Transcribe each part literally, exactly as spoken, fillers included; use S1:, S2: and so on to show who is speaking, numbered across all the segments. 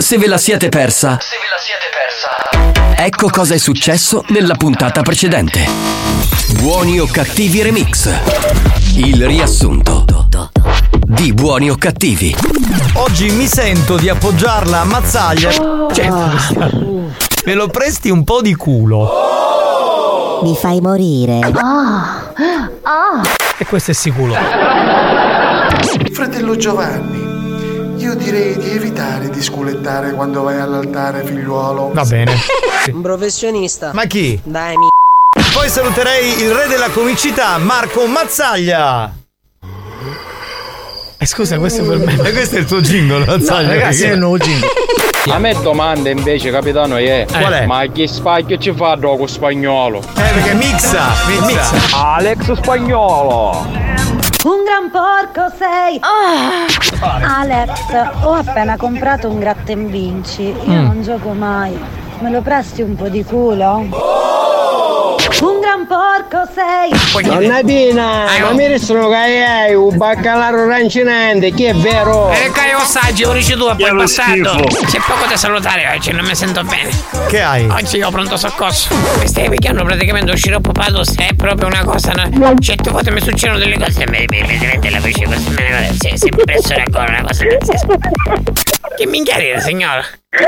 S1: se ve la siete persa,
S2: se ve la siete persa,
S1: ecco cosa è successo nella puntata precedente. Buoni o cattivi remix. Il riassunto di Buoni o cattivi.
S3: Oggi mi sento di appoggiarla a Mazzaglia. Cioè, me lo presti un po' di culo.
S4: Mi fai morire.
S5: Ah, ah.
S3: E questo è sicuro.
S6: Fratello Giovanni, io direi di evitare di sculettare quando vai all'altare, figliuolo.
S3: Va bene.
S7: Un professionista.
S3: Ma chi?
S7: Dai, mi.
S3: Poi saluterei il re della comicità, Marco Mazzaglia. Eh, scusa, questo è per me. E questo è il tuo jingle, Mazzaglia.
S8: No, ragazzi, è il nuovo jingle.
S9: A me domanda invece, capitano, è
S3: Qual è?
S9: ma che spacchio ci fa dopo spagnolo?
S3: Eh, perché mixa, mixa. mixa.
S9: Alex Spagnolo.
S5: Un gran porco sei! Oh. Alex, ho appena comprato un gratta e vinci. Io mm. non gioco mai. Me lo presti un po' di culo? Oh. Un gran porco sei!
S10: Donna Pina, ma mi restano che hai un baccalaureato rancinante, che è vero?
S11: E che io saggio, lo dici tu a poi passato. C'è poco da salutare oggi, non mi sento bene.
S3: Che hai?
S11: Oggi ho pronto soccorso. Mi stai picchiando praticamente lo sciroppo pados, è proprio una cosa, no? Certe volte mi succedono delle cose, mi diventa la fece così, me ne si, si impressiona ancora una cosa pazzesca. Che minchia ride, signora?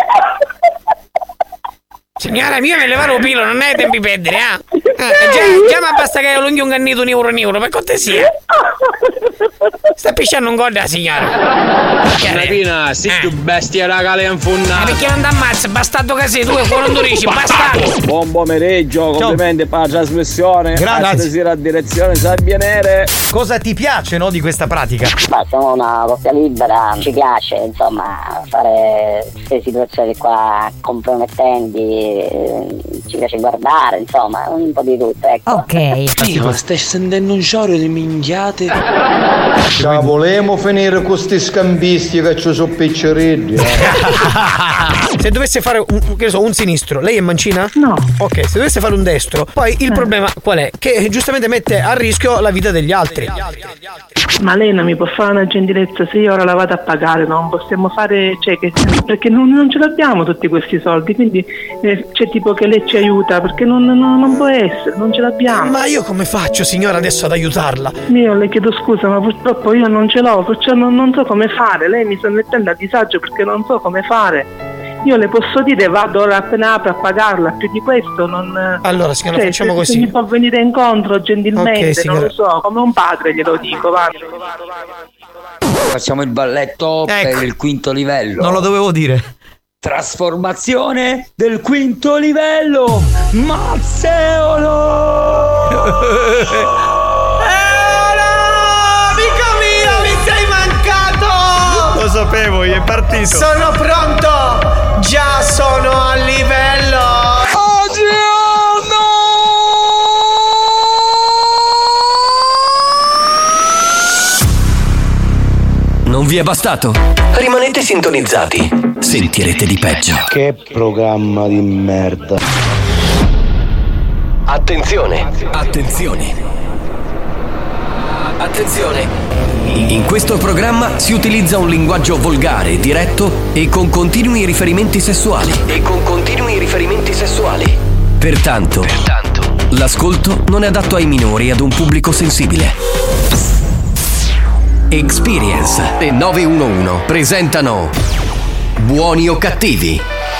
S11: Signora mia, mi levare un pilo, non hai tempi perdere, eh? eh già, già ma basta che l'unghia un cannito un euro un euro, per cortesia. Sta pisciando un gol da signora.
S9: Pina, sei
S11: eh.
S9: più bestia raga le infunna.
S11: Ma perché non t'ammazza? Bastardo che sei tu e quello non dici, bastardo.
S9: Buon pomeriggio, complimenti per la trasmissione.
S3: Grazie.
S9: Stasera a direzione Sabbia Nere.
S3: Cosa ti piace, no, di questa pratica?
S12: Ma siamo una coppia libera, ci piace, insomma, fare queste situazioni qua compromettenti. Ci piace guardare, insomma, un po' di tutto, ecco.
S4: Ok.
S7: Sì, ma stai sentendo un sciore di minchiate?
S10: Ciao, volevamo finire con questi scambisti che ci sono picceretti.
S8: Se dovesse fare un, che so, un sinistro, lei è mancina?
S5: No.
S8: Ok, se dovesse fare un destro, poi il eh. problema qual è? Che giustamente mette a rischio la vita degli altri.
S13: Ma lei non mi può fare una gentilezza? Se io ora la vado a pagare, non possiamo fare, cioè, che, perché non, non ce l'abbiamo tutti questi soldi, quindi eh, c'è tipo che lei ci aiuta, perché non, non, non può essere, non ce l'abbiamo.
S8: Ma io come faccio, signora, adesso ad aiutarla?
S13: Io le chiedo scusa, ma purtroppo io non ce l'ho, perciò non, non so come fare, lei mi sta mettendo a disagio perché non so come fare. Io le posso dire, vado ora appena apro a pagarla, più di questo non...
S8: Allora signora, cioè, facciamo
S13: se,
S8: così.
S13: Se mi può venire incontro gentilmente,
S8: okay,
S13: non lo so, come un padre glielo dico, va.
S7: Facciamo il balletto
S3: ecco.
S7: per il quinto livello.
S3: Non lo dovevo dire.
S7: Trasformazione del quinto livello. Mazzeolo!
S11: Amico mio, mi sei mancato!
S3: Lo sapevo, gli è partito.
S11: Sono pronto! Già sono a livello!
S1: Non vi è bastato? Rimanete sintonizzati. Sentirete di peggio.
S10: Che programma di merda.
S1: Attenzione, attenzione. Attenzione. In questo programma si utilizza un linguaggio volgare, diretto e con continui riferimenti sessuali. E con continui riferimenti sessuali. Pertanto, Pertanto, l'ascolto non è adatto ai minori e ad un pubblico sensibile. Experience e nove uno uno presentano Buoni o cattivi?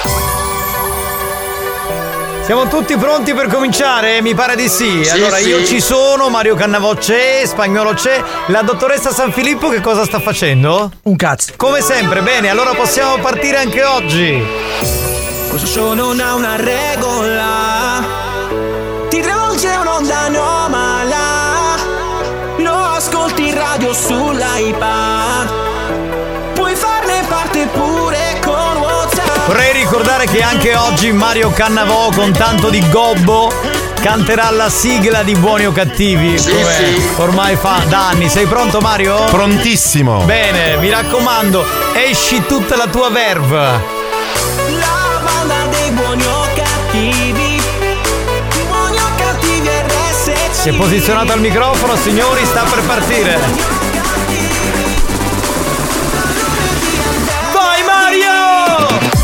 S3: Siamo tutti pronti per cominciare? Mi pare di sì.
S6: Sì,
S3: allora
S6: sì.
S3: io ci sono, Mario Cannavò c'è, Spagnolo c'è. La dottoressa San Filippo che cosa sta facendo?
S8: Un cazzo.
S3: Come sempre, bene, allora possiamo partire anche oggi.
S14: Questo show non ha una regola, ti travolge un'onda anomala, lo ascolti in radio sull'iPad, puoi farne parte pure con WhatsApp.
S3: Vorrei ricordare che anche oggi Mario Cannavò con tanto di gobbo canterà la sigla di Buoni o Cattivi,
S6: sì,
S3: come
S6: sì.
S3: ormai fa da anni. Sei pronto, Mario?
S15: Prontissimo.
S3: Bene, mi raccomando, esci tutta la tua verve.
S14: La banda dei buoni o cattivi, buoni o cattivi R S C.
S3: Si è posizionato al microfono, signori, sta per partire.
S14: Vai
S3: Mario!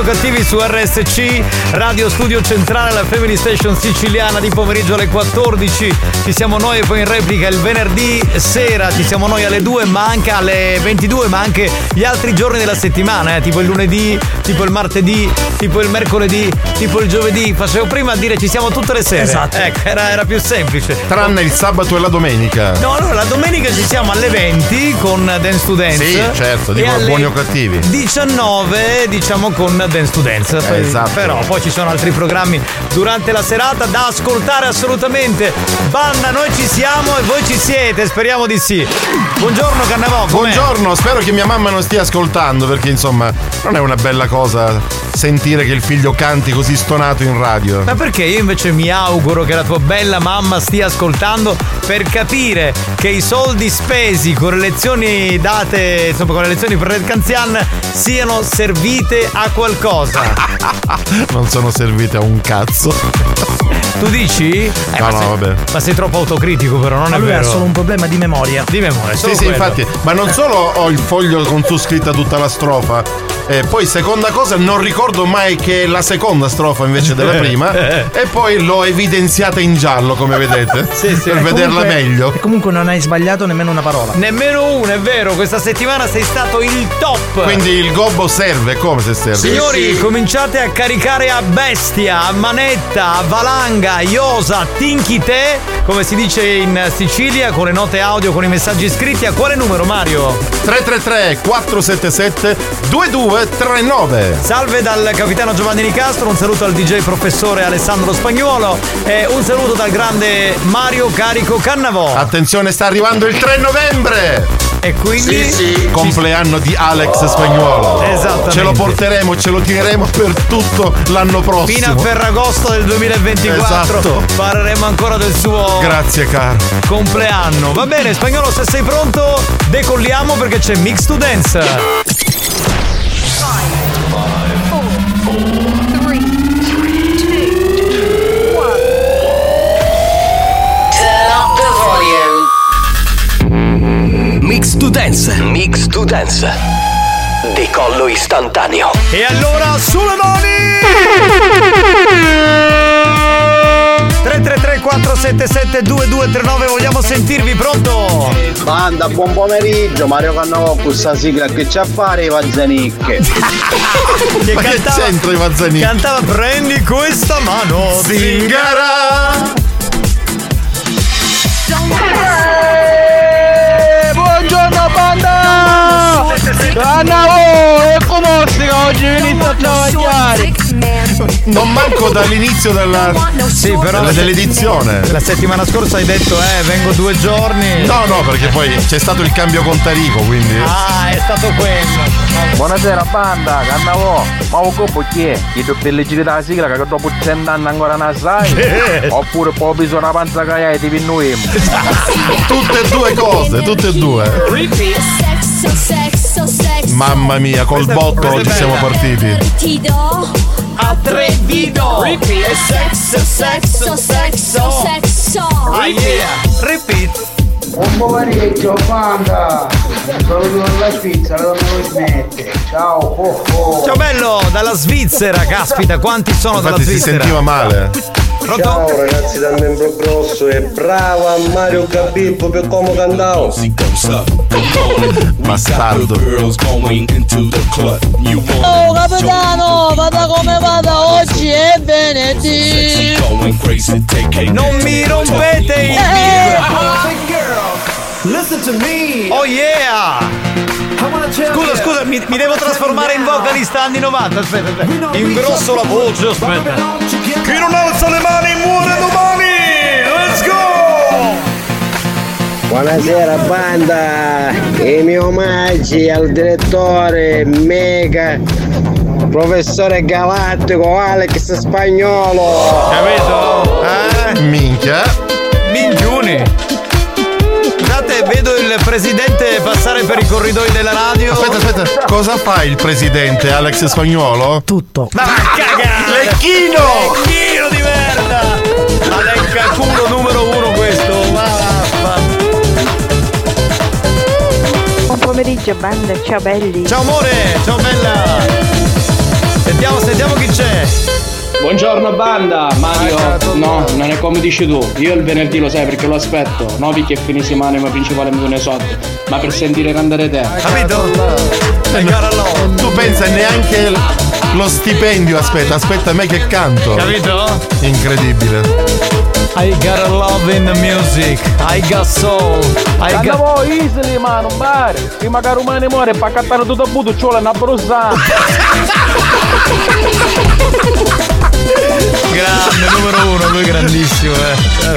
S3: Cattivi su R S C, Radio Studio Centrale, la Family Station siciliana, di pomeriggio alle quattordici. Ci siamo noi e poi in replica il venerdì sera, ci siamo noi alle due, ma anche alle ventidue, ma anche gli altri giorni della settimana, eh, tipo il lunedì, tipo il martedì, tipo il mercoledì, tipo il giovedì. Facevo prima a dire ci siamo tutte le sere.
S4: Esatto.
S3: Ecco, era, era più semplice.
S4: Tranne il sabato e la domenica.
S3: No, allora la domenica ci siamo alle venti con Dance to Dance.
S4: Sì, certo,
S3: e
S4: dico
S3: alle
S4: buoni o cattivi.
S3: diciannove diciamo con Dance to Dance.
S4: Eh, esatto.
S3: Però poi ci sono altri programmi durante la serata da ascoltare assolutamente. Banda, noi ci siamo e voi ci siete, speriamo di sì. Buongiorno Cannavò.
S4: Buongiorno, spero che mia mamma non stia ascoltando, perché insomma non è una bella cosa sentire che il figlio canti così stonato in radio.
S3: Ma perché? Io invece mi auguro che la tua bella mamma stia ascoltando per capire che i soldi spesi con le lezioni date, insomma con le lezioni per Red Canzian, siano servite a qualcosa.
S4: Non sono servite a un cazzo.
S3: Tu dici? Eh,
S4: no,
S3: ma
S4: no,
S3: sei,
S4: vabbè.
S3: Ma sei troppo autocritico, però non
S8: ma
S3: è
S8: lui
S3: vero.
S8: ha solo un problema di memoria.
S3: Di memoria,
S4: sì, sì, infatti. Ma non solo ho il foglio con su scritta tutta la strofa, e poi seconda cosa, non ricordo mai che è la seconda strofa invece della prima, e poi l'ho evidenziata in giallo, come vedete,
S3: sì, sì.
S4: per
S8: E
S4: vederla
S8: comunque,
S4: meglio.
S8: E comunque non hai sbagliato nemmeno una parola.
S3: Nemmeno una, è vero. Questa settimana sei stato il top.
S4: Quindi il gobbo serve, come se serve?
S3: Signori,
S4: sì, sì.
S3: cominciate a caricare a bestia, a manetta, a valanga, iosa, tinchite, come si dice in Sicilia, con le note audio, con i messaggi scritti. A quale numero, Mario?
S4: tre tre tre quattro sette sette due due tre nove.
S3: Salve dal capitano Giovanni Nicastro, un saluto al D J professore Alessandro Spagnuolo e un saluto dal grande Mario Carico Cannavò.
S4: Attenzione, sta arrivando il tre novembre.
S3: E quindi
S4: sì, sì. Compleanno di Alex Spagnuolo.
S3: Esattamente.
S4: Ce lo porteremo, ce lo tireremo per tutto l'anno prossimo.
S3: Fino a Ferragosto del duemilaventiquattro.
S4: Esatto.
S3: Parleremo ancora del suo
S4: Grazie caro
S3: compleanno. Va bene, Spagnolo, se sei pronto decolliamo perché c'è Mix to Dance.
S1: Mix to Dance. Mix to Dance. Decollo istantaneo.
S3: E allora sulle mani! tre tre tre quattro sette sette due due tre nove, vogliamo sentirvi, pronto?
S10: Banda, buon pomeriggio, Mario Cannavò con questa sigla che c'ha a fare i Vazzanicche.
S3: Che
S4: Ma
S3: cantava,
S4: che c'entra i Vazzanicche?
S3: Cantava prendi questa mano,
S4: Zingara.
S10: Buongiorno banda! Cannavò, e come stica oggi venite a travagliare?
S4: Non manco dall'inizio della,
S3: Sì, però
S4: della- dell'edizione.
S3: La settimana scorsa hai detto eh vengo due giorni.
S4: No, no, perché poi c'è stato il cambio con Tarico, quindi.
S3: Ah, è stato quello.
S10: Buonasera banda, Cannavò, ma un copo chi è? Chi tu per leggere la sigla che dopo cent'anni ancora non sai? Oppure poi bisogna una panza cagliare ti pinnuiamo?
S4: Tutte e due cose, tutte e due. Mamma mia, col botto oggi siamo partiti.
S14: Ti do
S3: Atrevido.
S14: e sexo, sexo, sexo, sexo.
S3: Ah, yeah. Repeat.
S15: Buon pomeriggio banda, saluto dalla Svizzera, non me lo smette. Ciao, oh, oh.
S3: Ciao bello, dalla Svizzera, caspita, quanti sono dalla
S4: Infatti si
S3: Svizzera?
S4: sentiva male.
S3: Pronto?
S16: Ciao ragazzi dal membro grosso e bravo a Mario Gabibbo per come cantavo.
S4: Bastardo.
S17: Oh capitano, vada come vada, oggi è venerdì.
S3: Non mi rompete il Oh yeah! Scusa, scusa, mi, mi devo trasformare in vocalista anni novanta, aspetta, aspetta. Ingrosso la voce, aspetta. Chi non alza le mani muore domani! Let's go!
S10: Buonasera banda, i miei omaggi al direttore Mega, professore galattico Alex Spagnuolo.
S3: Capito? Eh?
S4: Minchia.
S3: Minchiuni. Scusate, vedo il presidente passare per i corridoi della radio.
S4: Aspetta, aspetta, cosa fa il presidente Alex Spagnuolo?
S8: Tutto.
S3: Ma va a cagare!
S4: Lecchino!
S3: Lecchino di merda! Ma lecca culo numero uno questo, ma vaffa.
S18: Buon pomeriggio banda, ciao belli.
S3: Ciao amore, ciao bella! Sentiamo, sentiamo chi c'è.
S18: Buongiorno banda, Mario. No, non è come dici tu. Io il venerdì lo sai perché lo aspetto. No, perché finisimo anima principale mi ne soldi. Ma per sentire cantare te.
S3: Capito?
S4: Tu pensa neanche lo stipendio, aspetta, aspetta a me che canto.
S3: Capito?
S4: Incredibile.
S3: I got a love in the music. I got soul. I got...
S10: voi easily, mano, bare. Prima che rumane muore, pa' cattare tutto a buto, c'ho una brusa.
S3: Grande, numero uno, lui grandissimo, eh.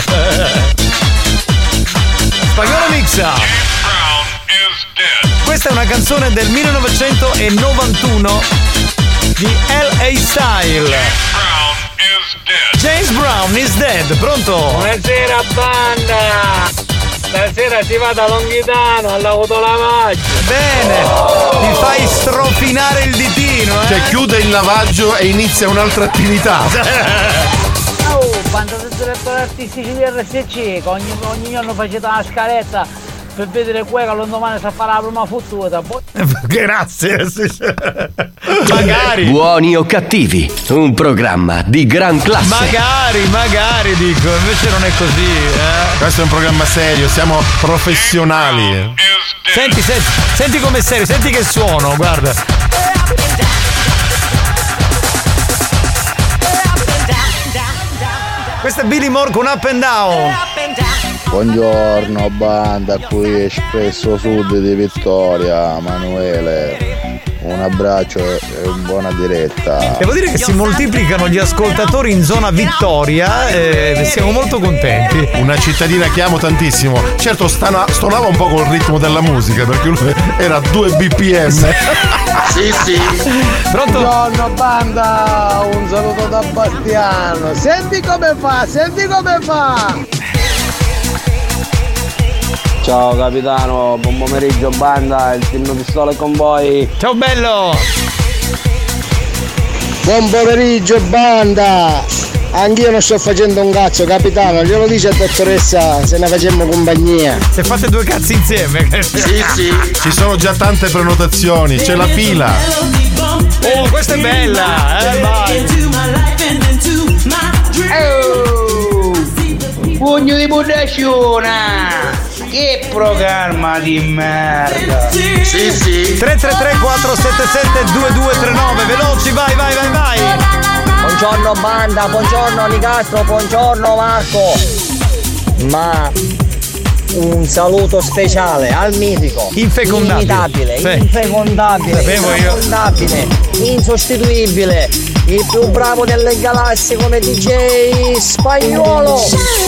S3: Spagnolo mixa. Questa è una canzone del millenovecentonovantuno di L A Style. James Brown is dead, pronto?
S19: Buonasera banda! Stasera si va da Longhitano all'autolavaggio.
S3: Bene! Oh. Ti fai strofinare il ditino, eh?
S4: Cioè chiude il lavaggio e inizia un'altra attività.
S17: Oh, quando siete direttori artistici di R S C, ogni, ogni giorno facete una scaletta per vedere quella che domani sa fare la prima fottuta.
S3: Grazie. Magari.
S1: Buoni o cattivi, un programma di gran classe.
S3: Magari, magari dico, invece non è così, eh.
S4: Questo è un programma serio, siamo professionali.
S3: Senti, senti, senti com'è serio, senti che suono, guarda. Questo è Billy Moore con Up and Down.
S20: Buongiorno banda, qui Espresso Sud di Vittoria, Manuele. Un abbraccio e buona diretta.
S3: Devo dire che si moltiplicano gli ascoltatori in zona Vittoria e siamo molto contenti.
S4: Una cittadina che amo tantissimo. Certo stana, stonava un po' col ritmo della musica perché lui era a due B P M.
S15: Sì, sì.
S3: Pronto?
S17: Buongiorno banda, un saluto da Bastiano. Senti come fa, senti come fa.
S9: Ciao capitano, buon pomeriggio banda, il team Pistola è con voi.
S3: Ciao bello!
S17: Buon pomeriggio banda! Anch'io non sto facendo un cazzo, capitano, glielo dice a dottoressa se ne facemmo compagnia.
S3: Se fate due cazzi insieme.
S4: Sì, sì. Ci sono già tante prenotazioni, c'è la fila.
S3: Oh, questa è bella, eh vai!
S17: Oh, pugno di buddasciona! Che programma di merda!
S4: Sì, sì.
S3: tre tre tre quattro sette sette due due tre nove, veloci, vai, vai, vai, vai!
S17: Buongiorno banda, buongiorno Nicastro, buongiorno Marco! Ma un saluto speciale al mitico,
S3: infecondabile,
S17: inimitabile,
S3: sì.
S17: infecondabile, infecondabile, insostituibile, il più bravo delle galassie come D J Spagnolo.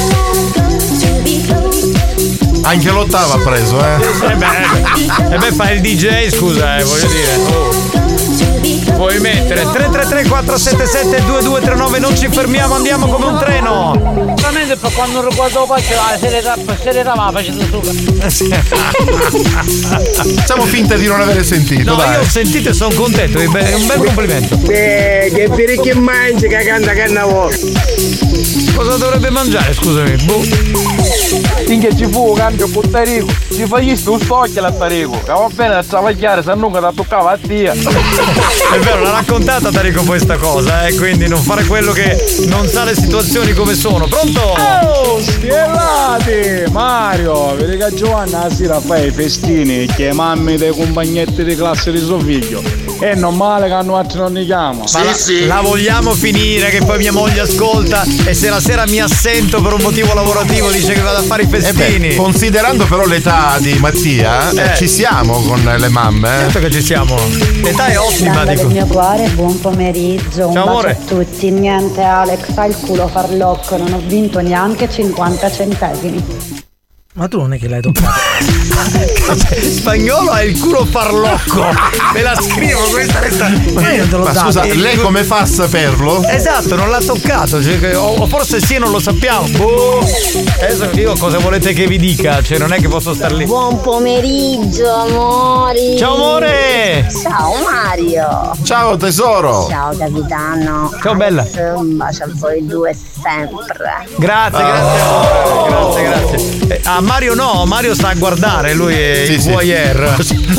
S4: Anche l'ottava ha preso, eh?
S3: E beh, e beh, fa il D J, scusa, eh, voglio dire. Oh. Puoi mettere tre tre tre quattro sette sette due due tre nove, non ci fermiamo, andiamo come un treno.
S17: Veramente per quando riguardo faccio la serietà, per serietà ma facendo sopra.
S4: Facciamo finta di non avere sentito,
S3: no,
S4: dai.
S3: Io ho sentito e sono contento, è un bel complimento.
S17: Eh, che per che mangi che canta cannavo.
S3: Cosa dovrebbe mangiare, scusami? Boh.
S10: Finché ci fu cambio con Tarico, ci faciste un stocchio a Tarico, che va bene a travagliare se non da toccava a tia.
S3: È vero, l'ha raccontata Tarico questa cosa, eh, quindi non fare quello che non sa le situazioni come sono. Pronto?
S19: Oh, spiegati! Mario, vedi che Giovanna la sera fa i festini che mamme dei compagnetti di classe di suo figlio. E non male che hanno altri non li chiama.
S4: Sì,
S3: la,
S4: sì.
S3: La vogliamo finire che poi mia moglie ascolta e se la sera mi assento per un motivo lavorativo dice che vado a fare i festini.
S4: Eh beh, considerando però l'età di Mattia, eh. Eh, ci siamo con le mamme. Eh.
S3: Certo che ci siamo. L'età è ottima,
S5: Banda
S3: dico.
S5: del mio cuore, buon pomeriggio. Un
S3: Ciao,
S5: bacio
S3: amore.
S5: a tutti. Niente Alex, fai il culo farlocco, non ho vinto neanche cinquanta centesimi.
S8: Ma tu non è che l'hai toccato.
S3: Spagnolo ha il culo farlocco. Me la scrivo questa resta.
S8: Ma io non te l'ho
S4: Ma
S8: dato.
S4: scusa, lei come fa a saperlo?
S3: Esatto, non l'ha toccato. Cioè, o forse sì, non lo sappiamo. Boh. Adesso io cosa volete che vi dica? Cioè, non è che posso star lì.
S5: Buon pomeriggio, amori.
S3: Ciao amore.
S5: Ciao Mario.
S4: Ciao tesoro.
S5: Ciao capitano.
S3: Ciao bella.
S5: Un bacio a voi due sempre.
S3: Grazie, grazie. Oh. Grazie, grazie. Eh, a Mario no, Mario sta a guardare, lui è
S4: Sì,
S3: il
S4: sì.
S3: voyeur.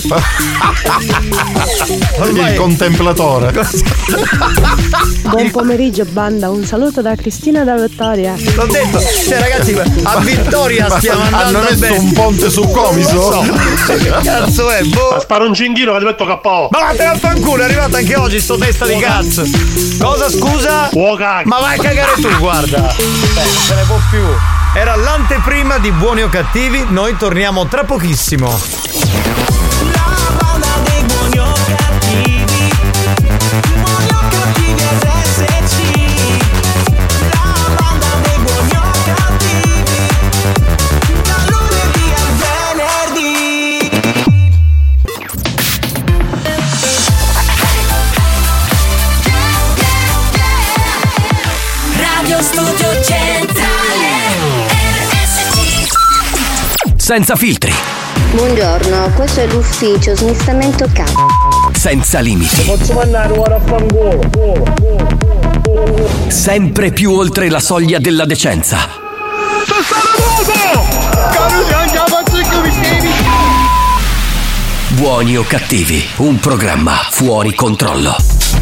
S4: Il contemplatore.
S21: Buon pomeriggio banda, un saluto da Cristina da Vittoria.
S3: L'ho detto, cioè ragazzi, a Vittoria
S4: Ma
S3: stiamo andando
S4: hanno messo
S3: bene.
S4: un ponte su Comiso?
S3: Non so. Che cazzo è? Boh.
S22: Ma sparo un cinghino che ti metto K O.
S3: Ma vattene a fanculo, è arrivato anche oggi sto testa di cazzo. Cosa scusa? Ma vai a cagare tu, guarda. Beh, non se ne può più. Era l'anteprima di Buoni o Cattivi, noi torniamo tra pochissimo.
S14: Radio Studio Centrale R S C.
S1: Senza filtri,
S23: Buongiorno, questo è l'ufficio smistamento capo.
S1: senza limiti,
S22: Posso mandare ora a fangolo.
S1: sempre più oltre la soglia della decenza. Buoni o Cattivi, un programma fuori controllo.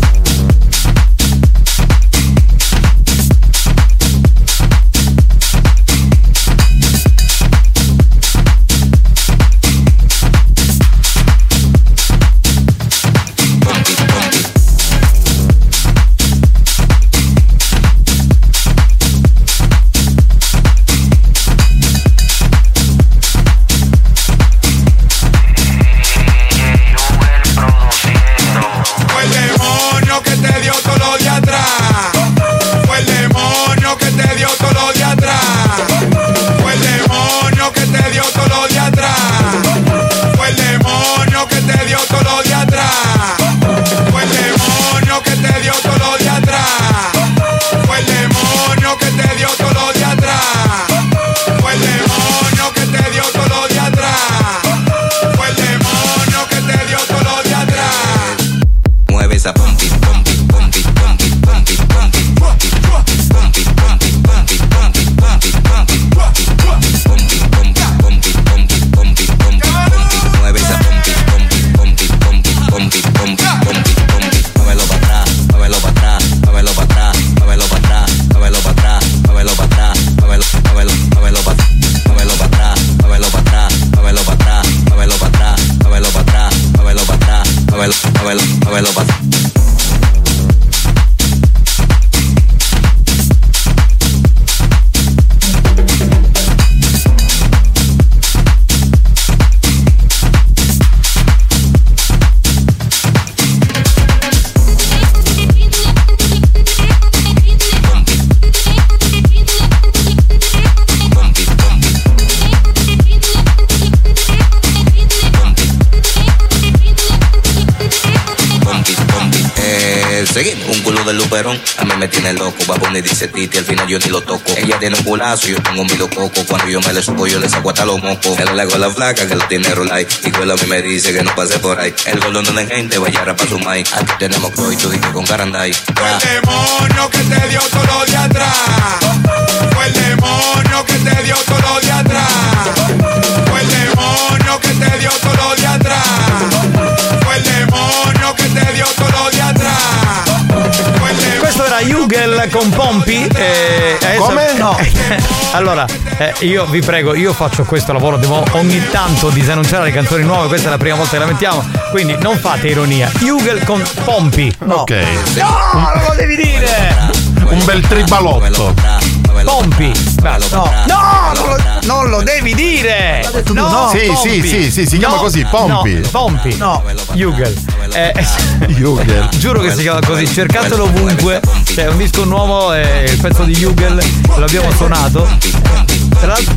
S14: Fue el demonio que te dio todo lo de atrás. Fue el demonio que te dio todo lo de atrás. Fue el demonio que te dio todo lo de atrás. Fue el demonio que te dio todo lo de atrás. Fue el demonio que te dio todo lo de atrás. Fue el demonio que te dio todo lo de atrás. Fue el demonio que te dio todo lo de atrás. Fue el demonio que te dio todo lo de atrás.
S24: Mueve esa pompi, pompi, pompi, pompi, pompi, pompi, pompi, pompi, pompi, pompi, pompi, pompi, pompi, pompi, pompi, pompi, pompi, pompi, pompi, mueve esa pompi, pompi, pompi, pompi, pompi, pompi, pompi, pompi, muévelo para atrás, muévelo para atrás, muévelo para atrás, muévelo para atrás, muévelo para atrás, muévelo para atrás, muévelo, muévelo, muévelo para muévelo para atrás, muévelo para atrás, muévelo para atrás, muévelo para atrás, muévelo para atrás, muévelo para atrás, muévelo, muévelo, muévelo para atrás. Seguimos, un culo del luperón, a mí me tiene loco. Baboni dice Titi, al final yo ni lo toco. Ella tiene un culazo, yo tengo un milo coco. Cuando yo me le subo, yo le saco hasta los mocos. Él le hago la flaca que lo tiene rolay. Y cuela a mí me dice que no pase por ahí. El gordón no de gente, vaya a rapar su maíz. Aquí tenemos croy, tú y con caranday.
S14: Fue el demonio que te dio todo lo de atrás. Fue el demonio que te dio todo lo de atrás. Fue el demonio que te dio todo lo de atrás. Fue el demonio que te dio todo lo de atrás.
S3: Questo era Jugel con Pompi. Eh, adesso...
S4: Come?
S3: No. Allora, eh, io vi prego, io faccio questo lavoro, devo ogni tanto disannunciare le canzoni nuove, questa è la prima volta che la mettiamo, quindi non fate ironia. Jugel con Pompi. No.
S4: Ok.
S3: No, non lo devi dire!
S4: Un bel tribalotto.
S3: Pompi. No, no, non lo, non lo devi dire! No,
S4: no. Sì,
S3: Pompi.
S4: sì, sì, sì, si chiama così, Pompi.
S3: No, Pompi. No, Jugel. Eh,
S4: Jugel.
S3: Giuro che si chiama così, cercatelo ovunque. C'è un disco nuovo, è il pezzo di Jugel, l'abbiamo suonato. Tra l'altro.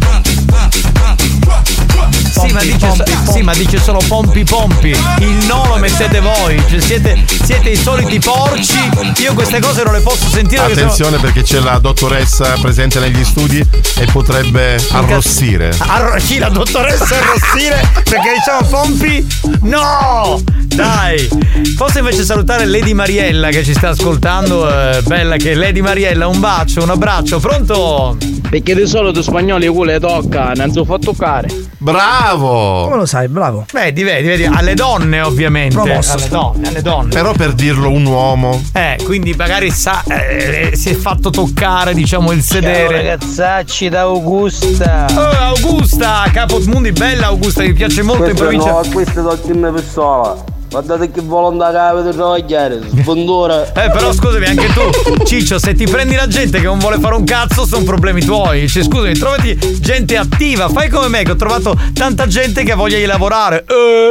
S3: Sì, ma dice,
S8: pompi, pompi.
S3: sì, ma dice solo pompi pompi. Il no lo mettete voi. Cioè siete, siete i soliti porci. Io queste cose non le posso sentire.
S4: Attenzione
S3: sono...
S4: perché c'è la dottoressa presente negli studi e potrebbe arrossire.
S3: Arro- chi la dottoressa arrossire? Perché diciamo pompi? No! Dai! Posso invece salutare Lady Mariella che ci sta ascoltando. Eh, bella che Lady Mariella, un bacio, un abbraccio. Pronto?
S18: Perché di solito spagnoli quello le tocca, non si fa toccare.
S4: Bravo!
S8: Come lo sai, bravo?
S3: Vedi, vedi, vedi, alle donne ovviamente.
S8: Promosso.
S3: Alle donne, alle donne.
S4: Però per dirlo un uomo.
S3: Eh, quindi magari sa, eh, si è fatto toccare, diciamo, il sedere.
S17: Ciao ragazzacci da Augusta.
S3: Oh, Augusta, Capodmundi, bella Augusta, mi piace molto
S9: Questo
S3: in provincia.
S9: No, questo è l'ultima persona. Guardate che volontà che avete trovagliare, sbondura.
S3: Eh, però scusami, anche tu, Ciccio, se ti prendi la gente che non vuole fare un cazzo, sono problemi tuoi. Cioè, scusami, trovati gente attiva, fai come me, che ho trovato tanta gente che ha voglia di lavorare.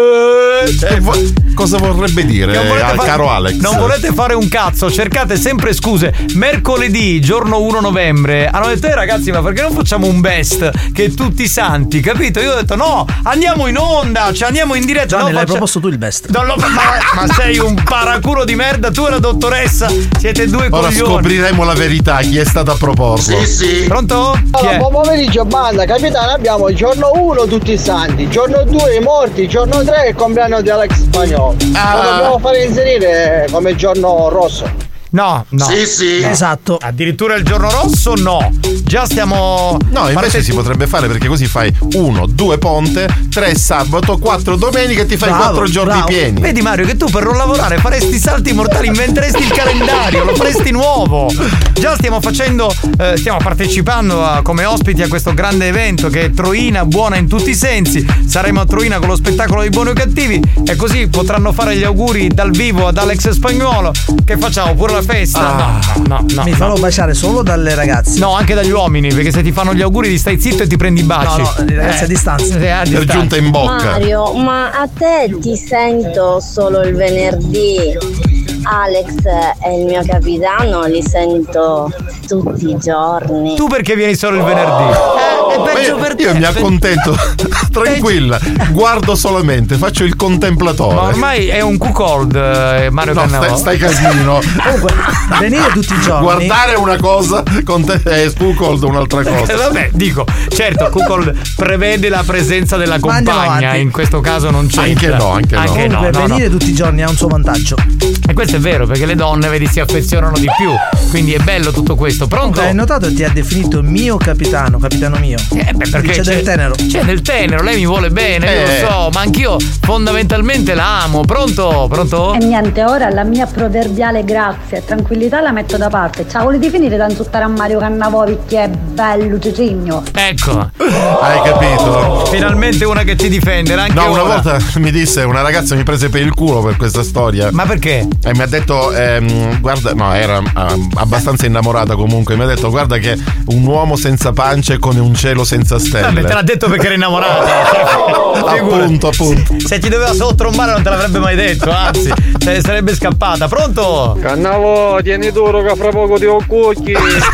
S3: Eh, cioè,
S4: cosa vorrebbe dire, al
S3: fare,
S4: caro Alex?
S3: Non volete fare un cazzo, cercate sempre scuse. Mercoledì, giorno primo novembre, hanno detto, eh ragazzi, ma perché non facciamo un best che è tutti santi, capito? Io ho detto, no, andiamo in onda, cioè andiamo in diretta.
S8: Gianni,
S3: no,
S8: l'hai
S3: faccia...
S8: proposto tu il best.
S3: Non lo... ma, ma sei un paraculo di merda, tu e la dottoressa siete due
S4: Ora
S3: coglioni.
S4: scopriremo la verità, chi è stato a proporlo.
S3: Sì, sì. Pronto? Chi
S2: Allora,
S3: è?
S2: buon pomeriggio banda, capitano, abbiamo il giorno uno tutti i santi, il giorno due i morti, il giorno tre il compleanno di Alex Spagnolo.
S3: Ah.
S2: Lo dobbiamo fare inserire come giorno rosso.
S3: No, no.
S2: Sì, sì.
S8: Esatto.
S3: Addirittura il giorno rosso no. Già stiamo.
S4: No, invece
S3: Farete...
S4: si potrebbe fare, perché così fai uno, due ponte, tre sabato, quattro domenica e ti fai
S3: Bravo,
S4: quattro giorni
S3: bravo.
S4: pieni.
S3: Vedi Mario che tu per non lavorare faresti salti mortali, inventeresti il calendario, lo faresti nuovo. Già stiamo facendo, eh, stiamo partecipando a, come ospiti a questo grande evento che è Troina buona in tutti i sensi. Saremo a Troina con lo spettacolo dei buoni o cattivi e così potranno fare gli auguri dal vivo ad Alex Spagnolo. Che facciamo pure la festa?
S8: Ah.
S3: No, no, no.
S8: Mi
S3: no.
S8: farò baciare solo dalle ragazze.
S3: No, anche dagli uomini, perché se ti fanno gli auguri ti stai zitto e ti prendi i baci.
S8: No, no, le ragazze
S3: Eh,
S8: a distanza.
S3: eh, a distanza.
S4: giunta in bocca.
S23: Mario, ma a te ti sento solo il venerdì. Alex è il mio capitano, li sento tutti i giorni.
S3: Tu perché vieni solo il venerdì?
S23: Eh,
S3: è peggio per te.
S4: Io mi accontento, tranquilla, guardo solamente, faccio il contemplatore.
S3: Ma ormai è un cuckold, eh, Mario
S4: No,
S3: Cannavò.
S4: stai, stai casino.
S8: Comunque, venire tutti i giorni.
S4: Guardare una cosa con te è cuckold un'altra cosa.
S3: Eh, vabbè, dico, certo, cuckold prevede la presenza della
S8: Ma andiamo
S3: compagna,
S8: avanti.
S3: in questo caso non c'è.
S4: Anche no, anche no.
S3: Anche
S8: Comunque,
S3: no, no,
S8: venire
S3: no.
S8: tutti i giorni ha un suo vantaggio.
S3: E questo è vero, perché le donne, vedi, si affezionano di più. Quindi è bello tutto questo. Pronto?
S8: Comunque, hai notato che ti ha definito mio capitano, capitano mio.
S3: Eh, beh, perché
S8: c'è, del tenero.
S3: C'è del tenero, lei mi vuole bene, io
S4: Eh.
S3: lo so, ma anch'io fondamentalmente la amo. Pronto? Pronto?
S5: E niente, ora la mia proverbiale grazie e tranquillità la metto da parte. Ciao, volete finire da insultare a Mario Cannavò che è bello cicigno?
S3: Ecco.
S4: Hai capito?
S3: Finalmente una che ti difende, anche
S4: No, una
S3: ora.
S4: volta mi disse, una ragazza mi prese per il culo per questa storia.
S3: Ma perché?
S4: E mi ha detto, ehm, guarda, no, era ehm, abbastanza innamorata comunque. Mi ha detto, guarda che un uomo senza pancia è come un cielo senza stelle.
S3: Vabbè, te l'ha detto perché era innamorata.
S4: Appunto, appunto.
S3: Se ti doveva solo trombare non te l'avrebbe mai detto, anzi, se ne sarebbe scappata. Pronto?
S10: Cannavò, tieni duro che fra poco ti ho cucchi.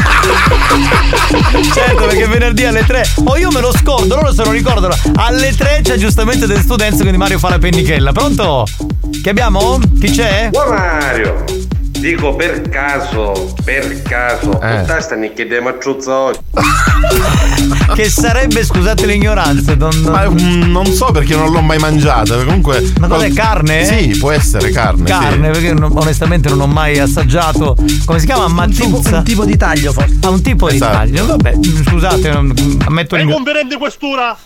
S3: Certo, perché venerdì alle tre. Oh, io me lo scordo, loro se lo ricordano. Alle tre c'è giustamente del Studenza, quindi Mario fa la pennichella. Pronto? Che abbiamo? Chi c'è?
S16: Buon Mario! Dico per caso, per caso,
S4: Eh.
S16: tutta sta nicchia di macciuzza oggi.
S3: Che sarebbe, scusate l'ignoranza, non,
S4: Ma mm, non so perché non l'ho mai mangiata. Comunque.
S3: Ma cos'è, carne?
S4: Sì, può essere carne.
S3: Carne,
S4: sì.
S3: perché non- onestamente non ho mai assaggiato. Come si chiama?
S8: Un tipo,
S3: Mazzuzza?
S8: un tipo di taglio, forse.
S3: Ah, un tipo
S4: Esatto.
S3: di taglio. Vabbè, scusate, non- ammetto
S22: È
S3: il mio.
S22: conferente questura.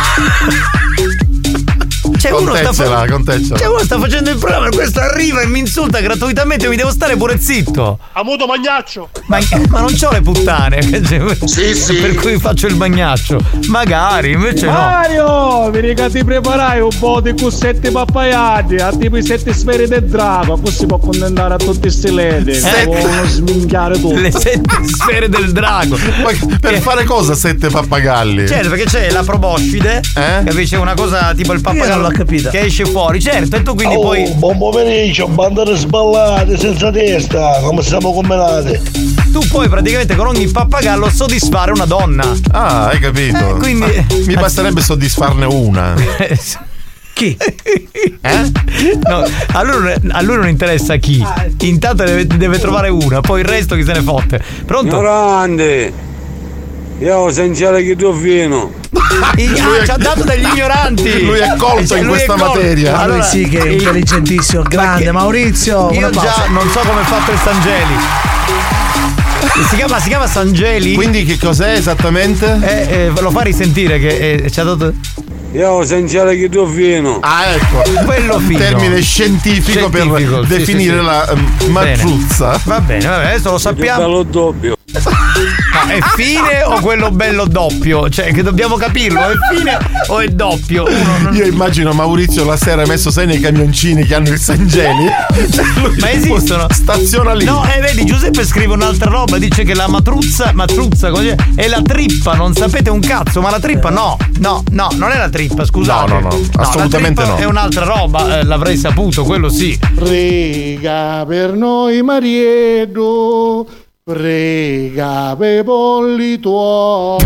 S3: Cioè, uno sta,
S4: Conteccela,
S3: fa-
S4: conteccela.
S3: cioè, uno sta facendo il programma e questo arriva e mi insulta gratuitamente e mi devo stare pure zitto.
S22: A modo magnaccio.
S3: Ma, ma non c'ho le puttane.
S16: Sì, sì.
S3: Per cui faccio il bagnaccio. Magari, invece no.
S19: Mario, vedi che ti preparai un po' di cussetti pappaiati, a tipo i sette sfere del drago, così si può contentare a tutti sti ledi.
S3: Sette-
S19: Devono sminchiare tutto.
S3: Le sette sfere del drago.
S4: Ma per fare cosa sette pappagalli?
S3: Certo, perché c'è la proboscide,
S4: Eh?
S3: capisci? Una cosa tipo il
S8: Io non
S3: pappagallo
S8: l'ho capita.
S3: che esce fuori, certo, e tu quindi
S22: Oh,
S3: poi.
S22: buon pomeriggio, bandate sballate, senza testa, come siamo combinati.
S3: Tu puoi praticamente con ogni pappagallo soddisfare una donna.
S4: Ah, hai capito.
S3: Eh, quindi-
S4: Ma mi basterebbe soddisfarne una.
S8: Chi?
S3: Eh? No, a lui, non- a lui non interessa chi. Intanto deve, deve trovare una, poi il resto chi se ne fotte. Pronto?
S22: Grande, io senziale che tu vino.
S3: I- ah, ci ha dato degli ignoranti.
S4: Lui è colto
S3: Cioè,
S4: in
S3: lui
S4: questa
S3: è colto.
S4: materia.
S8: Ma lui sì che è
S3: il-
S8: intelligentissimo, grande.
S3: Ma che-
S8: Maurizio, un
S3: Io
S8: applauso.
S3: già non so come ha fatto il Sangeli. Si chiama, si chiama Sangeli.
S4: Quindi che cos'è esattamente?
S3: Eh, eh, lo fa risentire che eh, ci ha dato.
S7: Io Sangeli che tu fino.
S4: Ah, ecco.
S3: Quello fino.
S4: Termine scientifico,
S3: Scientifico,
S4: per
S3: sì,
S4: definire
S3: sì, sì.
S4: la um, matruzza.
S3: Va bene, va bene, adesso lo sappiamo.
S7: Bello doppio.
S3: Ma è fine o quello bello doppio? Cioè, che dobbiamo capirlo, è fine o è doppio? Uno non...
S4: Io immagino Maurizio la sera messo sai nei camioncini che hanno il Sangeli.
S3: Ma esistono?
S4: Staziona lì.
S3: No, e eh, vedi, Giuseppe scrive un'altra roba, dice che la matruzza, matruzza così, è la trippa, non sapete un cazzo, ma la trippa no, no, no, non è la trippa, scusate.
S4: No, no, no, assolutamente
S3: la
S4: no.
S3: È un'altra roba, eh, l'avrei saputo, quello sì.
S22: Prega per noi Mariedo, prega per i polli tuoi.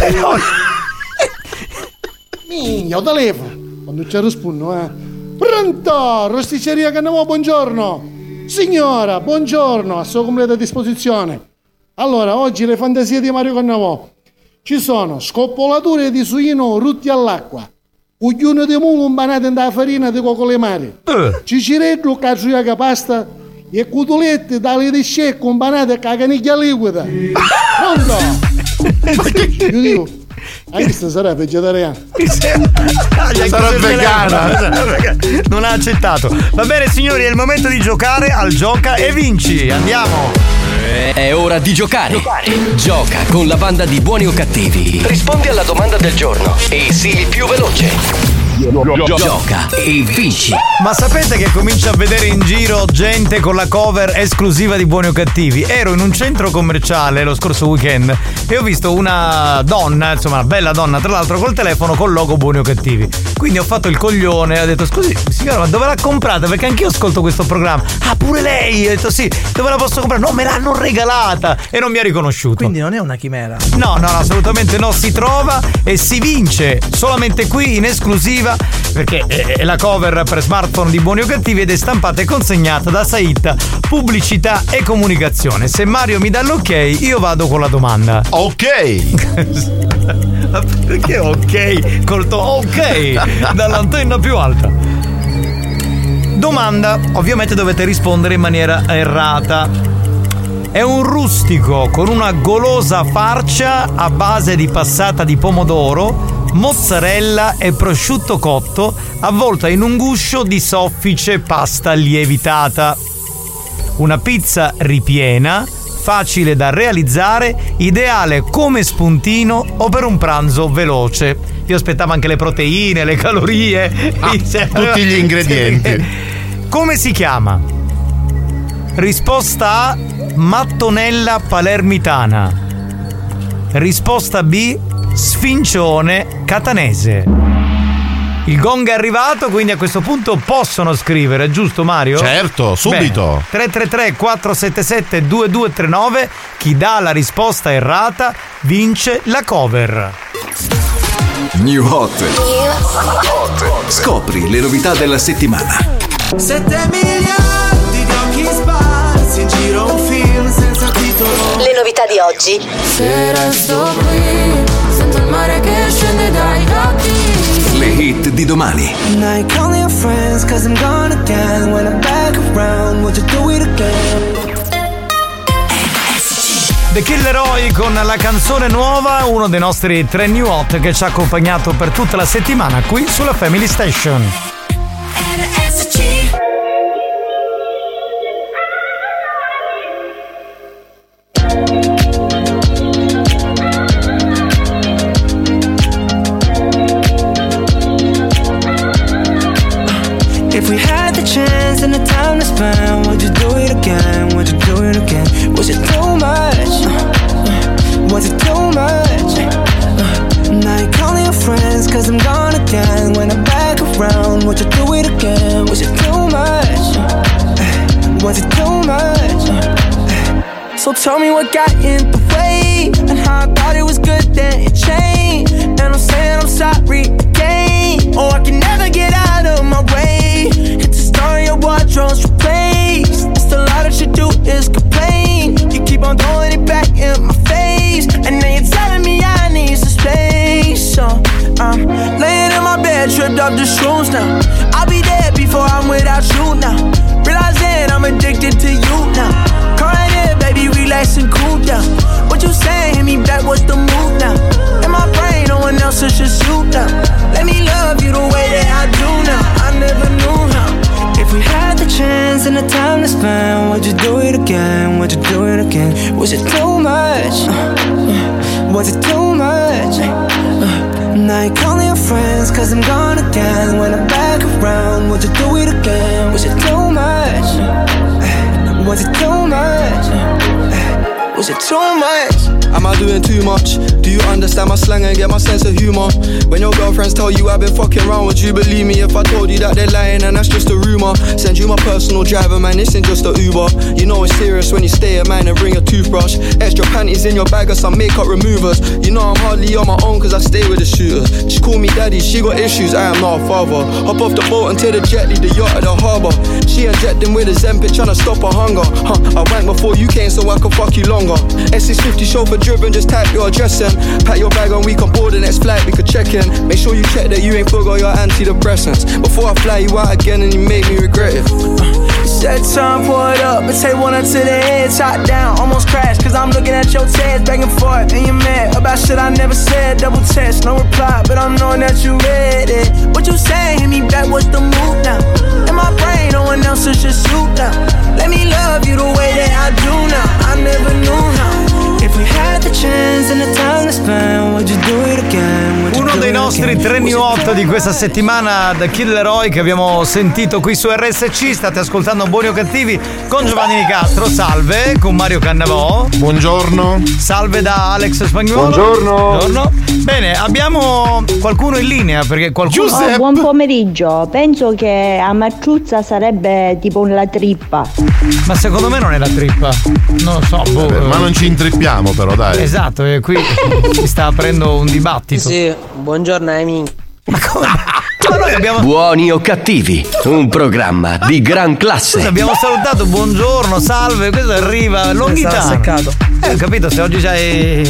S22: Minchia, ho telefono. Quando c'è rispondo, eh. Pronto, rosticceria Cannavò, buongiorno. Signora, buongiorno, a sua completa disposizione. Allora, oggi le fantasie di Mario Cannavò. Ci sono scoppolature di suino rutti all'acqua, cuglione di mulo impanate nella farina di cocole mari, uh. cicireddo caciuiaca pasta e cutulette dalle di scecco impanate con la caniglia liquida. Pronto? Io dico, anche questa sarà vegetariana.
S3: Sarà vegana. Non ha accettato. Va bene signori, è il momento di giocare al Gioca e Vinci. Andiamo.
S1: È ora di giocare. giocare. Gioca con la banda di Buoni o Cattivi. Rispondi alla domanda del giorno e sii il più veloce. Gioca e vinci.
S3: Ma sapete che comincio a vedere in giro gente con la cover esclusiva di Buoni o Cattivi? Ero in un centro commerciale lo scorso weekend e ho visto una donna, insomma una bella donna tra l'altro, col telefono col logo Buoni o Cattivi. Quindi ho fatto il coglione e ho detto scusi signora, ma dove l'ha comprata? Perché anch'io ascolto questo programma. Ah, pure lei? Ho detto sì, dove la posso comprare? No, me l'hanno regalata e non mi ha riconosciuto.
S8: Quindi non è una chimera.
S3: No, no, no, assolutamente no, si trova e si vince solamente qui in esclusiva, perché è la cover per smartphone di Buoni o Cattivi ed è stampata e consegnata da Saitta Pubblicità e Comunicazione. Se Mario mi dà l'ok, io vado con la domanda.
S4: Ok.
S3: Perché ok? Col to ok dall'antenna più alta. Domanda, ovviamente dovete rispondere in maniera errata. È un rustico con una golosa farcia a base di passata di pomodoro, mozzarella e prosciutto cotto, avvolta in un guscio di soffice pasta lievitata. Una pizza ripiena, facile da realizzare, ideale come spuntino o per un pranzo veloce. Io aspettavo anche le proteine, le calorie,
S4: ah, tutti gli ingredienti.
S3: Come si chiama? Risposta A: mattonella palermitana. Risposta B: sfincione catanese. Il gong è arrivato, quindi a questo punto possono scrivere, giusto Mario?
S4: Certo, subito.
S3: Bene. tre tre tre quattro sette sette due due tre nove. Chi dà la risposta errata vince la cover.
S11: New Hot. Scopri le novità della settimana.
S12: Sette miliardi di occhi sparsi in giro un film senza titolo.
S13: Le novità di oggi.
S12: Se resto qui, sento il mare che scende dai occhi.
S11: Le hit di domani.
S12: Now call your friends cause I'm gone again. When I'm back around, would you do it again?
S3: The Killeroy con la canzone nuova, uno dei nostri tre new hot che ci ha accompagnato per tutta la settimana qui sulla Family Station.
S12: If we had the chance and the time to spend, would you do it again? Would you do it again? Was it too much? Was it too much? Now you're calling your friends cause I'm gone again. When I'm back around, would you do it again? Was it too much? Was it too much? So tell me what got in the way, and how I thought it was good then it changed. And I'm saying I'm sorry again. Oh, I can never get out of my way. It's a story your wardrobe's replaced. It's a lot that you do is complain. You keep on throwing it back in my face, and then you're telling me I need some space. So I'm laying in my bed, tripped up the shrooms now. I'll be dead before I'm without you now. Realizing I'm addicted to you now. Come right here, baby, relax and cool down. What you saying, hit me back, what's the move now? In my brain, no one else should shoot now. Let me love you the way that I do now. I never knew how. If we had the chance and the time to spend, would you do it again? Would you do it again? Was it too much? Uh, uh, was it too much? Uh, now you're calling your friends cause I'm gone again. When I'm back around, would you do it again? Was it too much? Uh, was it too much? Uh, was it too much?
S6: Am I doing too much? Do you understand my slang and get my sense of humor? When your girlfriends tell you I've been fucking around, would you believe me if I told you that they're lying and that's just a rumor? Send you my personal driver, man, this ain't just a Uber. You know it's serious when you stay at mine and bring a toothbrush. Extra panties in your bag or some makeup removers. You know I'm hardly on my own cause I stay with the shooters. She call me daddy, she got issues, I am not a father. Hop off the boat until the jet leave the yacht at the harbour. She injecting with a Zempic tryna stop her hunger. Huh, I went before you came so I could fuck you longer. S six fifty chauffeur driven, just type your address in. Pack your bag on, we can board the next flight, we could check in. Make sure you check that you ain't forgot your antidepressants before I fly you out again and you make me regret it.
S12: Set time, pour it up, and take one up to the head, top down, almost crash, cause I'm looking at your tears, back and forth, and you're mad about shit I never said, double text, no reply, but I'm knowing that you read it. What you saying, hit me back, what's the move now? In my brain, no one else should shoot now. Let me love you the way that I do now, I never knew how. If we had the chance and the time to spend, would you do it again? Would you
S3: Uno
S12: do
S3: dei
S12: it
S3: nostri
S12: again?
S3: tre new hot di questa settimana, The Killer Roy, che abbiamo sentito qui su R S C. State ascoltando Buoni o Cattivi con Giovanni Nicastro, salve, con Mario Cannavò.
S4: Buongiorno.
S3: Salve da Alex Spagnuolo.
S2: Buongiorno.
S3: Buongiorno. Bene, abbiamo qualcuno in linea perché qualcuno.
S21: Oh, buon pomeriggio. Penso che a Marciuzza sarebbe tipo la trippa.
S3: Ma secondo me non è la trippa. Non lo so, boh.
S4: Vabbè, ma non ci intrippiamo però, dai.
S3: Esatto, e qui si sta aprendo un dibattito.
S13: Sì, buongiorno amici.
S3: Ma come? Ma noi abbiamo...
S1: Buoni o cattivi, un programma di gran classe.
S3: Abbiamo salutato, buongiorno, salve, questo arriva Longhitano.
S13: seccato.
S3: Eh, ho capito, se oggi c'hai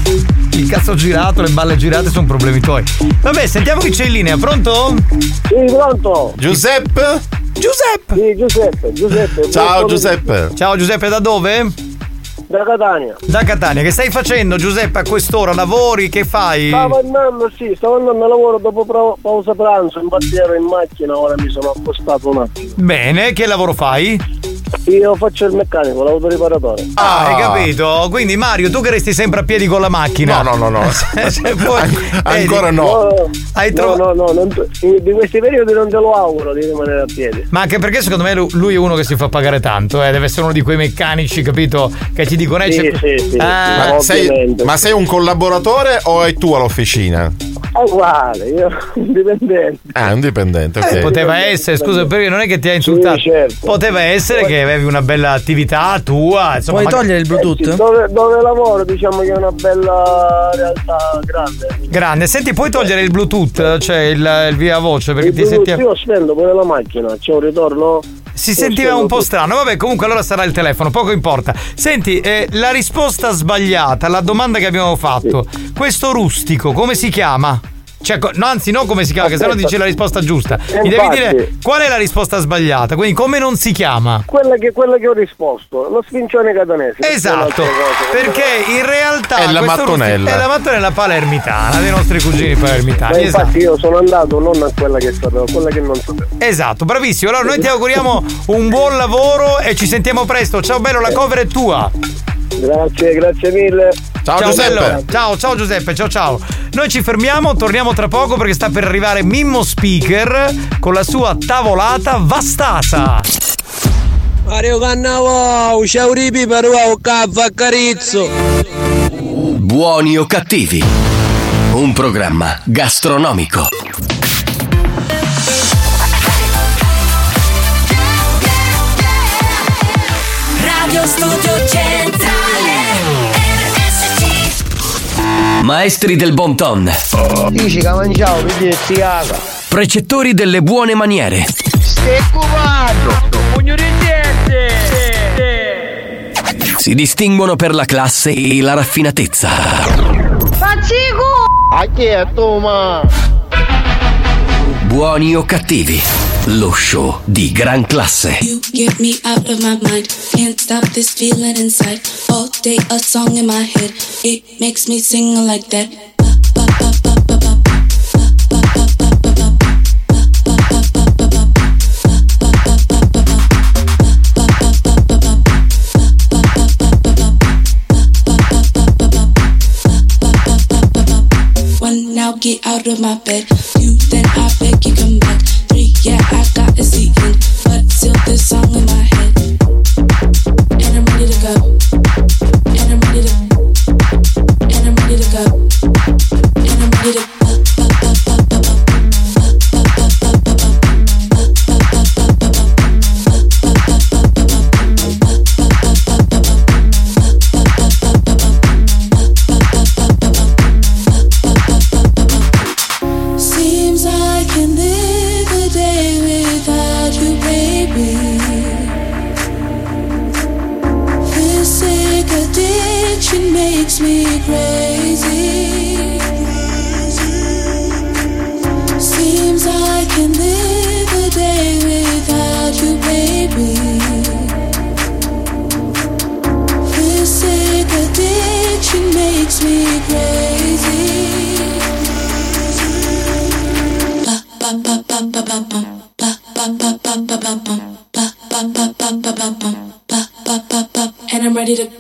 S3: il cazzo girato, le balle girate sono problemi tuoi. Vabbè, sentiamo chi c'è in linea, pronto?
S2: Sì, pronto.
S4: Giuseppe?
S3: Giuseppe.
S2: Sì, Giuseppe, Giuseppe.
S4: Ciao Giuseppe.
S3: Ciao Giuseppe, da dove?
S2: Da Catania.
S3: Da Catania, che stai facendo Giuseppe a quest'ora? Lavori? Che fai?
S2: Stavo andando, sì, stavo andando a lavoro dopo pra- pausa pranzo, infatti ero in macchina, ora mi sono appostato un attimo.
S3: Bene, che lavoro fai?
S2: Io faccio il meccanico, l'autoriparatore.
S3: Ah, hai capito? Quindi Mario, tu che resti sempre a piedi con la macchina.
S4: No, no, no, no.
S3: Se poi,
S4: An- ancora no.
S2: No,
S3: Hai
S2: no,
S3: trov-
S2: no, no, non t- di questi periodi non te lo auguro di rimanere a piedi.
S3: Ma anche perché secondo me lu- lui è uno che si fa pagare tanto, eh? Deve essere uno di quei meccanici, capito? Che ti dicono eh,
S2: Sì,
S3: c'è-
S2: sì, sì,
S3: Ah,
S4: Ma sei, ma sei un collaboratore o è tu all'officina?
S2: È uguale, io un dipendente.
S4: Ah, un dipendente, ok.
S3: Eh, poteva essere, scusa, perché non è che ti ha insultato.
S2: Sì, certo.
S3: Poteva essere che avevi una bella attività tua, insomma.
S13: Puoi
S3: ma-
S13: togliere il Bluetooth?
S2: Eh sì, dove, dove lavoro diciamo che è una bella realtà grande.
S3: Grande, senti, puoi togliere il Bluetooth, cioè il, il via voce, perché
S2: Il
S3: ti
S2: Bluetooth
S3: sentiamo.
S2: io spendo pure la macchina, c'è un ritorno.
S3: Si
S2: Io
S3: sentiva
S2: spendo
S3: un po'
S2: tutto.
S3: strano, vabbè, comunque allora sarà il telefono, poco importa. Senti, eh, la risposta sbagliata alla domanda che abbiamo fatto, questo rustico, come si chiama? Cioè, co- no, anzi, no come si chiama, che se no
S2: Aspetta.
S3: dici la risposta giusta.
S2: Eh,
S3: Mi devi
S2: infatti.
S3: dire qual è la risposta sbagliata, quindi come non si chiama.
S2: Quella che, quella che ho risposto, lo sfincione catanese.
S3: Esatto, perché in realtà
S4: È la
S3: questo
S4: mattonella.
S3: rustico- È la mattonella palermitana dei nostri cugini palermitani.
S2: Beh,
S3: Esatto.
S2: infatti io sono andato non a quella che sapevo, a quella che non sapevo.
S3: Esatto, bravissimo. Allora noi ti auguriamo un buon lavoro e ci sentiamo presto. Ciao bello, la cover è tua.
S2: Grazie, grazie mille.
S4: Ciao, Giuseppe.
S3: bello. Ciao, ciao Giuseppe, ciao ciao. Noi ci fermiamo, torniamo tra poco perché sta per arrivare Mimmo Speaker con la sua tavolata vastasa.
S13: Mario Cannavò, ciao ripi per un caffè carizzo.
S1: Buoni o cattivi, un programma gastronomico.
S15: Radio Studio Centrale R S C.
S1: Maestri del bon ton,
S2: Dici che mangiavo, mi dici caga.
S1: precettori delle buone maniere,
S2: Stai cubando. Pugno di gente.
S1: si distinguono per la classe e la raffinatezza.
S2: Pazzico. A chi è tu, ma?
S1: Buoni o cattivi, lo show di gran classe.
S15: You get me out of my mind. Can't stop this feeling inside. All day a song in my head. It makes me sing like that. One, now get out of my bed. Two, then I beg you come back. Three, yeah, I got a seat in, but still this song in my head. And I'm ready to go. And I'm ready to. And I'm ready to go. And I'm ready to. Seems I can live a day without you, baby. This sick addiction makes me crazy. Seems I can live a day without you, baby. This sick addiction makes me crazy. And I'm ready to.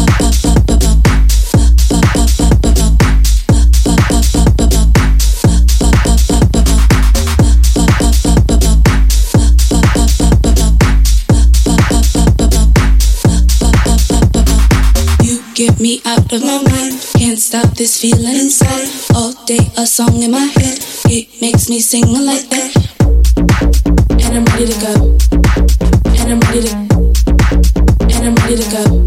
S15: You get me out of my mind. Can't stop this feeling inside. All day a song in my head. It makes me sing like that. And I'm ready to go. And I'm ready to. And I'm ready to go.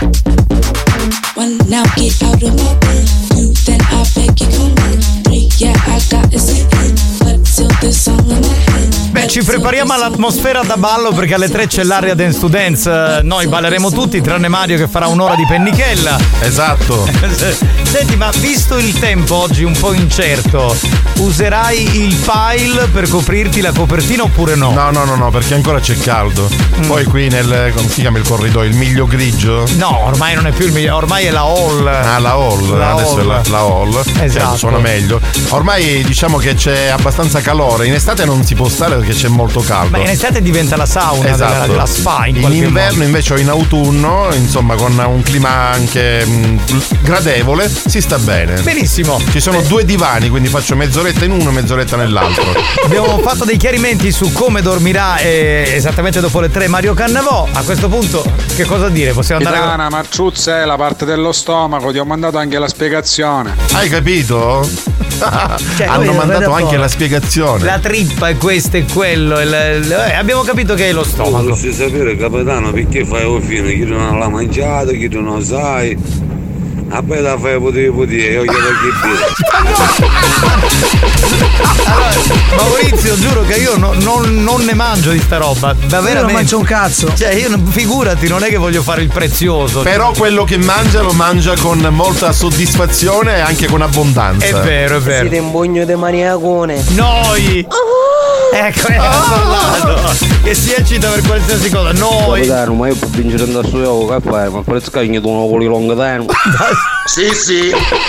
S15: One, now get out of my bed. Two, then I beg you come back. Three, yeah, I got a sit in, but still this song in my head.
S3: Beh, ci prepariamo all'atmosfera da ballo perché alle tre c'è l'area Dance to Dance. Noi balleremo tutti, tranne Mario che farà un'ora di pennichella.
S4: Esatto.
S3: Senti, ma visto il tempo oggi un po' incerto, userai il pile per coprirti la copertina oppure no?
S4: No, no, no, no, perché ancora c'è caldo. Mm. Poi qui nel, come si chiama il corridoio? Il miglio grigio?
S3: No, ormai non è più il miglio, ormai è la hall.
S4: Ah, la hall,
S3: la
S4: adesso
S3: hall.
S4: è la, la hall.
S3: Esatto.
S4: Cioè, suona meglio. Ormai diciamo che c'è abbastanza calore. In estate non si può stare perché c'è molto caldo.
S3: Ma in estate diventa la sauna,
S4: esatto.
S3: della, della spa in,
S4: in inverno modo. Invece o in autunno, insomma con un clima anche mh, gradevole, si sta bene.
S3: Benissimo.
S4: Ci sono
S3: eh.
S4: due divani, quindi faccio mezz'oretta in uno e mezz'oretta nell'altro.
S3: Abbiamo fatto dei chiarimenti su come dormirà eh, esattamente dopo le tre Mario Cannavò. A questo punto che cosa dire? Possiamo andare a...
S7: Pitana, Marciuzza è la parte dello stomaco, ti ho mandato anche la spiegazione.
S4: Hai capito?
S3: Cioè,
S4: hanno mandato anche la spiegazione.
S3: La trippa è questo e quello e la, la, eh, abbiamo capito che è lo stomaco.
S7: Dovresti sapere, capitano, perché fai alla fine chi non l'ha mangiato, chi non lo sai. A poi la fai potere potere, io chiedo che
S3: allora, Maurizio, giuro che io no, non, non ne mangio di sta roba. Davvero
S8: io non mangio un cazzo.
S3: Cioè, io figurati, non è che voglio fare il prezioso.
S4: Però quello che mangia lo mangia con molta soddisfazione e anche con abbondanza.
S3: È vero, è vero.
S17: Siete un bugno di maniacone.
S3: Noi! Oh! Ecco, è oh! Che si eccita per qualsiasi cosa. Noi!
S9: Capitano, ma io per vincere da solo che fai? Ma per scagni tu non vuoi lungo tempo.
S4: Sì, sì.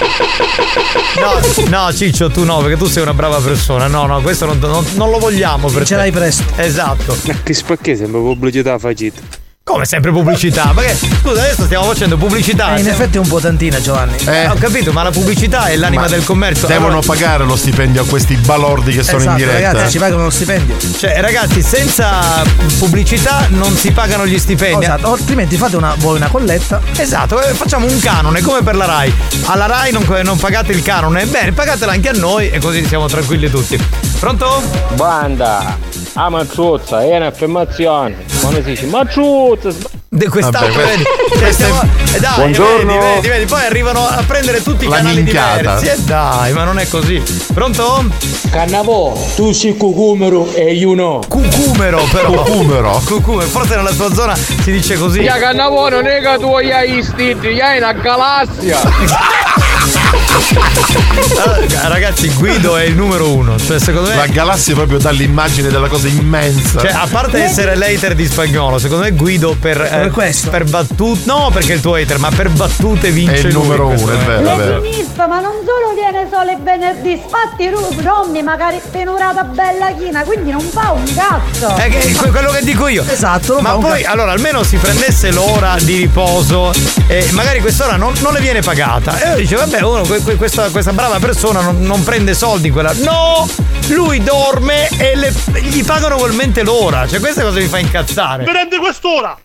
S3: No, no, Ciccio, tu no, perché tu sei una brava persona. No, no, questo non, non, non lo vogliamo per
S8: ce l'hai presto.
S3: Esatto.
S7: Ma che spacchè sembra pubblicità facita.
S3: Come sempre pubblicità? Perché scusa, adesso stiamo facendo pubblicità.
S8: Eh, in effetti è un po' tantina, Giovanni.
S3: Eh. Ho capito, ma la pubblicità è l'anima ma del commercio.
S4: Devono
S3: allora...
S4: pagare lo stipendio a questi balordi che sono
S8: esatto,
S4: in diretta.
S8: Ragazzi, ci pagano lo stipendio.
S3: Cioè, ragazzi, senza pubblicità non si pagano gli stipendi.
S8: Esatto, altrimenti fate una, voi una colletta.
S3: Esatto, eh, facciamo un canone come per la Rai. Alla Rai non, non pagate il canone, bene, pagatela anche a noi e così siamo tranquilli tutti. Pronto?
S9: Banda, ah Marciuzza, è un'affermazione. Quando si dice Marciuzza.
S3: De quest'altro,
S4: Vabbè,
S3: vedi?
S4: Queste...
S3: Stiamo... Eh dai,
S9: buongiorno.
S3: Vedi, vedi, vedi, poi arrivano a prendere tutti i
S4: la
S3: canali
S4: minchiata.
S3: diversi. E eh dai, ma non è così. Pronto?
S17: Cannavò, tu sei cucumero e io no.
S3: Cucumero però.
S4: Cucumero.
S3: Cucumero. Forse nella tua zona si dice così.
S7: Ya Cannavò non è che tu hai stiti, hai una galassia.
S3: Allora, ragazzi, Guido è il numero uno. Cioè, secondo me.
S4: La galassia proprio dà l'immagine della cosa immensa.
S3: Cioè, a parte essere l'hater di Spagnolo, secondo me Guido per,
S8: per
S3: eh,
S8: questo.
S3: Per battute. No, perché è il tuo hater, ma per battute vince
S4: è il
S3: lui,
S4: numero uno, è vero, è vero.
S5: Lesinista, ma non solo viene solo il venerdì, sfatti Ru- Rommi magari penurata bella china, quindi non fa un cazzo.
S3: È che, quello che dico io.
S8: Esatto.
S3: Ma poi,
S8: cazzo.
S3: allora, almeno si prendesse l'ora di riposo e magari quest'ora non, non le viene pagata. E io dice, vabbè, uno, questa, questa brava persona non, non prende soldi in quella. No! Lui dorme e le, gli pagano ugualmente l'ora. Cioè, questa cosa mi fa incazzare.
S14: Prende quest'ora!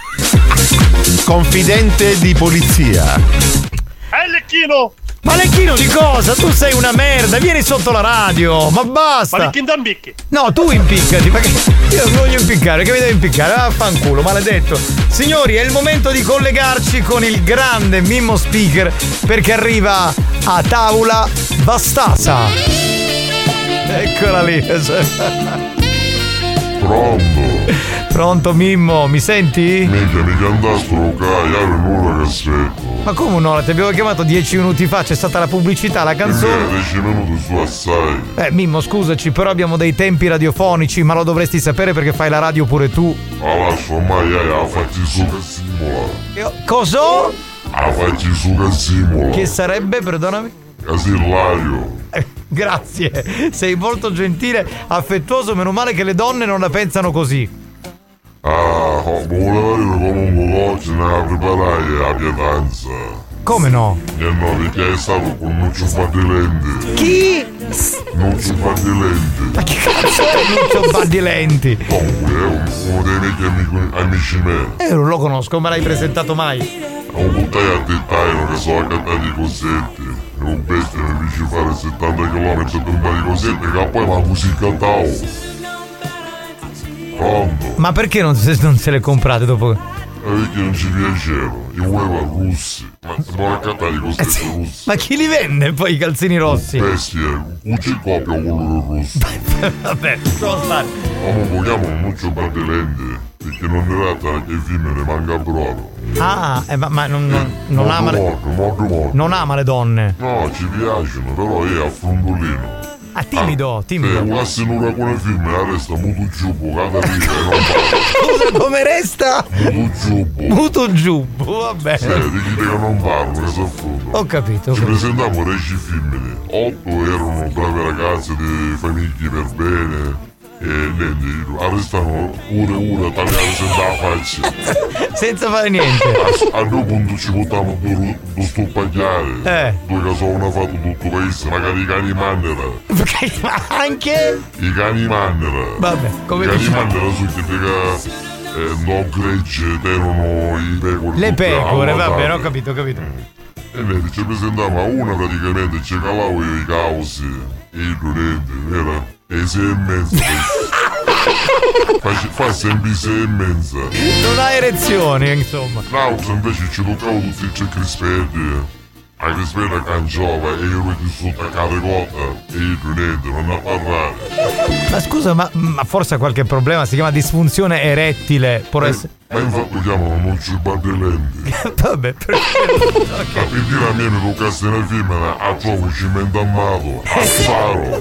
S4: Confidente di polizia.
S14: Eh, Lecchino!
S3: Ma Lecchino di cosa? Tu sei una merda, vieni sotto la radio, ma basta!
S14: Ma Lecchino d'impicchi!
S3: No, tu impiccati, perché io non voglio impiccare, che mi devi impiccare? Vaffanculo, maledetto! Signori, è il momento di collegarci con il grande Mimmo Speaker, perché arriva a tavola Vastasa. Eccola lì.
S18: Pronto?
S3: Pronto Mimmo, mi senti?
S18: Mica mi cantaste locale, io un'ora che aspetto.
S3: Ma come un'ora? Ti abbiamo chiamato dieci minuti fa, c'è stata la pubblicità, la canzone.
S18: dieci minuti su assai.
S3: Eh Mimmo, scusaci, però abbiamo dei tempi radiofonici, ma lo dovresti sapere perché fai la radio pure tu.
S18: Ah, lascio ormai, la facci su che simula.
S3: Io, cos'ho?
S18: La facci su che simula.
S3: Che sarebbe, perdonami?
S18: Casillario.
S3: Eh, grazie, sei molto gentile, affettuoso, meno male che le donne non la pensano così.
S18: Ah, oh, volevo dire comunque oggi ne la preparai la pietanza.
S3: Come no?
S18: E no, perché è stato con Nuccio Badilenti.
S3: Chi?
S18: Nuccio Badilenti.
S3: Ma che cazzo è Nuccio Badilenti?
S18: Comunque è uno dei miei amici, amici miei.
S3: Eh, non lo conosco, me l'hai presentato mai?
S18: È un buttaio a dettaglio che sono cantati i cosetti. E un bestia mi dice fare settanta chilometri per fare i cosetti, che poi la musica tao. Pronto?
S3: Ma perché non se, non se le comprate dopo?
S18: Perché non ci piacevano, i uova russi. Ma si può cantare i cosetti russi.
S3: Ma chi li vende poi i calzini rossi?
S18: Bestia, cucci copia quello rosso.
S3: Vabbè, sono stare.
S18: Comunque chiamano Nuccio Badilenti, perché non era tra che film ne manca proprio.
S3: Ah, eh, ma, ma non, non, non ama le...
S18: morto, morto, morto.
S3: Non ama le donne.
S18: No, ci piacciono, però è a frondolino.
S3: Ah, timido, timido.
S18: Se una senura con i film la resta muto giubbo, cada vita e non parla.
S3: Scusa, come resta?
S18: Muto giubbo.
S3: Muto giubbo, va bene.
S18: Sì, di chi che non parlo, che si affronta.
S3: Ho capito.
S18: Ci presentiamo dieci femmine. Otto erano brave ragazze di famiglie per bene. E niente, arrestano ore e ore tagliare senza la faccia.
S3: Senza fare niente.
S18: A, a due punti ci buttiamo due, due stuppagliare.
S3: Eh.
S18: Due che sono fatto tutto il paese, magari i cani mannera.
S3: Anche?
S18: I cani mannera.
S3: Vabbè, come
S18: I cani
S3: diciamo.
S18: mannera su che eh, non gregge tengono i pecore.
S3: Le
S18: tutte
S3: pecore, va
S18: ammatate.
S3: bene, ho capito, ho capito.
S18: E niente, ci presentiamo a una praticamente, ci calavo io i causi. E i durenti, vero? E sei e mezzo. fa, fa sempre sei e mezza.
S3: Non ha erezioni, insomma.
S18: L'altro invece ci toccavo tutti i tre crispetti. La crispetta canciova e io di sotto a caricotta. E io niente, non a parlare.
S3: Ma scusa, ma, ma forse ha qualche problema? Si chiama disfunzione erettile. Può
S18: Eh,
S3: essere.
S18: ma infatti chiamano Nuccio Badilenti.
S3: Vabbè, perfetto.
S18: La pittina mia mi toccasse nel film a trovo cimento armato. A faro.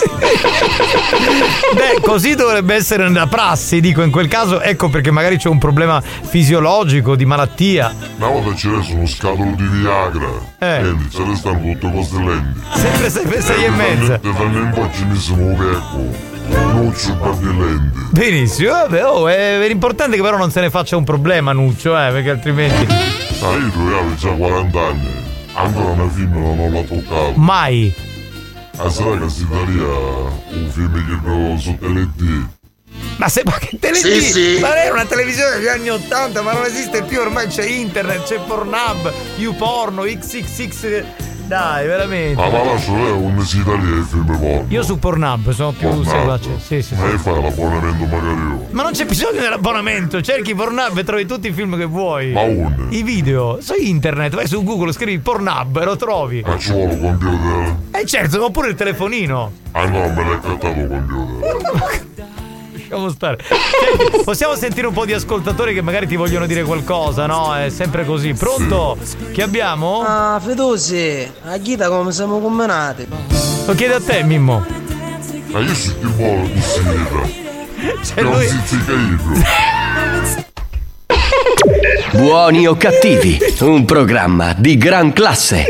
S3: Beh, così dovrebbe essere nella prassi, dico, in quel caso, ecco perché magari c'è un problema fisiologico, di malattia.
S18: Una volta ci resta uno scatolo di Viagra.
S3: Eh.
S18: E ce ne stanno tutte cose lenti.
S3: Sempre sei, sei e mezza.
S18: Ti fanno in po' ci misimo un pecco. Nuccio Badilenti.
S3: Benissimo, vabbè, oh, è, è importante che però non se ne faccia un problema, Nuccio, eh, perché altrimenti.
S18: Ah, io avevo già quaranta anni. Ancora una film non l'ho toccato.
S3: Mai.
S18: A sarà che si daria un film che lo su Tele D.
S3: Ma se ma che tele
S18: Sì, sì.
S3: Ma era una televisione degli anni ottanta, ma non esiste più, ormai c'è internet, c'è Pornhub, YouPorno, X X X. Dai, veramente.
S18: Ah, ma lascio lei un sito lì e film porno.
S3: Io su Pornhub sono più
S18: Pornhub.
S3: seguace. Sì, sì,
S18: Ma
S3: sì.
S18: e fai l'abbonamento magari io.
S3: Ma non c'è bisogno dell'abbonamento, cerchi Pornhub e trovi tutti i film che vuoi.
S18: Ma uno.
S3: I video, su internet, vai su Google, scrivi Pornhub e lo trovi.
S18: Ma ci vuole un computer.
S3: E certo, oppure il telefonino.
S18: Ah no, me l'hai cattato il computer.
S3: lasciamo stare. Senti, possiamo sentire un po' di ascoltatori che magari ti vogliono dire qualcosa, no? È sempre così. Pronto? Chi abbiamo?
S10: Ah, Fedosi, a Ghita come siamo combinati?
S3: Lo chiede a te, Mimmo.
S18: Ma io sono più buono di sera.
S3: Cioè lui...
S1: Buoni o cattivi, un programma di gran classe.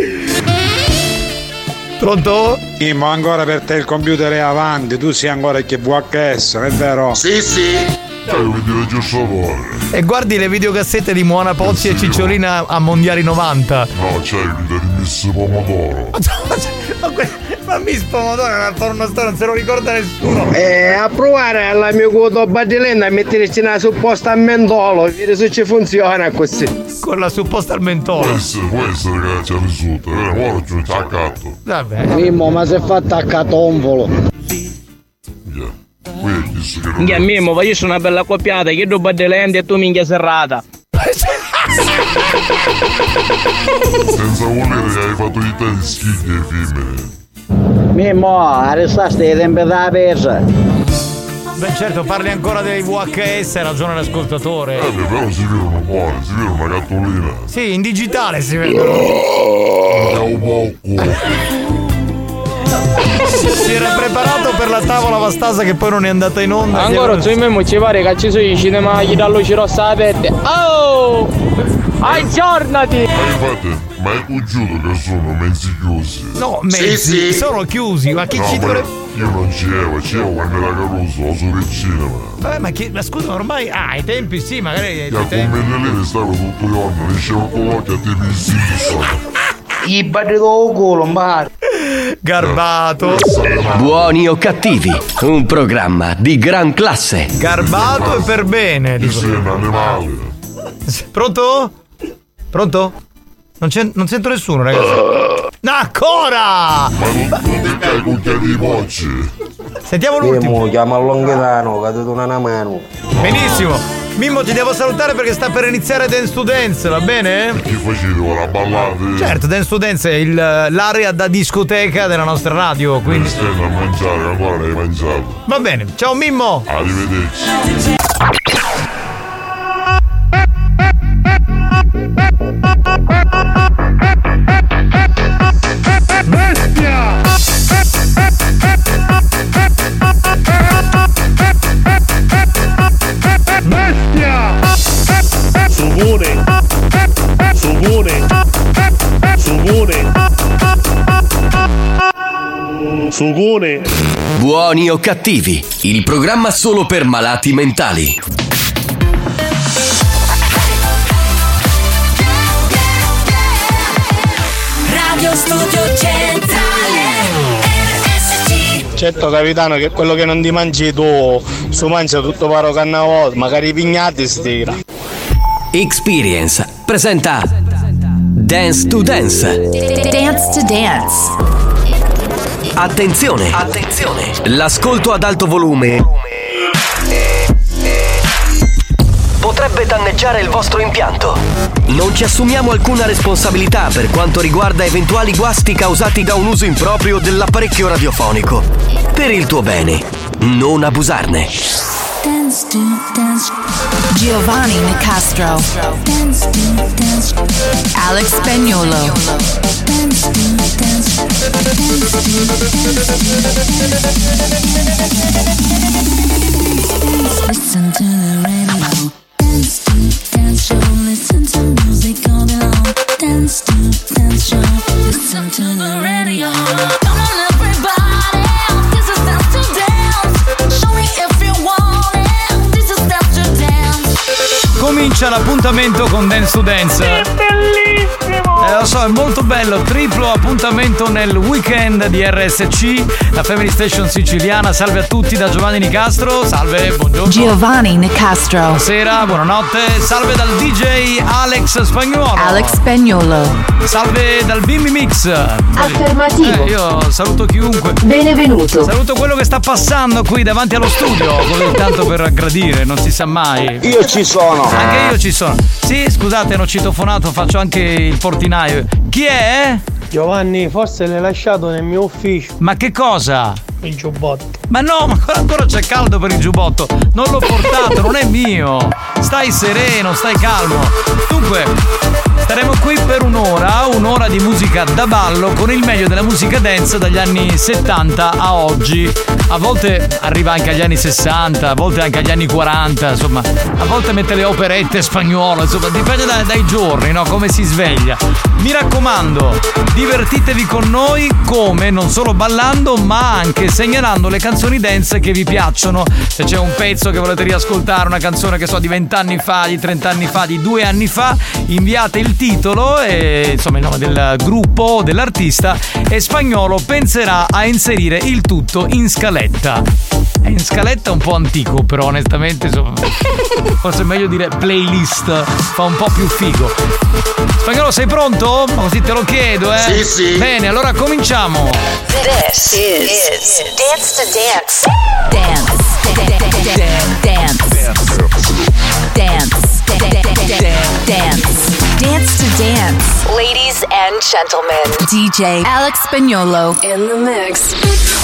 S3: Pronto?
S19: Sì, ma ancora per te il computer è avanti, tu sei ancora che V H S, non è vero?
S18: Sì, sì. Devo vedere giusto.
S3: E guardi le videocassette di Moana Pozzi e Cicciolina a Mondiali novanta.
S18: No, c'è il video di Miss Pomodoro.
S3: Ma, que- ma Miss Pomodoro è una pornostoria, non se lo ricorda nessuno.
S13: Eh, a provare all'amico Dio Badilenda a metterci una supposta a mentolo, vedere se ci funziona così.
S3: Con la supposta al mentolo.
S18: Può essere, può essere che ci risulta, eh, ora ci ho attaccato.
S3: Vabbè.
S2: Mimmo, ma si è fatto accatonvolo.
S9: Minchia Mimmo, ma io sono una bella accoppiata, che do Badilenda e tu minchia serrata.
S18: Senza volere gli hai fatto di te di schigli e femmine.
S2: Mimmo, arrestaste i tempi della pesa.
S3: Beh certo, parli ancora dei V H S, ha ragione l'ascoltatore.
S18: Eh beh, però si vedono buone, si vede una gattolina.
S3: Sì, in digitale si vedono.
S18: Andiamo poco.
S3: Si era preparato per la tavola vastasa che poi non è andata in onda.
S9: Ancora su Mimmo ci pare che ci sono i cinema gli dà luce rossa aperte. Oh! Aggiornati!
S18: Ma infatti, ma è cuggiuto che sono mezzi chiusi.
S3: No, mezzi,
S18: sì, sì.
S3: sono chiusi, ma chi
S18: no,
S3: ci
S18: ma
S3: dovrebbe...
S18: Io non ci ero, ci ero quando era Caruso, o sul cinema.
S3: Vabbè, ma, chi... ma scusa, ormai... Ah, ai tempi sì, magari ai
S18: Io
S3: tempi...
S18: come lì stavo tutto il giorno, dicevo con l'occhio a te mi insisto.
S2: I battito il culo, mbare.
S3: Garbato.
S1: Buoni o cattivi, un programma di gran classe.
S3: Garbato e per bene.
S18: Io sei un animale.
S3: Pronto? Pronto? Non, c'è, non sento nessuno, ragazzi. No, ancora!
S18: Ma non ti cai cucchiai di bocci.
S3: Sentiamo l'ultimo.
S13: Mimmo, chiama il Longhitano, cadete una mano.
S3: Benissimo. Mimmo, ti devo salutare perché sta per iniziare Dance to Dance, va bene?
S18: Chi facevi ora ballare?
S3: Certo, Dance to Dance è il, l'area da discoteca della nostra radio, quindi...
S18: Stai a mangiare, ancora l'hai mangiato.
S3: Va bene, ciao Mimmo!
S18: Arrivederci.
S14: Bestia! Bestia! Subone! Subone! Subone! Sugone!
S1: Buoni o cattivi, il programma solo per malati mentali.
S12: Radio Studio Centrale R S C.
S19: Certo capitano che quello che non ti mangi tu, su mangia tutto paro cannavò, magari i pignati stira.
S1: Experience presenta Dance to Dance.
S20: Dance to Dance.
S1: Attenzione, attenzione, l'ascolto ad alto volume potrebbe danneggiare il vostro impianto. Non ci assumiamo alcuna responsabilità per quanto riguarda eventuali guasti causati da un uso improprio dell'apparecchio radiofonico. Per il tuo bene, non abusarne.
S20: Dance to dance. Giovanni Nicastro. Dance to dance. Alex Spagnuolo. Dance to dance. Dance to listen to the radio. Dance to dance show. Listen to music all day long. Dance to dance show. Listen to the radio. Come on everybody, this is dance to dance. Show me if you want it. This is dance to dance.
S3: Comincia l'appuntamento con Dance to Dance.
S14: È bellissimo!
S3: Eh, lo so, è molto bello. Triplo appuntamento nel weekend di R S C, la Family Station siciliana. Salve a tutti da Giovanni Nicastro. Salve, buongiorno.
S20: Giovanni Nicastro.
S3: Buonasera, buonanotte. Salve dal D J Alex Spagnuolo.
S20: Alex Spagnuolo.
S3: Salve dal Bimbi Mix.
S20: Affermativo.
S3: Eh, io saluto chiunque.
S20: Benvenuto.
S3: Saluto quello che sta passando qui davanti allo studio, così tanto per aggradire, non si sa mai.
S13: Io ci sono.
S3: Anche io ci sono. Sì, scusate, hanno citofonato, faccio anche il portinaio. Chi è?
S10: Giovanni, forse l'hai lasciato nel mio ufficio.
S3: Ma che cosa?
S10: Il giubbotto.
S3: Ma no, ma ancora c'è caldo per il giubbotto. Non l'ho portato, non è mio. Stai sereno, stai calmo. Dunque, staremo qui per un'ora, un'ora di musica da ballo con il meglio della musica dance dagli anni settanta a oggi. A volte arriva anche agli anni sessanta, a volte anche agli anni quaranta, insomma, a volte mette le operette spagnole, insomma, dipende da, dai giorni, no? Come si sveglia. Mi raccomando, divertitevi con noi come non solo ballando, ma anche segnalando le canzoni dance che vi piacciono. Se c'è un pezzo che volete riascoltare, una canzone che so di vent'anni fa, di trent'anni fa, di due anni fa, inviate il titolo e insomma il nome del gruppo o dell'artista e Spagnolo penserà a inserire il tutto in scaletta. È in scaletta un po' antico, però onestamente insomma, forse è meglio dire playlist, fa un po' più figo. Spagnolo, sei pronto? Così te lo chiedo, eh?
S4: Sì, sì.
S3: Bene, allora cominciamo.
S16: This is Dance to Dance. Dance. Dance. Dance. Dance. Dance to Dance. Ladies and gentlemen, D J Alex Spagnolo in the mix.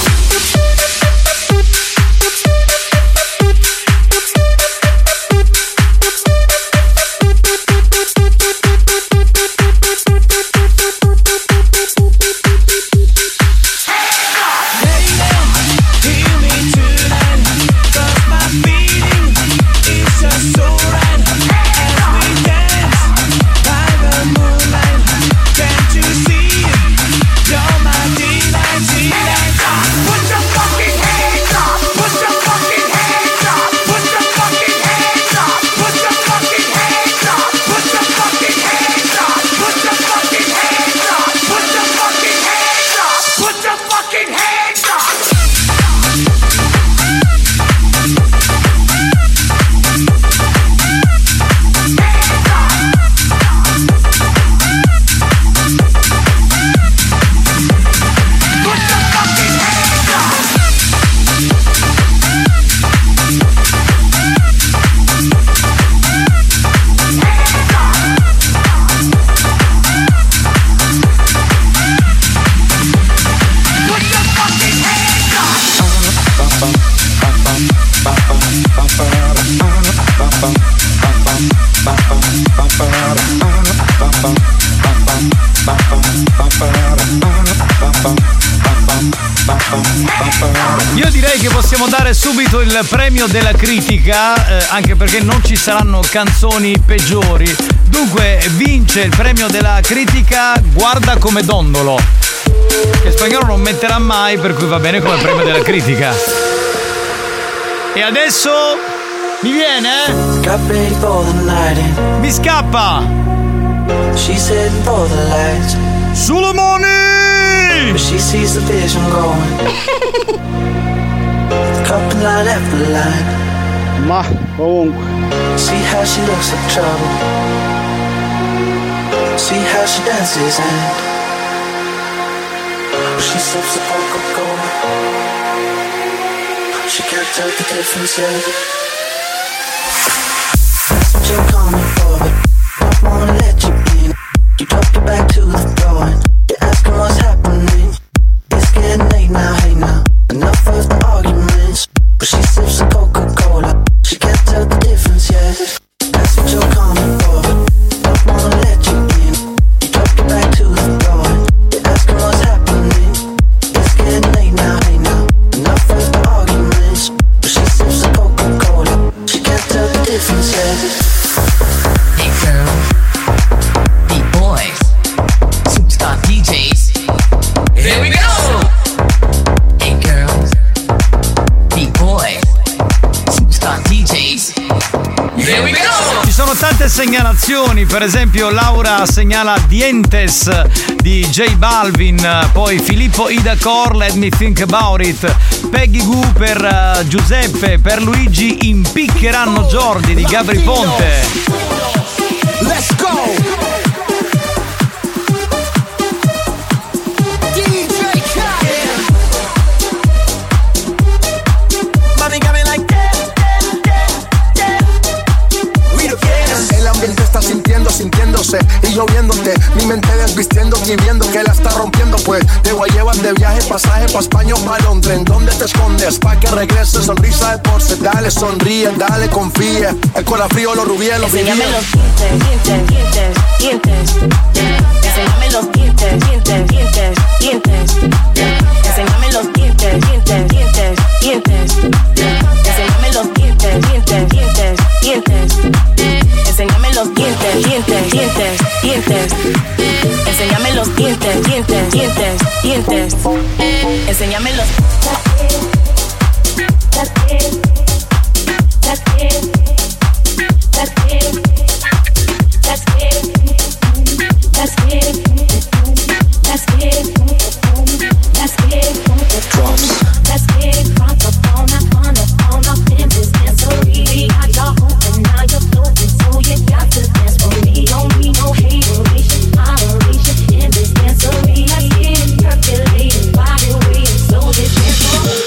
S3: Io direi che possiamo dare subito il premio della critica, eh, anche perché non ci saranno canzoni peggiori. Dunque vince il premio della critica Guarda come dondolo, che Spagnolo non metterà mai, per cui va bene come premio della critica. E adesso mi viene? Mi scappa!
S12: She's heading for the lights.
S3: Sulle mani!
S12: But she sees the vision going. Cup line after line.
S13: Ma comunque.
S12: See how she looks like trouble. See how she dances and she sips the Coca-Cola. She can't tell the difference yet. That's what you're coming for, but don't wanna let you in. You drop your back to the floor and you're asking what's happening. It's getting late now, hey now. Enough of the arguments. But she sips the Coca-Cola. She can't tell the difference yet. That's what you're coming for, but don't wanna let you in. You drop your back to the floor and you're asking what's happening. It's getting late now, hey now. Enough of the arguments. But she sips the Coca-Cola. She can't tell the difference yet.
S16: Hey girl, hey boys, superstar D Js. Here we go. Hey girls, hey boys, superstar D Js. Here we go.
S3: Ci sono tante segnalazioni, per esempio Laura segnala Dientes di J Balvin, poi Filippo Ida Core, Let Me Think About It, Peggy Goo per uh, Giuseppe, per Luigi Impiccheranno Jordi di Gabri Ponte.
S12: Let's go.
S22: Sintiendo,
S11: riéndose y yo viéndote. Mi mente desvistiendo y viendo que la está rompiendo. Pues te voy a llevar de viaje, pasaje pa' España o pa' Londres. ¿En dónde te escondes? Pa' que regrese, sonrisa de porce. Dale, sonríe, dale, confía. El corazón frío, los rubíes, los
S22: Enséñame
S11: vivíes.
S22: los dientes, dientes, dientes, dientes. Enséñame los dientes, dientes, dientes, dientes. Enséñame los dientes, dientes, dientes, dientes. Enséñame los dientes, dientes, dientes, dientes. Enséñame los dientes, dientes, dientes, dientes. Enséñame los dientes, dientes, dientes, dientes. Enséñame los. That's it. That's it. That's it. That's it. That's it. That's it. That's it.
S11: Drops.
S22: That's it. Front up on the on the on the in this dancery. Got your open, now you're floating, so you got to dance for me. Don't need no hateration, moderation in this dancery. I see it percolating, body waiting, so this dance for me.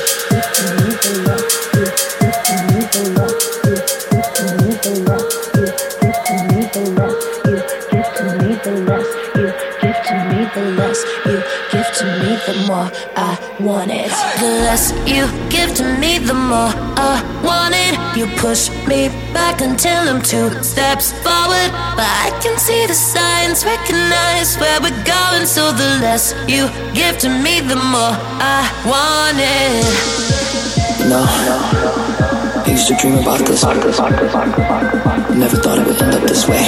S20: I want it. The less you give to me, the more I want it. You push me back until I'm two steps forward, but I can see the signs, recognize where we're going. So the less you give to me, the more I want it.
S6: No, I used to dream about this. Never thought it would end up this way.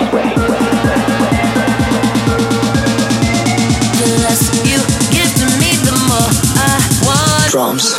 S20: The less you give to me, the more I want.
S6: Drums.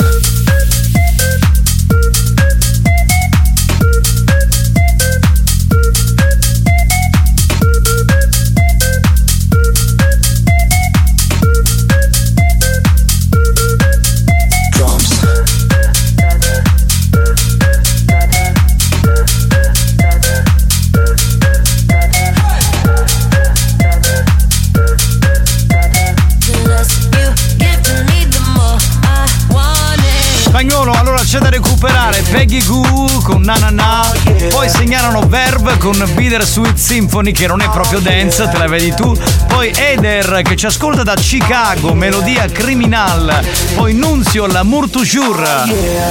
S3: C'è da recuperare Peggy Goo con Na Na Na, poi segnalano Verve con Bittersweet Symphony, che non è proprio dance, te la vedi tu, poi Eder che ci ascolta da Chicago, melodia Criminal, poi Nunzio, L'amour toujours.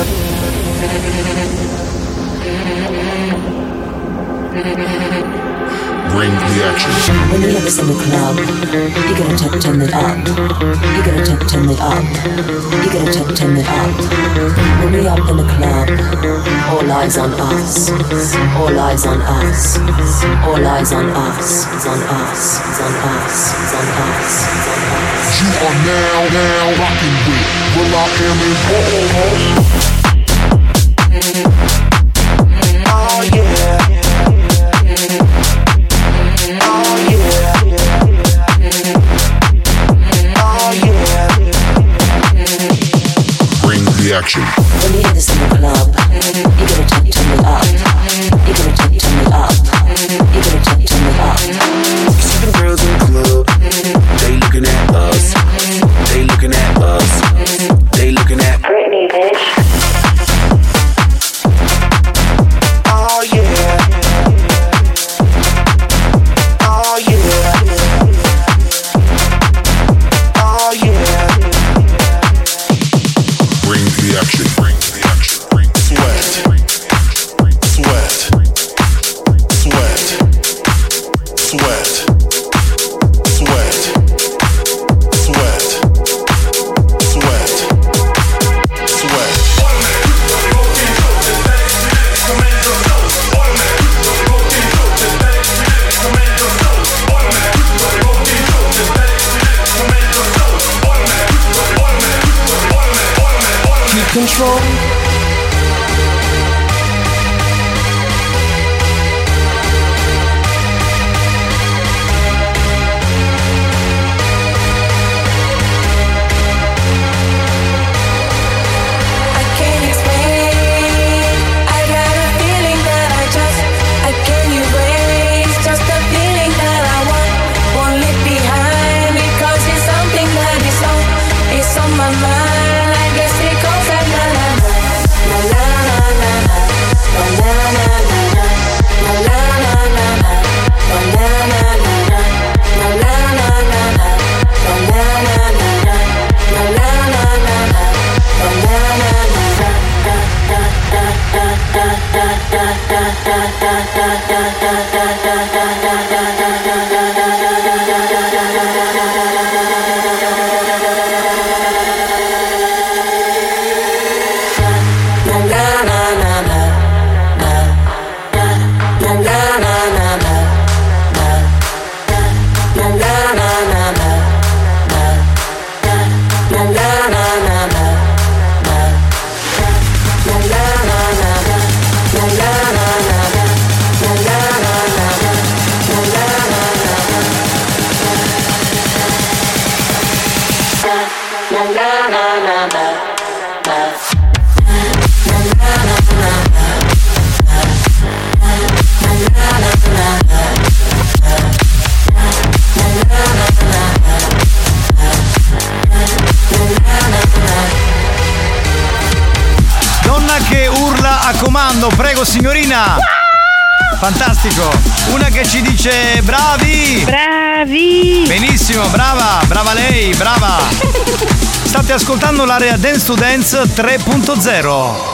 S18: Bring the action.
S23: When you have this in the club, you gotta t- turn it up. You gotta t- turn it up. You gotta t- turn it up. When we up in the club, all eyes on us. All eyes on us. All eyes on us. It's on us. It's on us. It's on us. It's on us.
S18: You are now, now rocking with Will I Am in
S11: Oh yeah.
S18: Action.
S23: When you hear this in the club, you gotta t- turn it up. You gotta t- turn it up. You gotta t- turn it up.
S6: You see the girls in the club, they looking at us. They looking at us. They looking at
S23: Britney, bitch.
S11: Oh yeah. Oh yeah. Oh yeah.
S18: Bring the action. Bring the action. Bring
S11: Sweat. Sweat. Sweat. Sweat. Sweat. Sweat. Sweat. Sweat.
S12: Keep control.
S20: I can't explain. I got a feeling that I just I can't erase. Just a feeling that I want won't leave behind, because it's something that is on it's on my mind. I guess it goes like na na na
S3: Comando, prego signorina. Fantastico. Una che ci dice bravi.
S15: Bravi.
S3: Benissimo, brava, brava lei, brava. State ascoltando l'area Dance to Dance tre punto zero.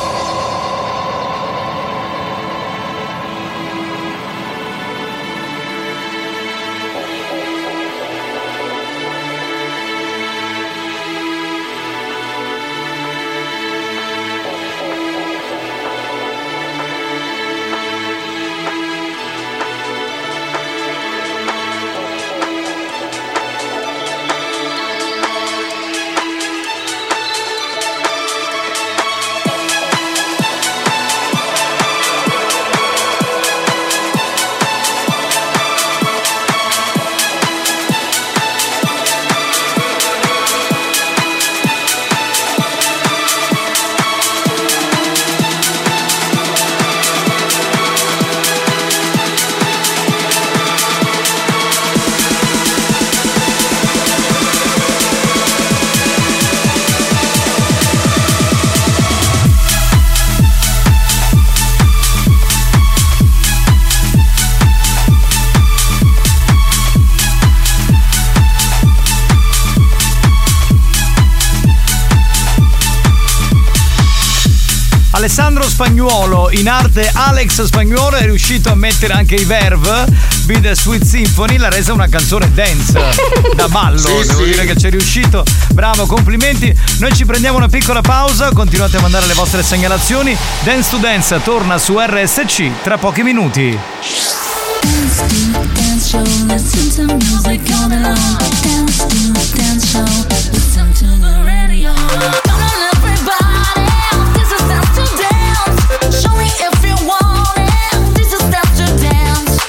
S3: Alessandro Spagnuolo, in arte Alex Spagnuolo, è riuscito a mettere anche i Verve, Be The Sweet Symphony, l'ha resa una canzone dance da ballo, sì, devo sì. dire che c'è riuscito. Bravo, complimenti. Noi ci prendiamo una piccola pausa, continuate a mandare le vostre segnalazioni. Dance to Dance torna su R S C tra pochi minuti.
S20: Dance to dance show, listen to music all day long. Dance to dance show, listen to the radio. Come on everybody, this is dance to dance. Show me if you want it, this is dance to dance.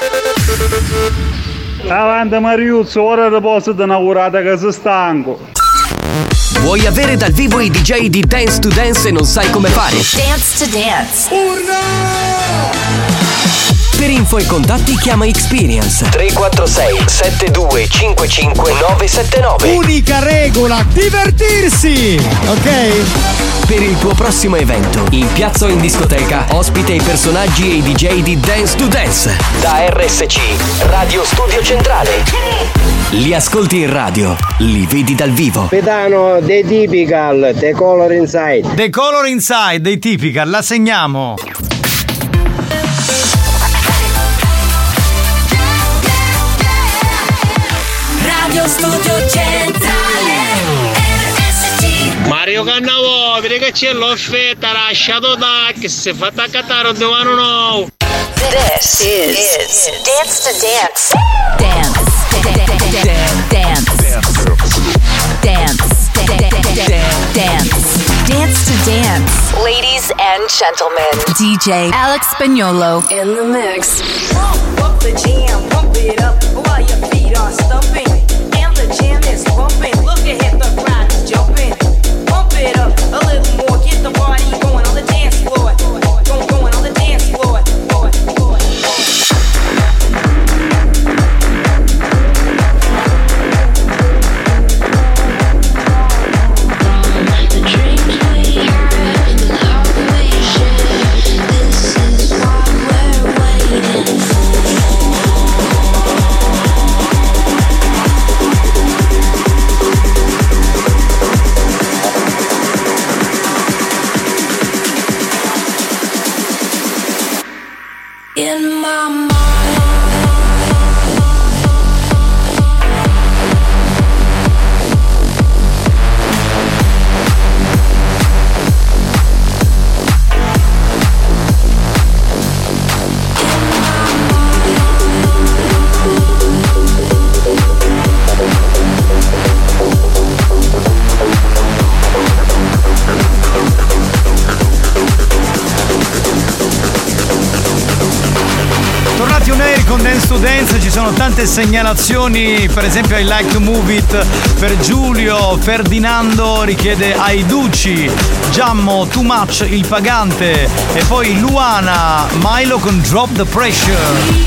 S19: Avanti Mariuzzo, ora riposo da una curata che sei stanco.
S1: Vuoi avere dal vivo i D J di Dance to Dance e non sai come fare?
S16: Dance to Dance.
S1: Urna! Per info e contatti chiama Experience tre quattro sei sette due cinque cinque nove sette nove.
S8: Unica regola, divertirsi! Ok?
S1: Per il tuo prossimo evento, in piazza o in discoteca, ospite i personaggi e i D J di Dance to Dance. Da R S C, Radio Studio Centrale. Li ascolti in radio, li vedi dal vivo.
S13: Pedano, The Typical, The Color Inside.
S3: The Color Inside, dei Typical, la segniamo.
S20: Radio Studio Centrale R S C.
S14: Mario Cannavò, vedi che c'è l'offerta, lasciato da che si è fatta accattare un domani nuovo.
S16: This is, is Dance to Dance. Dance. Dance. Dance. Dance. Dance to Dance. Ladies and gentlemen, D J Alex Spagnuolo in the mix.
S22: Pump up the jam, pump it up while your feet are stumping. And the jam is pumping. Look ahead, the crowd is jumping. Pump it up a little more, get the party going on the dance floor. Going, going on the dance floor.
S20: in my mind.
S3: Tornati on air con Dance to Dance, ci sono tante segnalazioni, per esempio I Like to Move It per Giulio, Ferdinando richiede Ai Duci, Giammo Too Much Il Pagante e poi Luana Milo con Drop the Pressure.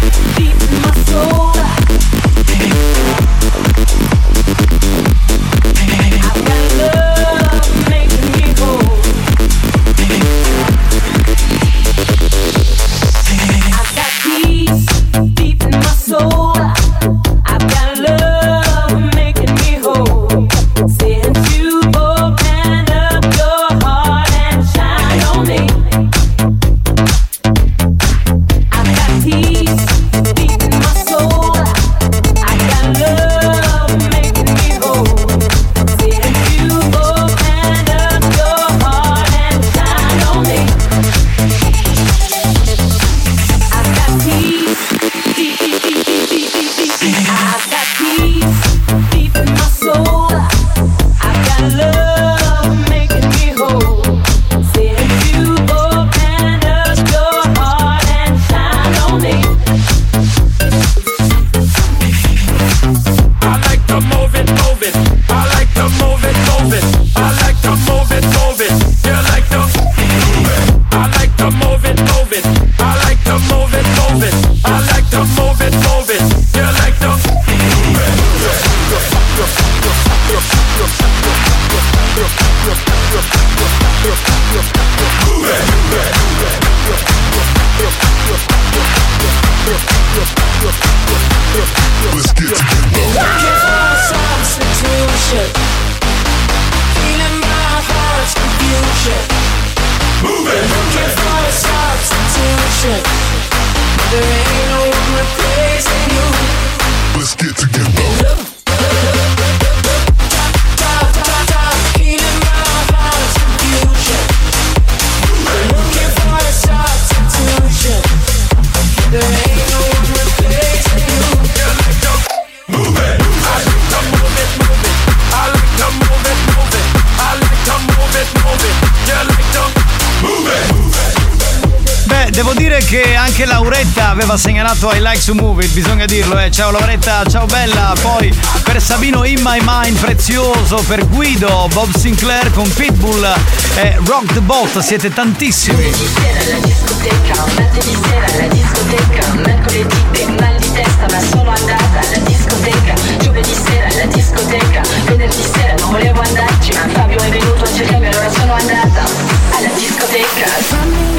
S3: Devo dire che anche Lauretta aveva segnalato I Like to Move It, bisogna dirlo, eh. Ciao Lauretta, ciao bella. Poi per Sabino In My Mind, prezioso. Per Guido, Bob Sinclair con Pitbull e Rock the Boat, siete tantissimi.
S12: Lunedì sera alla discoteca, martedì sera alla discoteca, mercoledì mal di testa ma sono andata alla discoteca, giovedì sera alla discoteca, venerdì sera non volevo andarci ma Fabio è venuto a cercarmi allora sono andata alla discoteca.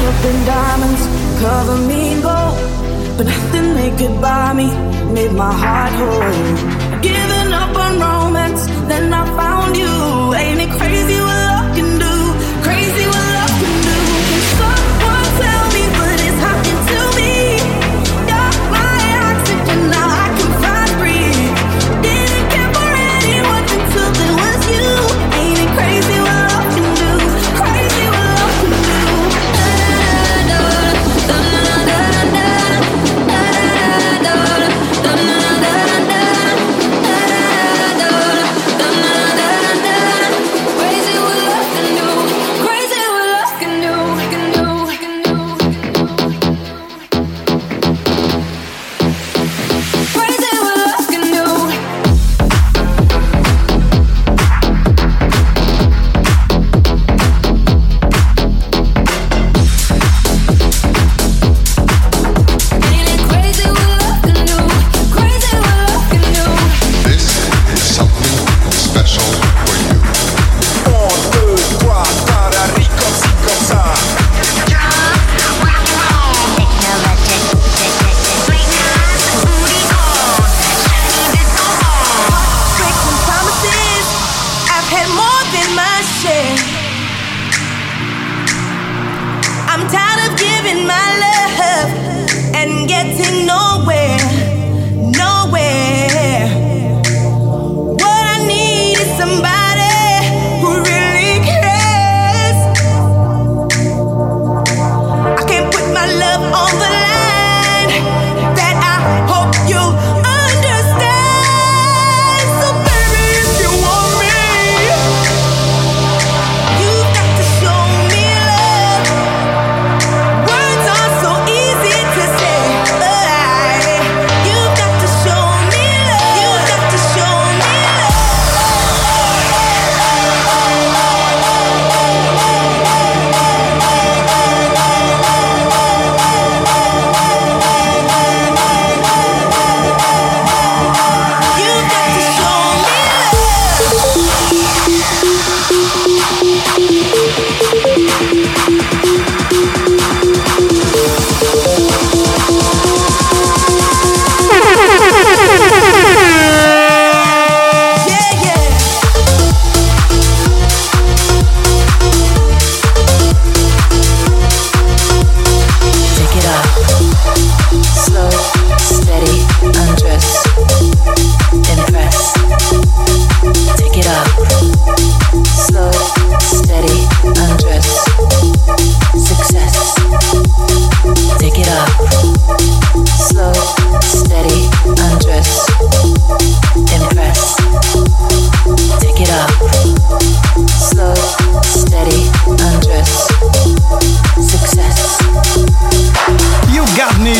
S20: Cover me in gold, but nothing they could buy me made my heart whole. Giving up on romance, then I found you. Ain't it crazy what love can do? Crazy what love can do. Can someone tell me what is happening to me? You're my oxygen, now I can find breathe. Didn't care for anyone until there was you. Ain't it crazy what love can do? Crazy what love can do. Crazy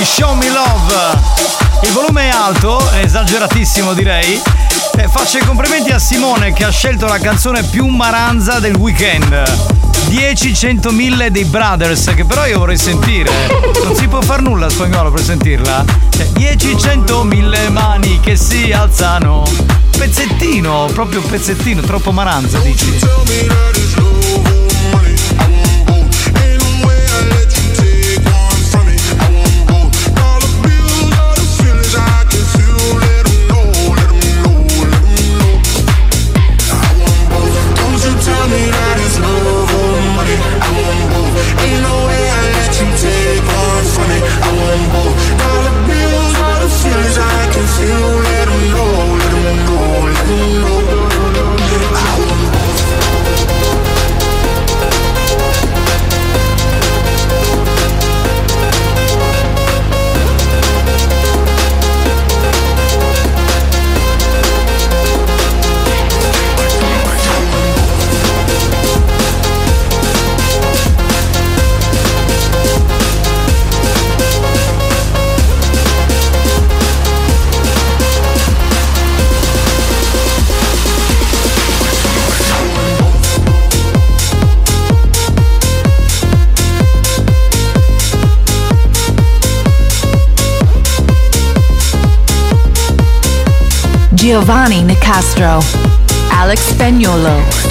S3: Show Me Love. Il volume è alto, è esageratissimo direi. Eh, faccio i complimenti a Simone che ha scelto la canzone più maranza del weekend. dieci centomila dei Brothers, che però io vorrei sentire. Non si può far nulla a Spagnolo per sentirla. Cioè, dieci centomila mani che si alzano. Pezzettino, proprio pezzettino, troppo maranza dici.
S16: Giovanni Nicastro, Alex Spagnolo.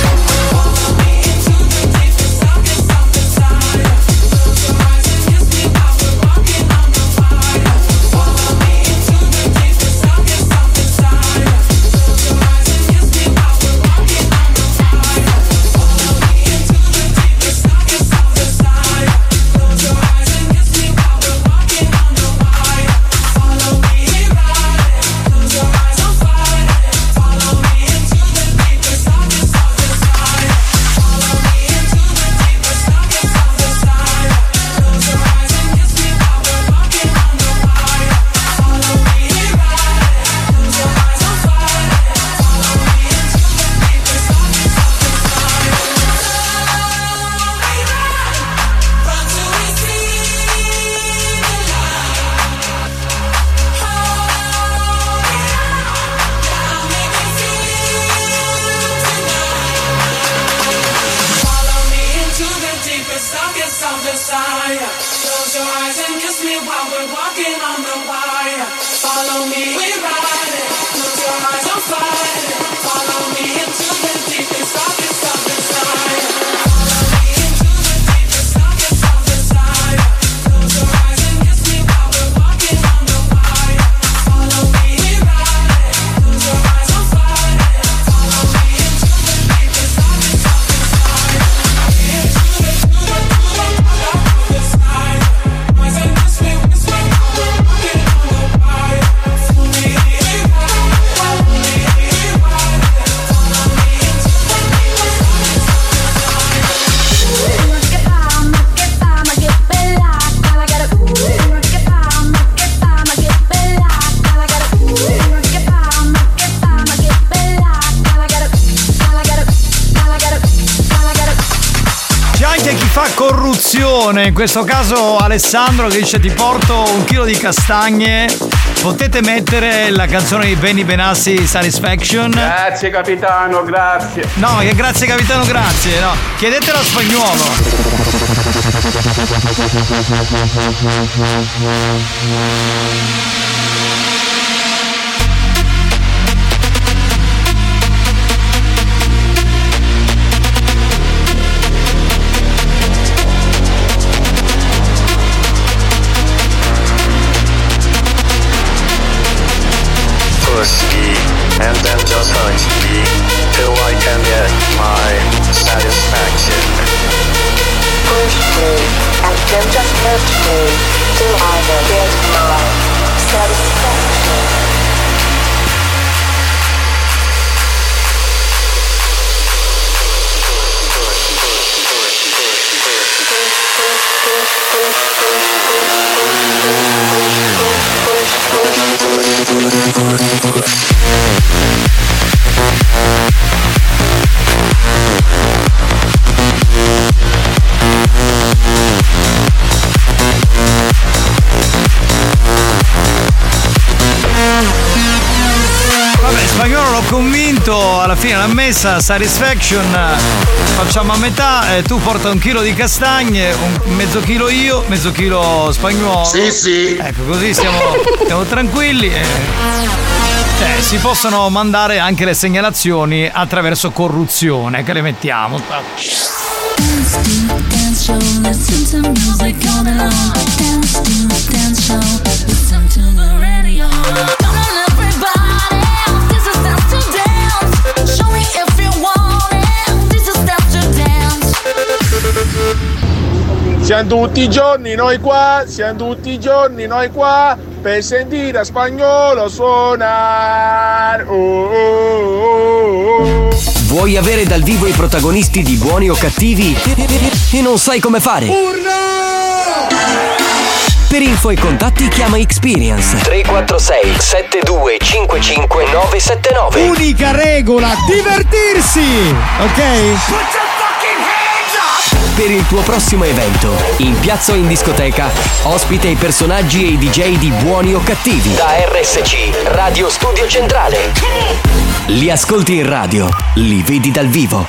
S3: In questo caso Alessandro che dice ti porto un chilo di castagne. Potete mettere la canzone di Benny Benassi, Satisfaction?
S15: Grazie capitano, grazie.
S3: No, che grazie capitano, grazie. No, chiedetelo a Spagnolo.
S17: And then just hunt me till I can get my satisfaction.
S22: Push me and then just hurt me till I can get my satisfaction.
S3: l'ho convinto, alla fine l'ha messa Satisfaction, facciamo a metà, eh, tu porta un chilo di castagne, un mezzo chilo io, mezzo chilo Spagnuolo.
S11: Sì, sì.
S3: Ecco, così stiamo, stiamo tranquilli. Eh. Cioè, si possono mandare anche le segnalazioni attraverso corruzione, che le mettiamo.
S20: Dance to dance show, listen to music all day long. Dance to dance show, listen to the radio. Come on everybody, this is dance to dance. Show me if you want it, this is dance to dance.
S15: Siamo tutti i giorni noi qua, siamo tutti i giorni noi qua per sentire a Spagnolo suonare. Oh, oh, oh, oh.
S1: Vuoi avere dal vivo i protagonisti di Buoni o Cattivi e non sai come fare? Per info e contatti chiama Experience tre quattro sei sette due cinque cinque nove sette nove.
S5: Unica regola, divertirsi, ok?
S1: Per il tuo prossimo evento, in piazza o in discoteca, ospita i personaggi e i D J di Buoni o Cattivi da R S C Radio Studio Centrale. Li ascolti in radio, li vedi dal vivo.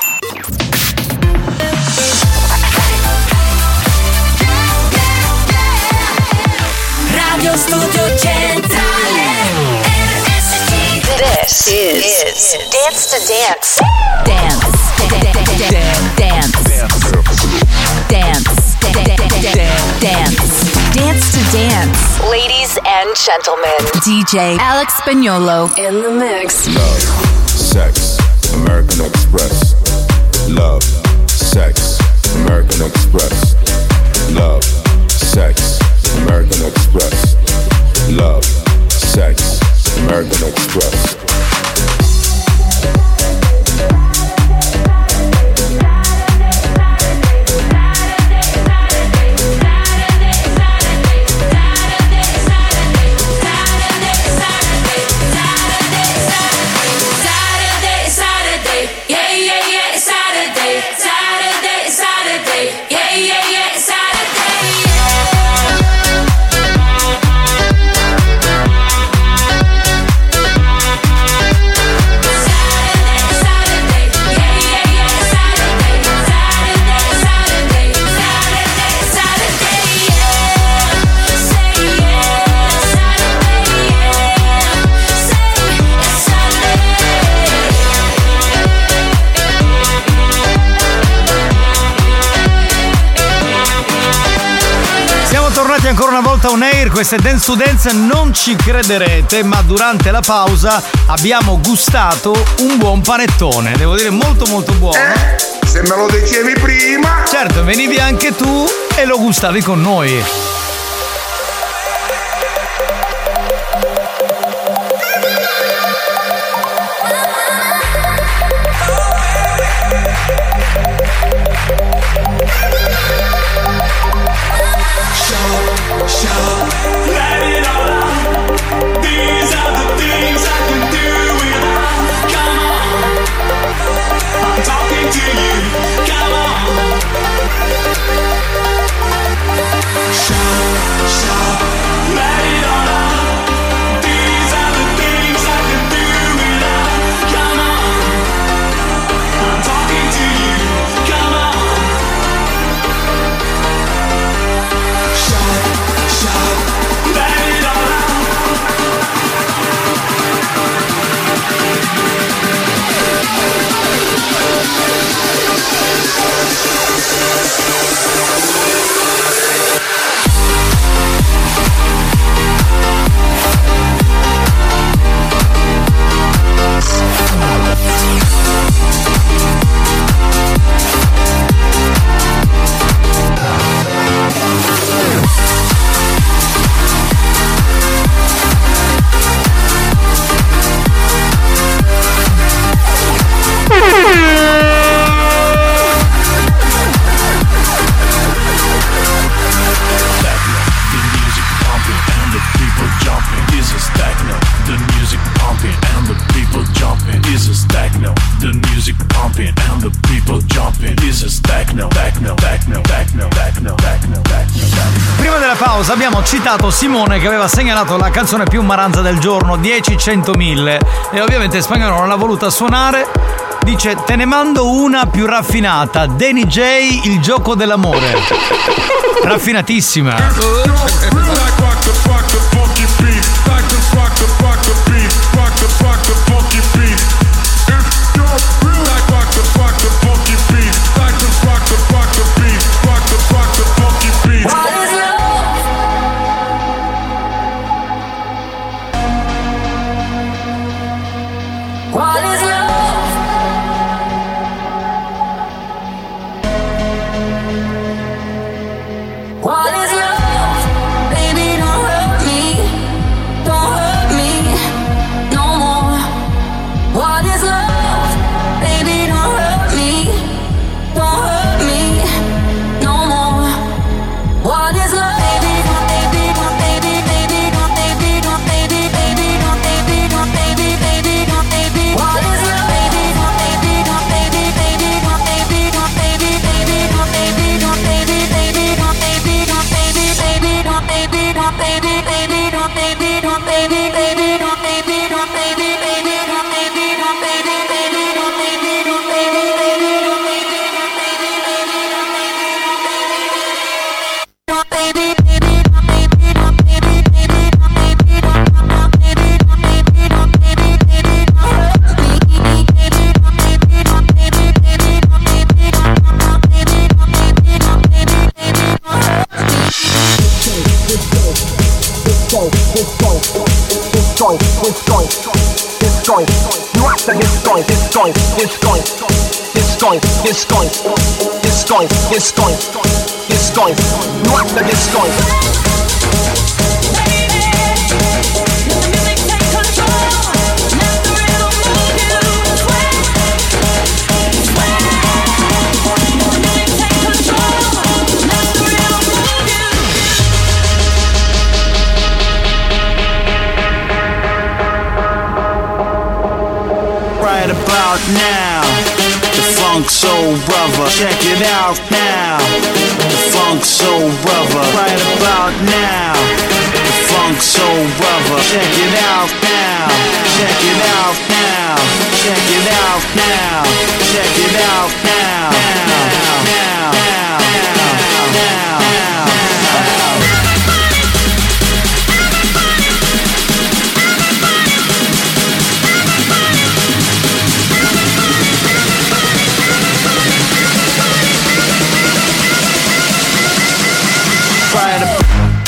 S20: Radio Studio Centrale R S C.
S16: This is Dance to Dance. Dance. Dance. Dance. Dance. Dance to Dance. Ladies and gentlemen, D J Alex Spagnuolo in the mix.
S7: Love, sex, American Express. Love, sex, American Express. Love, sex, American Express. Love, sex, American Express.
S3: Ancora una volta on air, questa è Dance to Dance, non ci crederete, ma durante la pausa abbiamo gustato un buon panettone, devo dire molto molto buono.
S15: Eh, se me lo dicevi prima.
S3: Certo, venivi anche tu e lo gustavi con noi.
S20: Show
S3: pausa abbiamo citato Simone che aveva segnalato la canzone più maranza del giorno, dieci cento mille, e ovviamente Spagnolo non l'ha voluta suonare. Dice: te ne mando una più raffinata, Danny J, il gioco dell'amore. Raffinatissima.
S12: What is love? What is love? Baby, don't hurt me. Don't hurt me no more. What is love? Baby, don't hurt me. Don't hurt me no more. What is love? Baby, don't, baby, don't, baby, baby, don't, baby, don't, baby, baby, don't, baby, don't, baby, baby, don't, baby. What is love? Baby, don't, baby, don't, baby, baby, don't, baby, don't, baby, baby, don't, baby, don't, baby, baby, don't, baby, don't, baby, baby, don't, baby, don't, baby, baby, don't, baby, don't, baby, baby, don't, baby, don't, baby, baby, don't, baby, don't, baby, baby, don't, baby, don't, baby, baby, don't, baby, don't, baby,
S2: Right about now, the Funk Soul Brother. Check it out now, the Funk Soul Brother. Right about now, the Funk Soul Brother. Check it out now, check it out now, check it out now, check it out now, now, now, now, now, now, now. Right about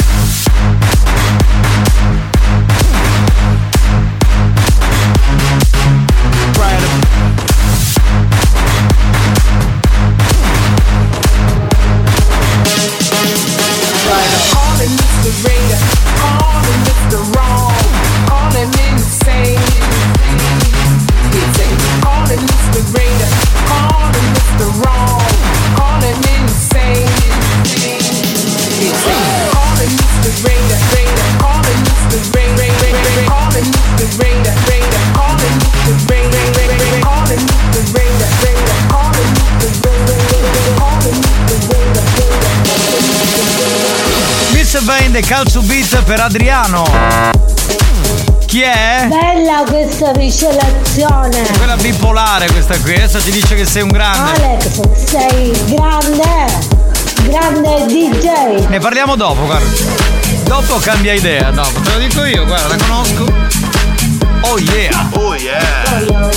S3: Band Calcio Beat per Adriano. Chi è?
S9: Bella questa miscelazione.
S3: Quella bipolare questa qui. Adesso ti dice che sei un grande.
S9: Alex, sei grande. Grande D J.
S3: Ne parliamo dopo, guarda. Dopo cambia idea. No, te lo dico io, guarda, la conosco. Oh yeah.
S2: Oh yeah.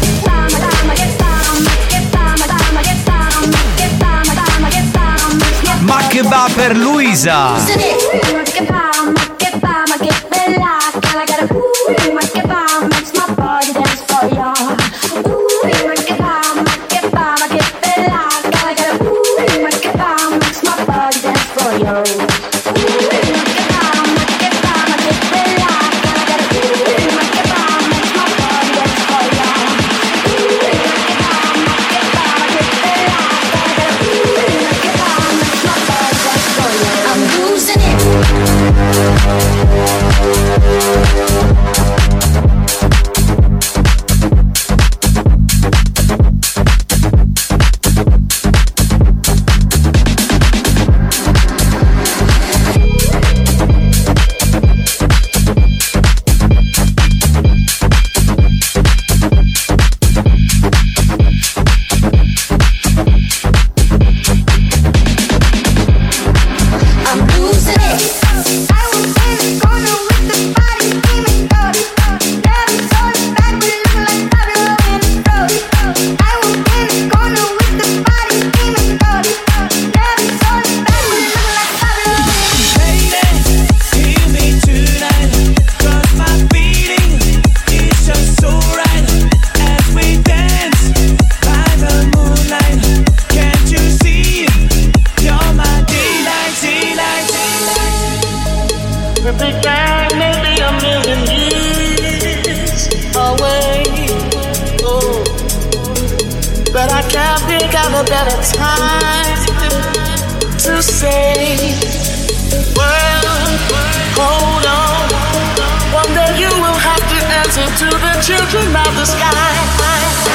S3: Ma che va per Luisa.
S12: I'm losing it. that began maybe a million years away. Oh, but I can't think of a better time to say, well, hold on. One day you will have to answer to the children of the sky.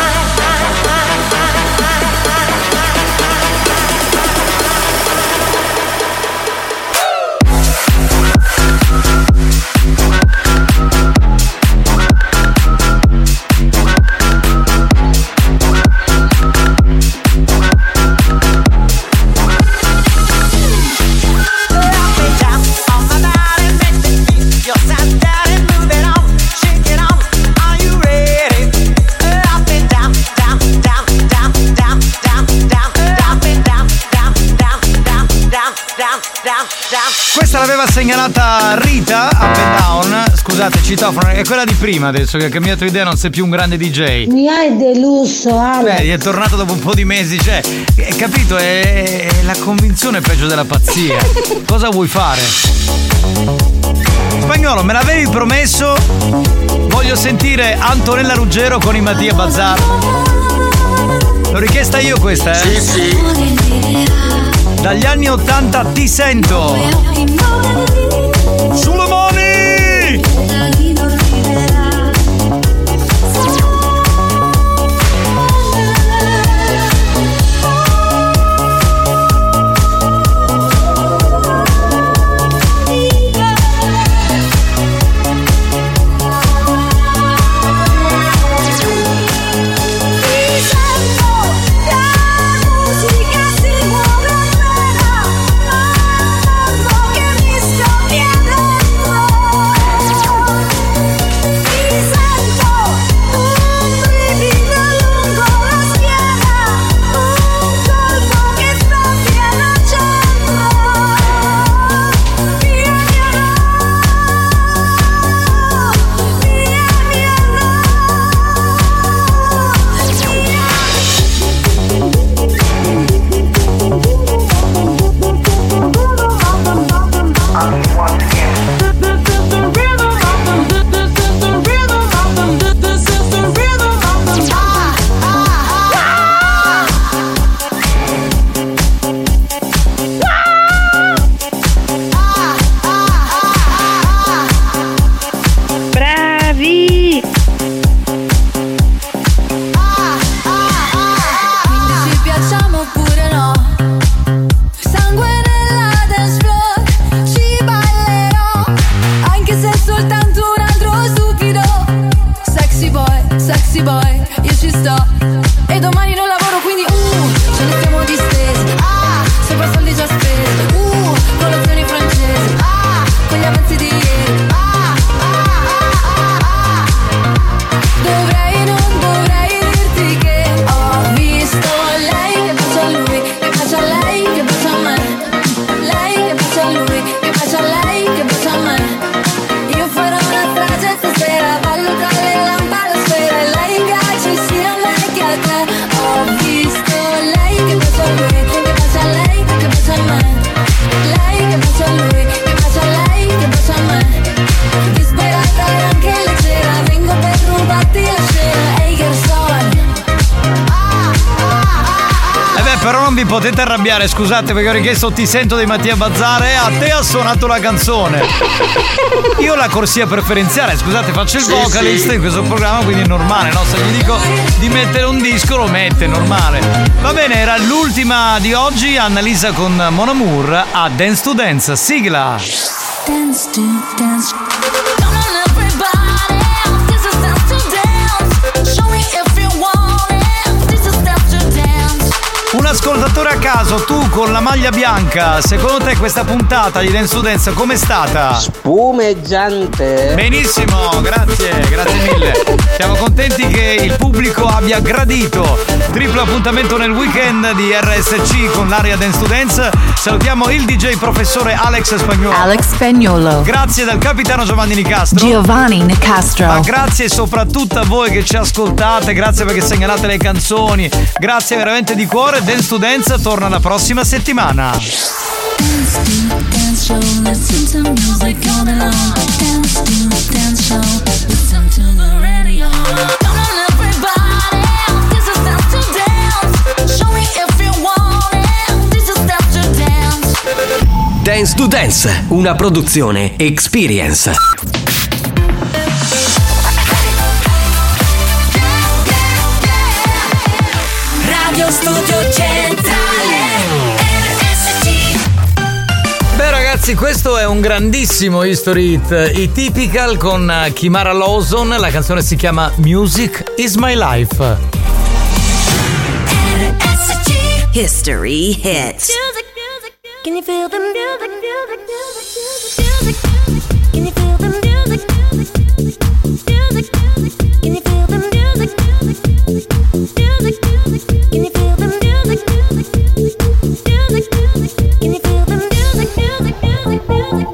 S3: Questa l'aveva segnalata Rita, Up and Down. Scusate, citofono, è quella di prima adesso che ha cambiato idea, non sei più un grande D J.
S9: Mi hai deluso, Alex.
S3: Beh, è tornato dopo un po' di mesi, cioè, è, capito, è, è la convinzione peggio della pazzia. Cosa vuoi fare? Spagnolo, me l'avevi promesso. Voglio sentire Antonella Ruggero con i Mattia Bazar. L'ho richiesta io questa, eh? Sì, sì. Dagli anni ottanta ti sento. Sulle mani! Potete arrabbiare, scusate, perché ho richiesto Ti sento di Mattia Bazar e a te ha suonato la canzone. Io ho la corsia preferenziale, scusate, faccio il sì, vocalist sì. in questo programma, quindi è normale, no? Se gli dico di mettere un disco lo mette, normale. Va bene, era l'ultima di oggi, Annalisa con Mon Amour a Dance to Dance, sigla. Dance to Dance. Come on everybody, this is Dance to Dance. Show me if you want it, this is Dance to Dance. Un ascoltatore a caso, tu con la maglia bianca, secondo te questa puntata di Dance to Dance com'è stata?
S4: Spumeggiante.
S3: Benissimo, grazie, grazie mille. Siamo contenti che il pubblico abbia gradito. Triplo appuntamento nel weekend di R S C con l'area Dance to Dance. Salutiamo il D J professore Alex Spagnuolo.
S16: Alex Spagnuolo.
S3: Grazie dal capitano Giovanni Nicastro.
S16: Giovanni Nicastro.
S3: Ma grazie soprattutto a voi che ci ascoltate, grazie perché segnalate le canzoni. Grazie veramente di cuore. Dance to Dance torna la prossima settimana. Dance to dance show, listen to music all night
S20: alone. Dance to dance show. Listen to the radio. Come on everybody, this is dance to dance. Show me if you want it. This is dance to dance.
S1: Dance to Dance, una produzione Experience.
S20: Radio Studio Centrale R S C.
S3: Beh ragazzi, questo è un grandissimo history hit, i Typical con Kimara Lawson, la canzone si chiama Music is My Life.
S20: R S C History Hits. Can you feel the music, music, music, music? Can you feel the music, music, music? Can you feel the music, music, music? Can you feel the music, music, music? Can you feel the music, music, music, music?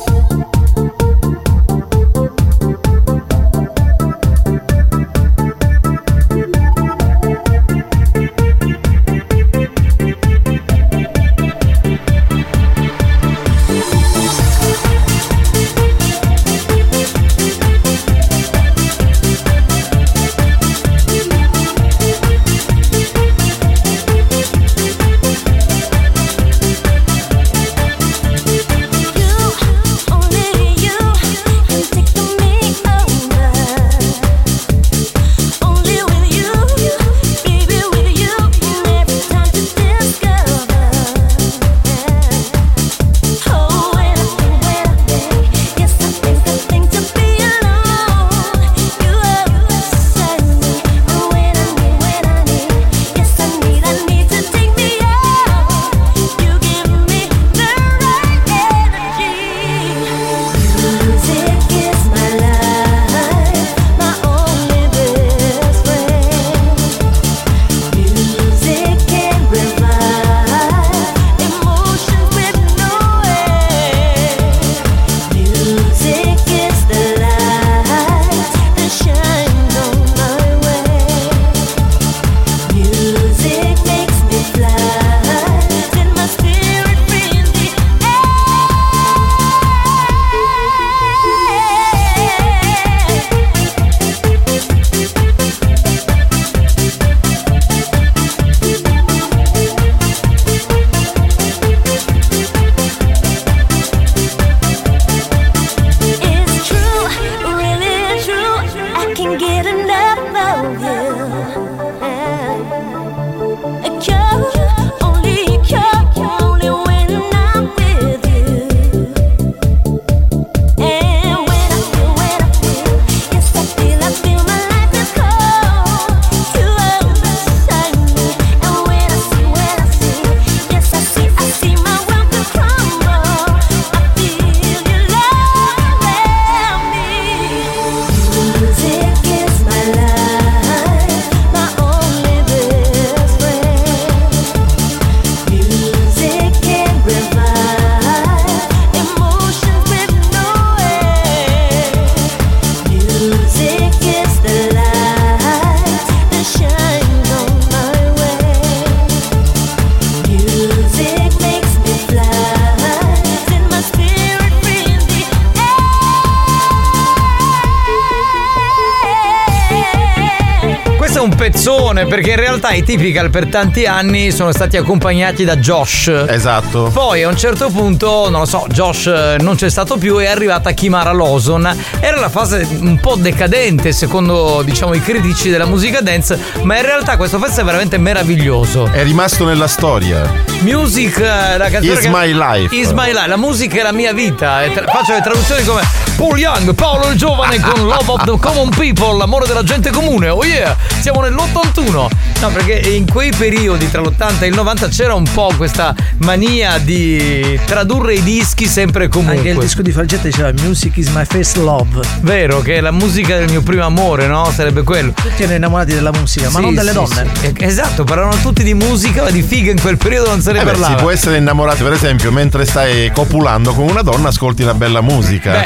S3: pezzone, perché in realtà i Typical per tanti anni sono stati accompagnati da Josh.
S6: Esatto.
S3: Poi a un certo punto, non lo so, Josh non c'è stato più e è arrivata Kimara Lawson. Era la fase un po' decadente secondo, diciamo, i critici della musica dance, ma in realtà questo pezzo è veramente meraviglioso.
S6: È rimasto nella storia.
S3: Music, la canzone
S6: Is
S3: che...
S6: my life.
S3: Is my life. La musica è la mia vita. E tra... faccio le traduzioni come Paul Young, Paolo il giovane con Love of the Common People, l'amore della gente comune. Oh yeah, siamo nell'ottantuno. No, perché in quei periodi tra l'ottanta e il novanta c'era un po' questa mania di tradurre i dischi sempre e comunque.
S8: Anche il disco di Falgetta diceva Music is my first love.
S3: Vero, che è la musica del mio primo amore, no? Sarebbe quello.
S8: Tutti erano innamorati della musica, ma
S3: sì,
S8: non delle
S3: sì,
S8: donne.
S3: Sì. Esatto, parlavano tutti di musica, ma di figa in quel periodo non se ne
S6: eh
S3: parlava.
S6: Beh, si può essere innamorati, per esempio, mentre stai copulando con una donna, ascolti una bella musica.
S3: Beh, ma eh,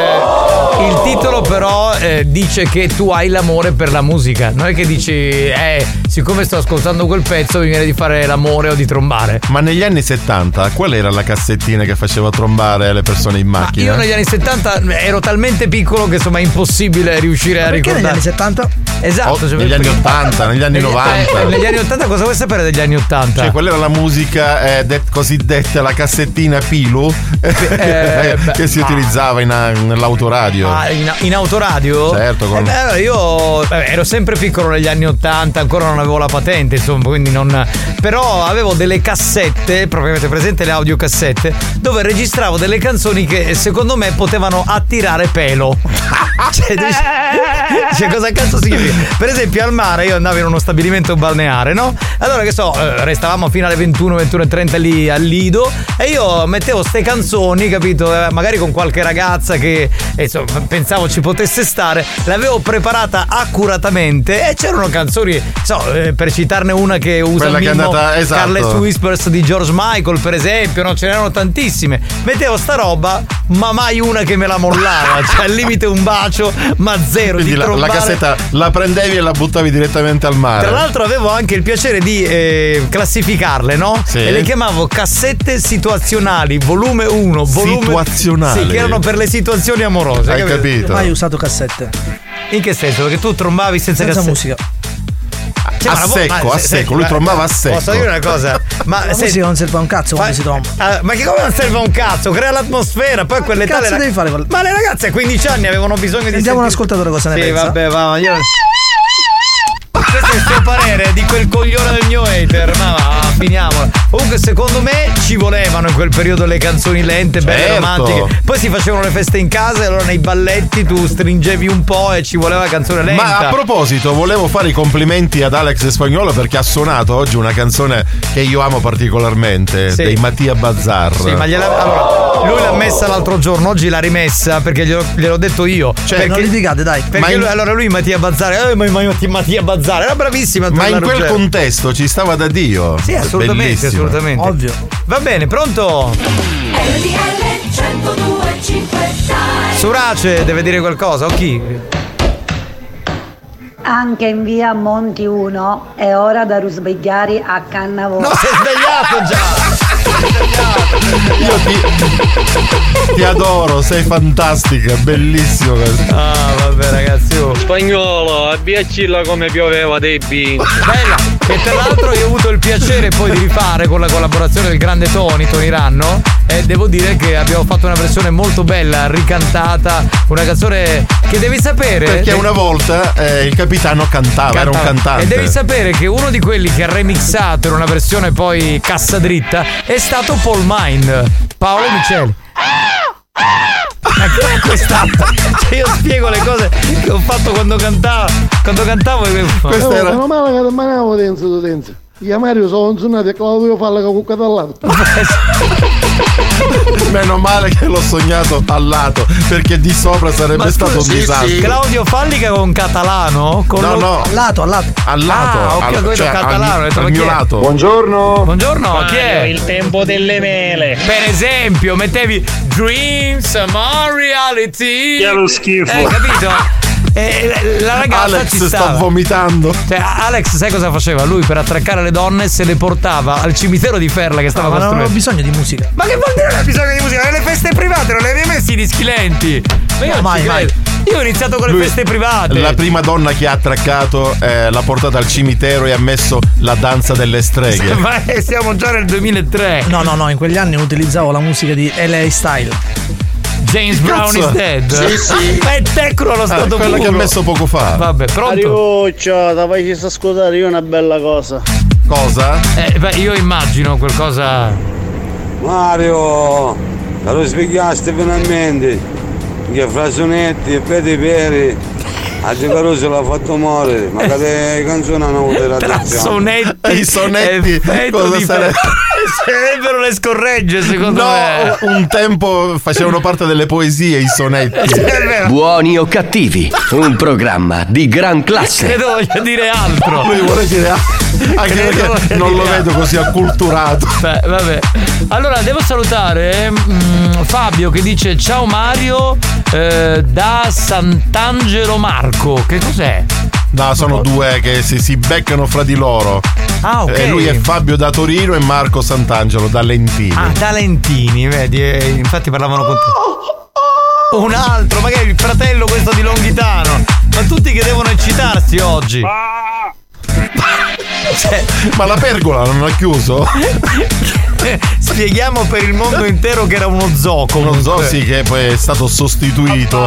S3: eh, il titolo però eh, dice che tu hai l'amore per la musica. Non è che dici, eh, siccome sto ascoltando quel pezzo mi viene di fare l'amore o di trombare.
S6: Ma negli anni settanta, qual era la cassettina che faceva trombare le persone in macchina?
S3: Io negli anni settanta ero talmente piccolo che insomma è impossibile riuscire a
S8: Perché
S3: ricordare.
S8: negli anni settanta?
S3: Esatto,
S6: Oh,
S3: cioè,
S6: negli anni
S3: perché-
S6: ottanta, negli anni
S3: Negli-
S6: novanta.
S3: eh, negli anni ottanta cosa vuoi sapere degli anni ottanta?
S6: Cioè, quella era la musica eh, det- cosiddetta la cassettina Pilu
S3: eh,
S6: che si
S3: ma-
S6: utilizzava in, nell'autoradio.
S3: Ah, in, in autoradio?
S6: Certo, con-
S3: Eh beh, allora io vabbè, ero sempre piccolo negli anni ottanta, ancora non avevo la patente, insomma, quindi non. Però avevo delle cassette, proprio avete presente le audiocassette, dove registravo delle canzoni che secondo me potevano attirare pelo. Cioè, dici- cioè, cosa cazzo significa? Per esempio al mare io andavo in uno stabilimento balneare, no? Allora che so, eh, restavamo fino alle ventuno, ventuno e trenta lì al Lido e io mettevo ste canzoni, capito? Eh, magari con qualche ragazza che eh, insomma, pensavo ci potesse stare, l'avevo preparata accuratamente e c'erano canzoni, so, eh, per citarne una che usa
S6: Quella
S3: il
S6: che è
S3: mimo,
S6: andata- esatto.
S3: Careless Whispers di George Michael, per esempio, no? Ce n'erano tantissime. Mettevo sta roba, ma mai una che me la mollava, cioè al limite un bacio, ma zero.
S6: Quindi
S3: di
S6: la, la
S3: trombare.
S6: cassetta la prendevi e la buttavi direttamente al mare.
S3: Tra l'altro avevo anche il piacere di eh, classificarle, no?
S6: Sì.
S3: E le chiamavo cassette situazionali, volume uno, volume
S6: Situazionali?
S3: Sì, che erano per le situazioni amorose.
S6: Hai capito?
S8: Mai usato cassette.
S3: In che senso? Perché tu trombavi senza,
S8: Senza
S3: cassette?
S8: musica.
S3: Cioè,
S6: A
S3: ma-
S6: secco,
S3: ma-
S6: a
S3: se-
S6: secco,
S3: senti,
S6: lui
S3: ma-
S6: trombava a secco.
S3: Posso dire una cosa? Ma
S8: La
S3: se-
S8: musica non serve a un cazzo quando
S3: ma-
S8: si tromba.
S3: ah, ma che come non serve a un cazzo? Crea l'atmosfera, poi quelle
S8: Che cazzo
S3: tale
S8: devi fare con-
S3: Ma le ragazze a quindici anni avevano bisogno di
S8: Sentiamo un
S3: sentire-
S8: ascoltatore cosa ne
S3: Sì,
S8: pensa.
S3: vabbè, va, ma io questo è il suo parere di quel coglione del mio hater. Ma va, finiamola. Comunque, secondo me ci volevano in quel periodo le canzoni lente, belle
S6: Certo.
S3: romantiche. Poi si facevano le feste in casa e allora nei balletti tu stringevi un po' e ci voleva la canzone lenta.
S6: Ma a proposito, volevo fare i complimenti ad Alex Spagnuolo perché ha suonato oggi una canzone che io amo particolarmente,
S3: Sì.
S6: dei Mattia Bazzar.
S3: Sì, ma gliela, allora, lui l'ha messa l'altro giorno, oggi l'ha rimessa perché glielo, gliel'ho detto io.
S8: Cioè,
S3: perché,
S8: non litigate, dai.
S3: Perché
S6: Ma in-
S3: lui, allora lui Mattia Bazzare, eh, ma, ma Mattia Bazzare era bravissima. a
S6: Ma in
S3: tornare
S6: quel
S3: Ruggero.
S6: contesto ci stava da Dio.
S3: Sì, assolutamente,
S6: Bellissima.
S3: assolutamente.
S8: Ovvio.
S3: Va bene, pronto? Surace deve dire qualcosa, o chi?
S9: Anche in via Monti uno è ora da risvegliare a Cannavò.
S3: No, sei svegliato già!
S6: Io ti, ti adoro, sei fantastica, bellissimo questo.
S3: Ah, vabbè ragazzi, oh.
S14: Spagnolo, abbiaccilla come pioveva dei bimbi.
S3: Bella! E tra l'altro io ho avuto il piacere poi di rifare con la collaborazione del grande Tony, Tony Ranno, e devo dire che abbiamo fatto una versione molto bella, ricantata, una canzone che devi sapere.
S6: Perché una volta eh, il capitano cantava, era un cantante.
S3: E devi sapere che uno di quelli che ha remixato in una versione poi cassa dritta è stato Paul Mind, Paolo Miceli. Ma che è quest'altro? Cioè io spiego le cose che ho fatto quando cantavo. Quando cantavo e
S6: Questo era-
S13: Meno male che non manavo dentro tu dentro. Io Mario sono suonato e che lo dovevo fare con cucca dall'altro.
S6: Meno male che l'ho sognato al lato, perché di sopra sarebbe
S3: Ma
S6: stato un
S3: scusi,
S6: disastro.
S3: Claudio Fallica con catalano? Con
S6: No,
S3: lo-
S6: no.
S8: Al lato, al lato.
S6: Al lato,
S3: Ah, ok,
S6: al,
S3: ho capito,
S6: cioè,
S3: catalano, ho
S6: al,
S3: detto,
S6: al
S3: ma chi
S6: mio
S3: è?
S6: lato.
S13: Buongiorno.
S3: Buongiorno, chi è?
S14: Il tempo delle mele.
S3: Per esempio, mettevi Dreams, ma reality.
S14: Che è lo schifo.
S3: Eh, capito? E la ragazza
S6: Alex
S3: ci
S6: sta
S3: stava.
S6: vomitando.
S3: Cioè, Alex, sai cosa faceva? Lui per attraccare le donne se le portava al cimitero di Ferla che stava
S8: No, ma non ho
S3: costruendo.
S8: bisogno di musica.
S3: Ma che vuol dire non hai bisogno di musica? Nelle feste private non le avevi messi i dischi lenti. Ma io
S8: No,
S3: non
S8: mai,
S3: ci
S8: mai.
S3: credo. Io ho iniziato con le
S6: Lui-
S3: feste private.
S6: La prima donna che ha attraccato eh, l'ha portata al cimitero e ha messo la danza delle streghe.
S3: Ma eh, siamo già nel duemilatré.
S8: No, no, no, in quegli anni utilizzavo la musica di L A Style.
S3: James Brown
S6: cazzo?
S3: is dead.
S13: Sì, sì.
S3: Ma è tecno allo
S6: Ah,
S3: stato
S6: quella
S3: puro.
S6: che ha messo poco fa.
S3: Vabbè, pronto?
S13: Ariuccio, da facci ascoltare io una bella cosa.
S6: Cosa?
S3: Eh, beh, io immagino qualcosa.
S10: Mario, lo svegliaste finalmente. Che fra sonetti e peti peri a Di Caruso l'ha fatto morire. Ma che le canzoni hanno avuto la
S3: Tra sonetti
S6: E i sonetti,
S3: effetto
S6: cosa
S3: di
S6: sare-
S3: fe- sarebbero le scorregge secondo me.
S6: No, un tempo facevano parte delle poesie i sonetti.
S3: È vero.
S1: Buoni o cattivi, un programma di gran classe.
S3: Credo voglia dire altro.
S6: Lui vuole dire Anche perché non lo vedo così acculturato.
S3: Beh, vabbè. Allora devo salutare mh, Fabio che dice ciao Mario eh, da Sant'Angelo Marco. Che cos'è?
S6: No, sono due che si, si beccano fra di loro.
S3: Ah, ok.
S6: E lui è Fabio da Torino e Marco Sant'Angelo da Lentini.
S3: Ah, da Lentini, vedi? eh, Infatti parlavano con te. Un altro, magari il fratello questo di Longhitano. Ma tutti che devono eccitarsi oggi.
S6: Cioè, ma la pergola non ha chiuso?
S3: Spieghiamo per il mondo intero che era uno zoo.
S6: Uno zoo, sì, che poi è stato sostituito.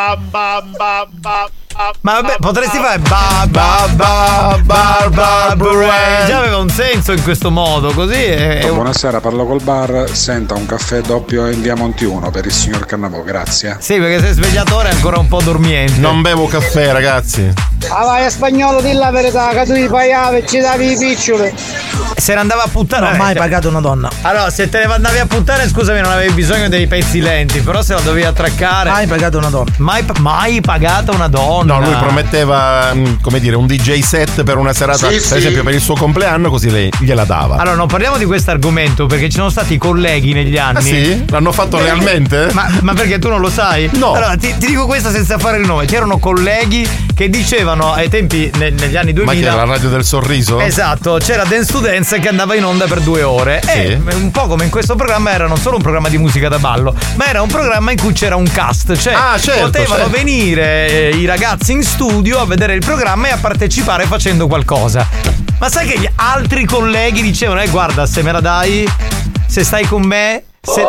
S3: Ma vabbè, potresti fare ba ba ba ba ba ba. Già aveva un senso in questo modo, così è...
S18: Buonasera, parlo col bar. Senta un caffè doppio in via Monti uno per il signor Cannavò, grazie.
S3: Sì, perché sei svegliatore è ancora un po' dormiente.
S6: Non bevo caffè, ragazzi.
S13: Ah vai a spagnolo, di la verità, che tu ti pagavi e ci davi i piccioli.
S3: Se ne andava a puttane.
S8: Non ho mai pagato una donna.
S3: Allora, se te ne andavi a puttane, scusami, non avevi bisogno dei pezzi lenti, però se la dovevi attraccare.
S8: Mai pagato una donna.
S3: Mai, mai pagata una donna.
S6: No, lui prometteva, come dire, un D J set per una serata,
S3: Sì,
S6: per
S3: sì.
S6: esempio per il suo compleanno, così lei gliela dava.
S3: Allora, non parliamo di questo argomento perché ci sono stati colleghi negli anni.
S6: Ah, sì? L'hanno fatto
S3: Eh,
S6: realmente?
S3: Ma, ma perché tu non lo sai?
S6: No.
S3: Allora, ti, ti dico questo senza fare il nome. C'erano colleghi che dicevano ai tempi, ne- negli anni
S6: Ma
S3: duemila.
S6: che era la radio del sorriso?
S3: Esatto, c'era Dance to Dance che andava in onda per due ore.
S6: Sì.
S3: E un po' come in questo programma era non solo un programma di musica da ballo, ma era un programma in cui c'era un cast. Cioè,
S6: Ah, certo,
S3: potevano
S6: certo.
S3: venire eh, i ragazzi in studio a vedere il programma e a partecipare facendo qualcosa. Ma sai che gli altri colleghi dicevano: eh, guarda, se me la dai, se stai con me, se,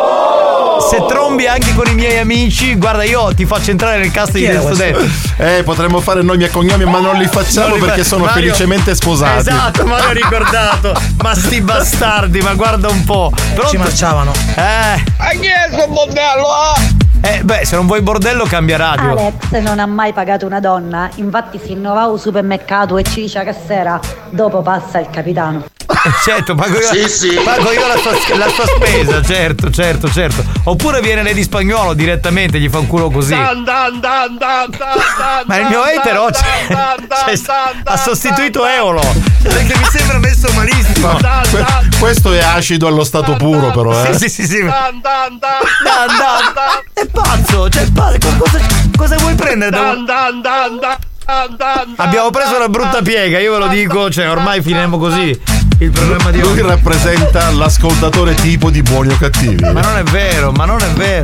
S3: se trombi anche con i miei amici, guarda, io ti faccio entrare nel cast di Dance to Dance.
S6: Eh, potremmo fare nomi e cognomi, ma non li facciamo
S3: Non li fa-
S6: perché sono
S3: Mario-
S6: felicemente sposati.
S3: Esatto, ma l'ho ricordato. Ma sti bastardi, ma guarda un po'. Però
S8: Ci marciavano.
S3: Eh.
S13: Agnese, bordello, ah!
S3: Eh, beh, se non vuoi bordello cambia radio.
S9: Alex non ha mai pagato una donna, infatti si innovava al supermercato e ci dice che sera dopo passa il capitano.
S3: Eh, certo, pago io,
S9: Sì, sì.
S3: pago io la, sua, la sua spesa, certo, certo, certo. Oppure viene lei di Spagnolo direttamente, gli fa un culo così.
S14: Dan, dan, dan, dan, dan, dan,
S3: Ma il mio
S14: dan,
S3: etero
S14: dan,
S3: cioè,
S14: dan, dan,
S3: cioè,
S14: dan,
S3: ha
S14: dan,
S3: sostituito
S14: dan,
S3: Eolo. Perché mi sembra messo malissimo.
S14: Dan,
S6: Que-
S14: dan,
S6: questo è acido allo stato puro, però, eh.
S3: Sì, sì, sì, sì.
S14: dan, dan, dan,
S3: Dan, dan,
S14: dan,
S3: È pazzo, cioè pazzo, cosa, cosa vuoi prendere da
S14: dan, dan, dan, dan, dan, dan,
S3: Abbiamo preso una brutta piega, io ve lo dico, cioè ormai finiremo così il programma di
S6: Lui
S3: oggi.
S6: rappresenta l'ascoltatore tipo di Buoni o Cattivi.
S3: Ma non è vero, ma non è vero.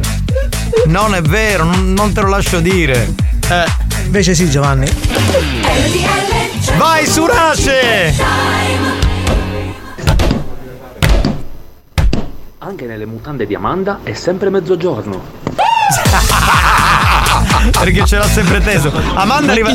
S3: Non è vero, non, non te lo lascio dire. Eh.
S8: Invece sì, Giovanni.
S3: Vai Surace!
S21: Anche nelle mutande di Amanda è sempre mezzogiorno.
S3: Perché ce l'ha sempre teso. Amanda arriva.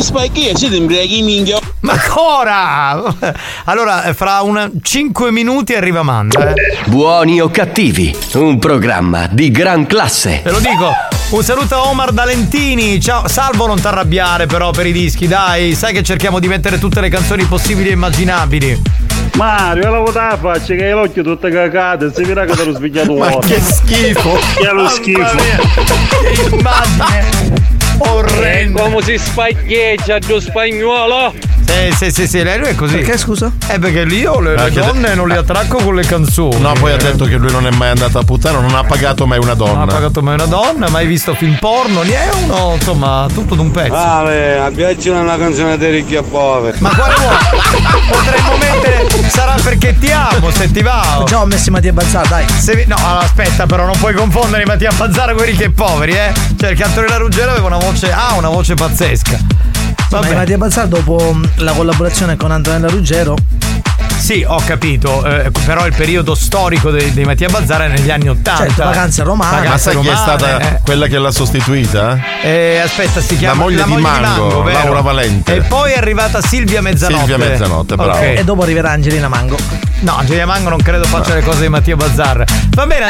S3: Ma ancora! Allora, fra una cinque minuti arriva Amanda. Eh.
S1: Buoni o cattivi, un programma di gran classe.
S3: Te lo dico. Un saluto a Omar Dalentini. Ciao, salvo non t'arrabbiare però per i dischi, dai. Sai che cerchiamo di mettere tutte le canzoni possibili e immaginabili.
S23: Mario, la vota faccia che hai l'occhio tutto cagato, si vedrà che te lo svegliato.
S6: Ma che schifo!
S23: Che è lo schifo!
S3: Che immagine orrenda.
S14: Come si spaghieggia do spagnolo?
S3: Sì, sì, sì, sì, lei lui è così.
S8: Perché scusa?
S3: Eh, perché lì io le, le
S6: Perché-
S3: donne non le attracco con le canzoni.
S6: No, poi ha detto che lui non è mai andato a puttana, non ha pagato mai una donna.
S3: Non ha pagato mai una donna, mai visto film porno, ne è uno, insomma, tutto d'un pezzo.
S10: Ah, beh, a piacere una canzone dei ricchi e poveri.
S3: Ma quale vuoi? Potremmo mettere Sarà perché ti amo, se ti va.
S8: Già ho messo Mattia Bazzara, dai.
S3: Se vi- no, allora, aspetta, però non puoi confondere Mattia Bazzara con i ricchi e poveri, eh. Cioè, il Cantorella Ruggero aveva una voce, ha una voce pazzesca.
S8: Ma Mattia Bazzara dopo mh, la collaborazione con Antonella Ruggero.
S3: Sì, ho capito, eh, però il periodo storico dei, dei Mattia Bazzara è negli anni ottanta.
S8: Certo, Vacanze Romane.
S6: Ma sai chi è stata
S3: eh.
S6: quella che l'ha sostituita?
S3: Eh, aspetta, si chiama
S6: La moglie di Mango,
S3: vero?
S6: Laura Valente.
S3: E poi è arrivata Silvia Mezzanotte.
S6: Silvia Mezzanotte, bravo.
S3: Ok.
S8: E dopo arriverà Angelina Mango.
S3: No, Angelina Mango non credo faccia le cose di Mattia Bazzara. Va bene.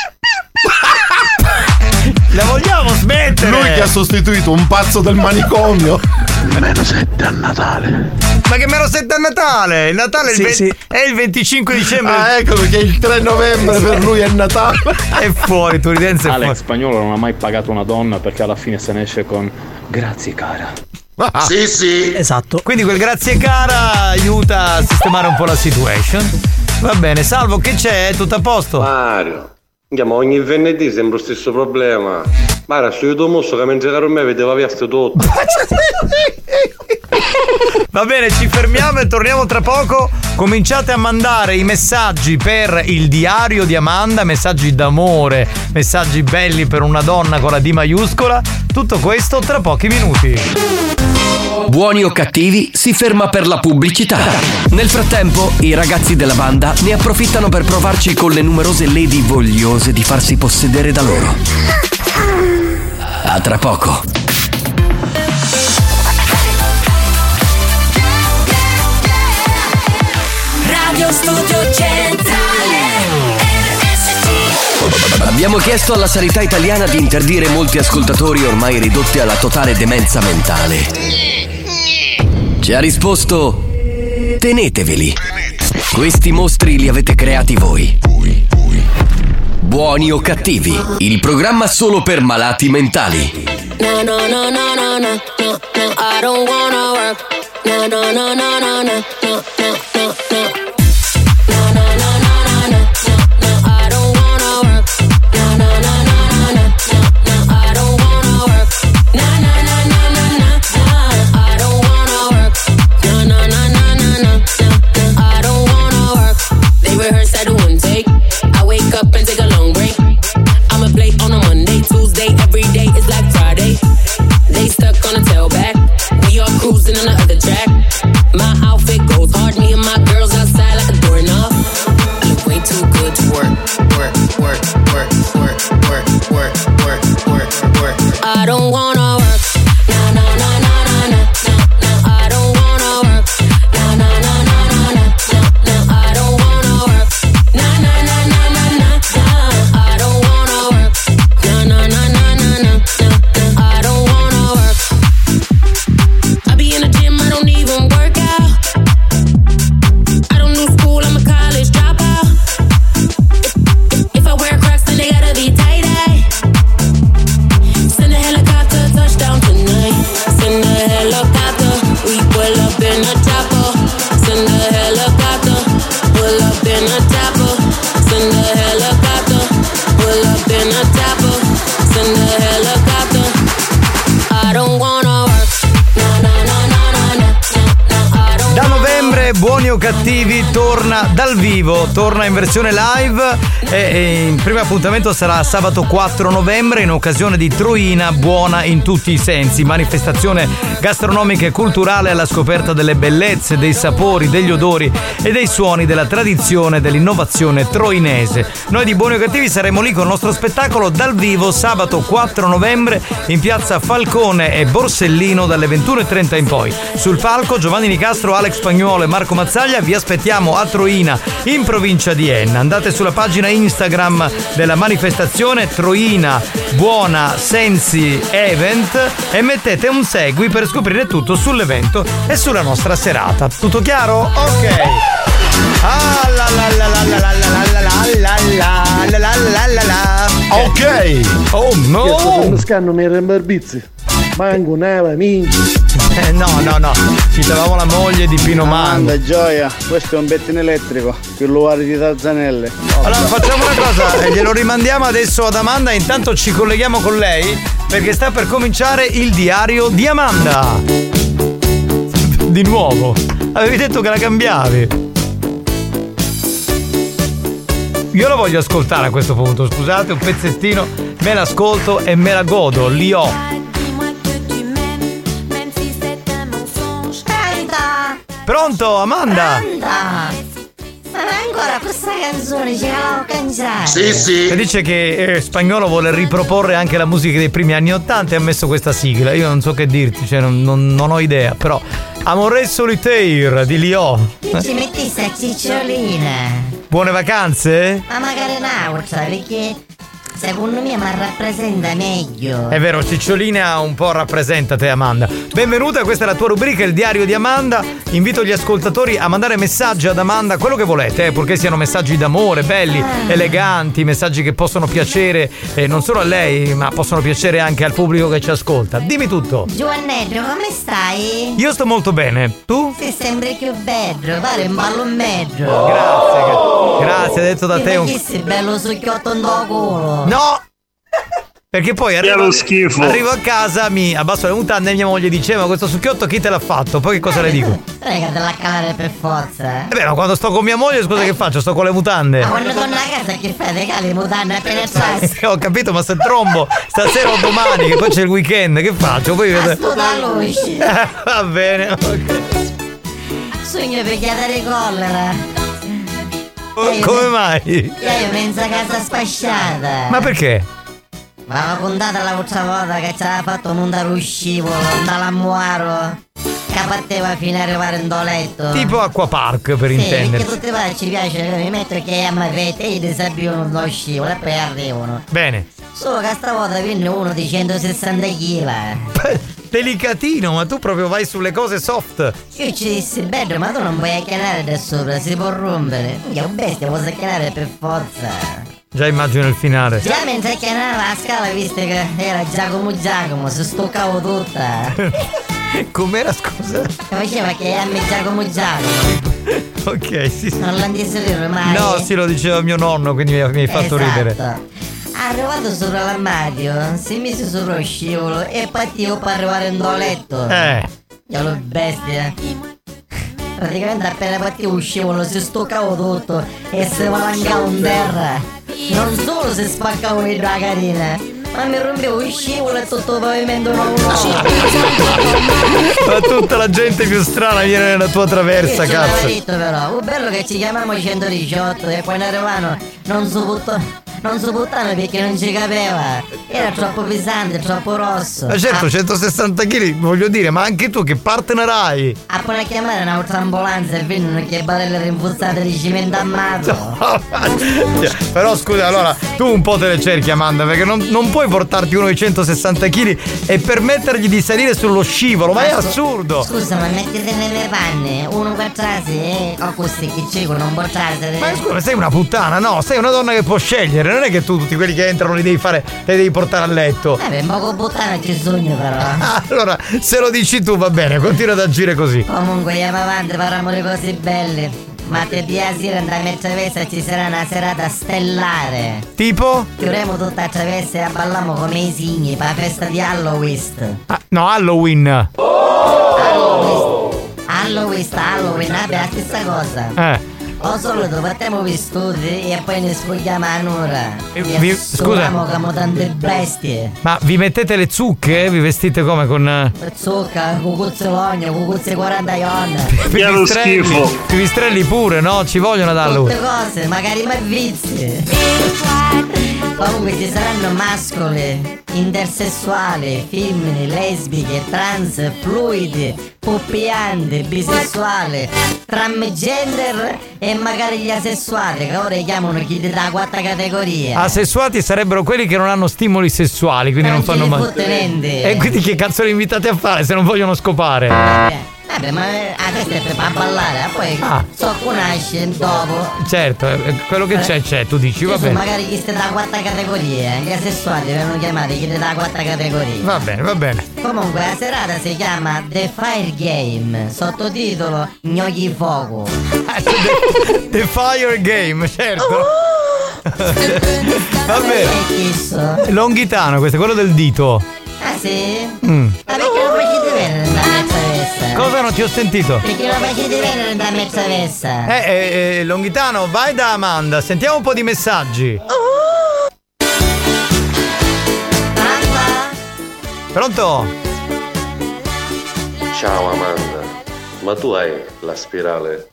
S3: La vogliamo smettere?
S6: Lui che ha sostituito un pazzo del manicomio.
S23: Meno sette a Natale.
S3: Ma che meno sette a Natale? Il Natale è,
S8: Sì,
S3: il ve-
S8: sì.
S3: è il venticinque dicembre.
S6: Ah, ecco perché il tre novembre per lui è Natale.
S3: È fuori, Turidense è
S21: Alex
S3: fuori.
S21: Spagnolo non ha mai pagato una donna perché alla fine se ne esce con grazie cara.
S3: Sì, sì. Esatto. Quindi quel grazie cara aiuta a sistemare un po' la situation. Va bene, Salvo, che c'è? Tutto a posto?
S17: Mario, ma ogni venerdì sembra lo stesso problema. Mario, sto io mosso che mentre caro me vedeva via sto tutto.
S3: Va bene, ci fermiamo e torniamo tra poco. Cominciate a mandare i messaggi per il diario di Amanda, messaggi d'amore, messaggi belli per una donna con la D maiuscola. Tutto questo tra pochi minuti.
S1: Buoni o cattivi si ferma per la pubblicità. Nel frattempo, i ragazzi della banda ne approfittano per provarci con le numerose lady vogliose di farsi possedere da loro. A tra poco.
S20: Radio Studio Centrale R S C.
S1: Abbiamo chiesto alla sanità italiana di interdire molti ascoltatori ormai ridotti alla totale demenza mentale. Ci ha risposto: teneteveli. Questi mostri li avete creati voi. Buoni o cattivi, il programma solo per malati mentali.
S20: No, no, no, no, no, no, no, no, I don't wanna work. No, no, no, no, no, no, no, no, no, no. Cruising on the other track. My outfit goes hard. Me and my girls outside like a doorknob. I look way too good to work, work, work, work, work, work, work, work, work, work. I don't wanna work. No, no, no, no, no, no, no. I don't wanna work. No, no, no, no, no, no, no. I don't wanna work. No, no, no, no, no, no, no. I don't wanna work. No, no, no, no, no, no, no. I don't wanna work. I be in the gym, I don't even work out. I don't do school, I'm a college dropout. If, if, if I wear Crocs, then they gotta be tie-dye. Send a helicopter, touchdown tonight. Send a helicopter, we pull up in a chopper. Send a helicopter, pull up in a chopper. Send a helicopter, pull up in a chopper. Send a helicopter. I don't wanna work.
S3: Da novembre Buoni o Cattivi torna dal vivo, torna in versione live e, e il primo appuntamento sarà sabato quattro novembre in occasione di Troina Buona in tutti i sensi, manifestazione gastronomica e culturale alla scoperta delle bellezze, dei sapori, degli odori e dei suoni della tradizione e dell'innovazione troinese. Noi di Buoni o Cattivi saremo lì con il nostro spettacolo dal vivo sabato quattro novembre in piazza Falcone e Borsellino dalle ventuno e trenta in poi. Sul palco Giovanni Nicastro, Alex Spagnuolo e Marco Mazzaglia. Vi aspettiamo a Troina in provincia di Enna. Andate sulla pagina Instagram della manifestazione Troina Buona Sensi Event e mettete un segui per scoprire tutto sull'evento e sulla nostra serata. Tutto chiaro? Ok. Ah la la la la la la la la la la la la la.
S6: Ok.
S3: Oh no.
S19: Io sto con scanno mi rembarbizzi. Mango, neva, minchia.
S3: Eh, no, no, no, citavamo la moglie di Pino Mango.
S19: Amanda, gioia, questo è un pettine elettrico, più luare di Tarzanelle. Oh,
S3: allora facciamo una cosa, glielo rimandiamo adesso ad Amanda, intanto ci colleghiamo con lei perché sta per cominciare il diario di Amanda. Di nuovo, avevi detto che la cambiavi. Io la voglio ascoltare a questo punto, scusate, un pezzettino, me l'ascolto e me la godo, li ho. Pronto, Amanda?
S22: Amanda! Ma ancora questa canzone ce la cansare?
S3: Sì, sì. E dice che eh, Spagnolo vuole riproporre anche la musica dei primi anni ottanta e ha messo questa sigla. Io non so che dirti, cioè non, non, non ho idea, però Amore Solitaire di Lio.
S22: Io ci metti sta cicciolina.
S3: Buone vacanze?
S22: Ma magari un'altra, perché secondo me mi rappresenta meglio.
S3: È vero, Cicciolina un po' rappresenta te, Amanda. Benvenuta, questa è la tua rubrica, il diario di Amanda. Invito gli ascoltatori a mandare messaggi ad Amanda, quello che volete, eh, purché siano messaggi d'amore, belli, ah. eleganti, messaggi che possono piacere eh, non solo a lei, ma possono piacere anche al pubblico che ci ascolta. Dimmi tutto.
S22: Giovannello, come stai?
S3: Io sto molto bene. Tu?
S22: Sei sempre più bello, pare un ballo meglio.
S3: Oh. Grazie, grazie, detto da
S22: Ti
S3: te un...
S22: Che sei bello succhiotto in tuo culo.
S3: No! Perché poi arrivo, arrivo a casa, mi abbasso le mutande e mia moglie dice: ma questo succhiotto chi te l'ha fatto? Poi che cosa le dico?
S22: Raga, te la calare per forza.
S3: Eh beh, ma quando sto con mia moglie, scusa, che faccio? Sto con le mutande.
S22: Ma quando torno a casa che fai? Te cali le mutande appena c'hai.
S3: Ho capito, ma se trombo stasera o domani, che poi c'è il weekend, che faccio? Poi
S22: vedo. Sto luce.
S3: Va bene, ok.
S22: Sogno per chiedere collera.
S3: Oh, come mai?
S22: Io penso a casa spasciata.
S3: Ma perché?
S22: Ma la puntata l'altra volta che ci aveva fatto montare lo scivolo dall'ammuaro che parteva fino ad arrivare in letto.
S3: Tipo Acquapark, per
S22: sì,
S3: intenderci.
S22: Perché tutte le volte ci piace, mi metto che a me vede e disabbiano lo scivolo e poi arrivano.
S3: Bene.
S22: Solo che stavolta viene uno di centosessanta chili.
S3: Delicatino, ma tu proprio vai sulle cose soft.
S22: Io ci dissi, bello, ma tu non puoi chianare da sopra, si può rompere. È un bestia, può chianare per forza.
S3: Già immagino il finale.
S22: Già mentre chianava la scala, visto che era Giacomo Giacomo, si stoccavo tutta.
S3: Com'era, scusa?
S22: Che faceva che era Giacomo Giacomo.
S3: Ok, sì, sì.
S22: Non l'hanno detto dire mai.
S3: No, sì, lo diceva mio nonno, quindi mi hai fatto
S22: esatto.
S3: ridere.
S22: Arrivato sopra l'armadio, si mise sopra lo scivolo e partivo per arrivare in letto.
S3: Eh.
S22: Io lo bestia. Praticamente appena partivo lo scivolo si stoccavo tutto e si valangava in terra. Non solo si spaccavo i carina, ma mi rompevo il scivolo e tutto il pavimento nuovo.
S3: Ma tutta la gente più strana viene nella tua traversa,
S22: io
S3: cazzo.
S22: Detto però, è bello che ci chiamiamo centodiciotto e quando arrivano non so tutto. Non so buttare perché non ci capeva. Era troppo pesante, troppo rosso.
S3: Ma certo,
S22: a...
S3: centosessanta chili, voglio dire, ma anche tu che partner hai?
S22: A poi chiamare un'altra ambulanza e vengono che barelle rinforzate di cemento armato. No,
S3: però scusa, allora tu un po' te le cerchi, Amanda, perché non, non puoi portarti uno di centosessanta chili e permettergli di salire sullo scivolo, ma, ma è scu- assurdo.
S22: Scusa, ma mettete nelle panne, uno per trase e ho questi che cico non può trasere.
S3: Ma scusa, sei una puttana, no? Sei una donna che può scegliere. Non è che tu tutti quelli che entrano li devi fare, li devi portare a letto.
S22: Eh beh, un poco buttare ci sogno però.
S3: Allora, se lo dici tu va bene, continua ad agire così.
S22: Comunque andiamo avanti, parliamo di cose belle. Ma te di sera da me Travessa ci sarà una serata stellare.
S3: Tipo?
S22: Chiuderemo tutta Travessa e balliamo come i signi per la festa di Halloween.
S3: Ah, no, Halloween.
S22: Oh! Halloween. Halloween, Halloween, vabbè, la stessa cosa.
S3: Eh.
S22: O solo facciamo vestiti e poi ne sfogliamo a un'ora.
S3: Vi, scusa,
S22: come tante bestie.
S3: Ma vi mettete le zucche? Vi vestite come con
S22: zucca, cucuzze logno, cucuzze quaranta ion.
S3: Pipistrelli, pipistrelli pure, no? Ci vogliono darlo.
S22: Tutte cose, magari malvizie. Comunque ci saranno mascoli, intersessuali, femmine, lesbiche, trans, fluidi, puppianti, bisessuali, transgender e magari gli asessuati, che ora chiamano chi da quattro categorie.
S3: Asessuati sarebbero quelli che non hanno stimoli sessuali, quindi non, non fanno mai. E quindi che cazzo li invitate a fare se non vogliono scopare?
S22: Vabbè. Vabbè, ma adesso è per ballare, poi ah. so che nasce dopo.
S3: Certo, quello che c'è c'è, tu dici, va bene.
S22: Magari chi sta da quattro categorie, gli asessuati vengono chiamati chi da quattro categorie.
S3: Va bene, va bene.
S22: Comunque la serata si chiama The Fire Game, sottotitolo Gnocchi Fuoco.
S3: The, the Fire Game, certo. Oh! Va bene. Longhitano, questo è quello del dito.
S22: Ah sì?
S3: Mm.
S22: Ma perché non facete venere da mezza vessa?
S3: Cosa non ti ho sentito?
S22: Perché non facete venere da mezza vessa?
S3: Eh, eh, eh, Longhitano, vai da Amanda, sentiamo un po' di messaggi. Oh. Pronto?
S17: Ciao Amanda, ma tu hai la spirale?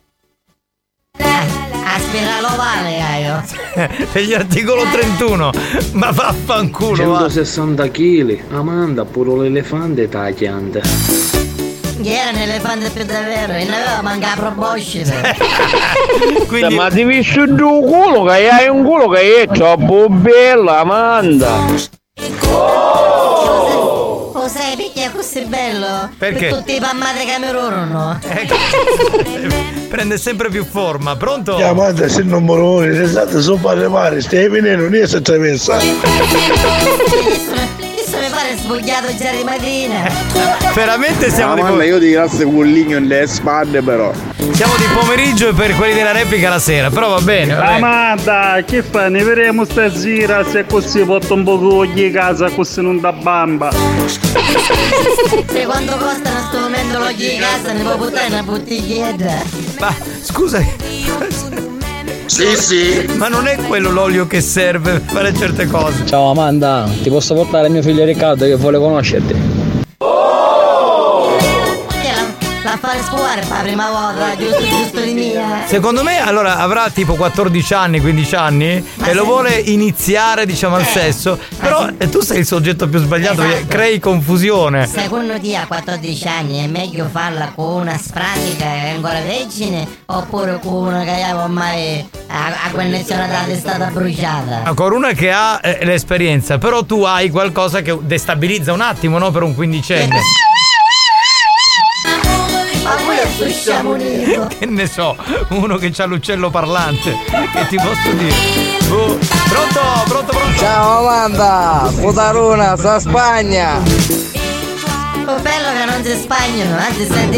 S22: A spirale ovale hai io.
S3: Degli articolo trentuno. Ma vaffanculo.
S5: centosessanta chili. Amanda, pure l'elefante tagliante.
S22: Chi era un elefante più davvero? E ne aveva mancato la proboscite.
S14: Quindi... Ma ti visto il tuo culo che hai un culo che è troppo bello, Amanda.
S22: Lo sai perché è così bello?
S3: Perché?
S22: Per tutti i pammati che mi rurono.
S3: Prende sempre più forma, pronto?
S5: Chiamate se non moroni, restate sopra le mani, stai venendo, non è se attraversa.
S22: Questo mi pare sbugliato già di mattina.
S3: Veramente siamo
S19: di
S3: pomeriggio.
S19: io ti grazie con il ligno nelle spalle però.
S3: Siamo di pomeriggio e per quelli della replica la sera, però va bene. Va bene.
S23: Amanda, che fa? Ne vedremo stasera se così porto un po' di casa così non da bamba.
S22: E quanto costa in questo momento l'olio di casa? Ne può buttare una bottiglietta.
S3: Ma scusa.
S5: Sì, sì.
S3: Ma non è quello l'olio che serve per fare certe cose.
S7: Ciao Amanda, ti posso portare mio figlio Riccardo che vuole conoscerti.
S22: La fare scuola per la prima volta, giusto, giusto di mia.
S3: Secondo me allora avrà tipo quattordici anni, quindici anni ma e lo vuole iniziare diciamo al eh, sesso. Però se... tu sei il soggetto più sbagliato, esatto. Crei confusione.
S22: Secondo te a quattordici anni è meglio farla con una sfranica che è ancora vergine oppure con una che ormai a, a condizionata è stata bruciata?
S3: Ancora una che ha eh, l'esperienza, però tu hai qualcosa che destabilizza un attimo, no? Per un quindicenne.
S22: Ma poi è
S3: che ne so, uno che c'ha l'uccello parlante. Che ti posso dire? Oh, pronto, pronto, pronto.
S11: Ciao Amanda, Putaruna, sta a Spagna.
S22: Oh, bello che non si spagnano, anzi stai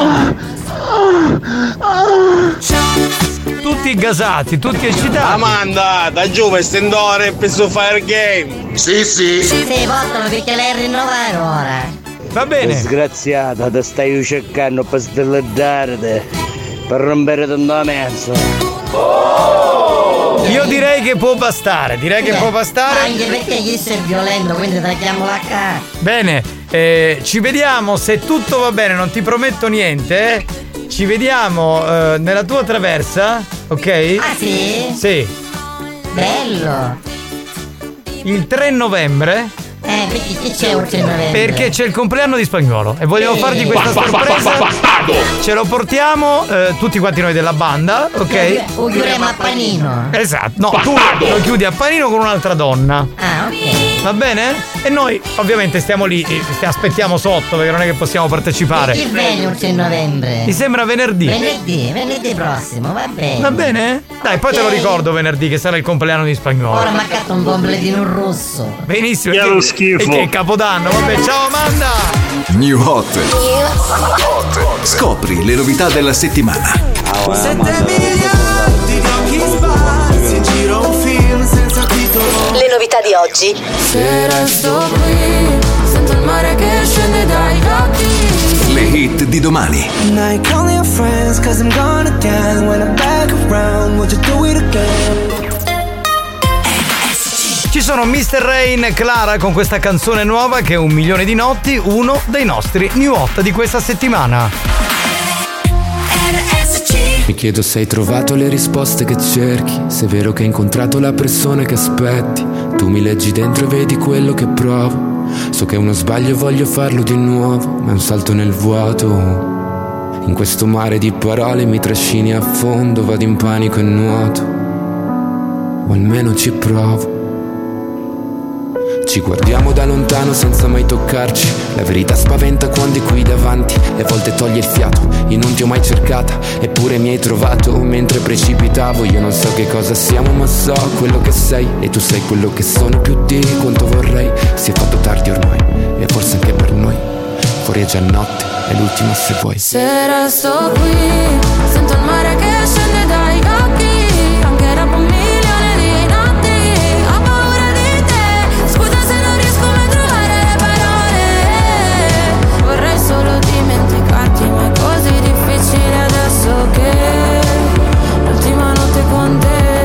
S22: diventando.
S3: Tutti gasati, tutti eccitati.
S14: Amanda, da giù stendore per su Fire Game.
S5: Sì, sì.
S22: Sì, portalo perché lei rinnovare ora.
S3: Va bene.
S11: Disgraziata, ti stai cercando per stellarti, per rompere tanto mezzo.
S3: Oh! Io direi che può bastare, direi che eh, può bastare.
S22: Anche perché gli sei violento, quindi tagliamo la cara.
S3: Bene, eh, ci vediamo se tutto va bene, non ti prometto niente, eh. Ci vediamo eh, nella tua traversa, ok?
S22: Ah sì?
S3: Sì.
S22: Bello.
S3: Il tre novembre.
S22: Eh, perché che c'è un tre novembre?
S3: Perché c'è il compleanno di Spagnolo e vogliamo eh. fargli questa sorpresa. Ce lo portiamo eh, tutti quanti noi della banda, ok?
S22: Lo chiudiamo a panino.
S3: Esatto, no, tu lo chiudi a panino con un'altra donna.
S22: Ah, ok.
S3: Va bene? E noi ovviamente stiamo lì, ti aspettiamo sotto perché non è che possiamo partecipare.
S22: Che viene il tre novembre?
S3: Mi sembra venerdì.
S22: Venerdì, venerdì prossimo, va bene.
S3: Va bene? Dai, poi okay. Te lo ricordo venerdì che sarà il compleanno di Spagnolo.
S22: Ora mi ha fatto un completino rosso.
S3: Benissimo.
S23: Che è lo schifo.
S3: E che è Capodanno, vabbè, ciao Amanda.
S1: New Hot. Scopri le novità della settimana.
S12: Sette miliardi di occhi sparsi, giro un film senza titolo.
S16: Le novità di oggi.
S12: Se resto qui, sento il mare che scende dai occhi.
S1: Le hit di domani.
S12: Now call your friends cause I'm gone again. When I'm back around, would you do it again?
S3: Ci sono mister Rain e Clara con questa canzone nuova che è Un milione di notti, uno dei nostri new hot di questa settimana.
S24: Mi chiedo se hai trovato le risposte che cerchi, se è vero che hai incontrato la persona che aspetti. Tu mi leggi dentro e vedi quello che provo. So che è uno sbaglio e voglio farlo di nuovo, ma è un salto nel vuoto. In questo mare di parole mi trascini a fondo, vado in panico e nuoto, o almeno ci provo. Ci guardiamo da lontano senza mai toccarci. La verità spaventa quando è qui davanti e a volte toglie il fiato. Io non ti ho mai cercata, eppure mi hai trovato mentre precipitavo. Io non so che cosa siamo, ma so quello che sei, e tu sei quello che sono più di quanto vorrei. Si è fatto tardi ormai, e forse anche per noi. Fuori è già notte, è l'ultima se vuoi.
S12: Se resto qui, sento il mare che scende dai occhi. Anche dopo un milione di notti ho paura di te. Scusa se non riesco mai a trovare le parole. Vorrei solo dimenticarti, ma è così difficile adesso che l'ultima notte con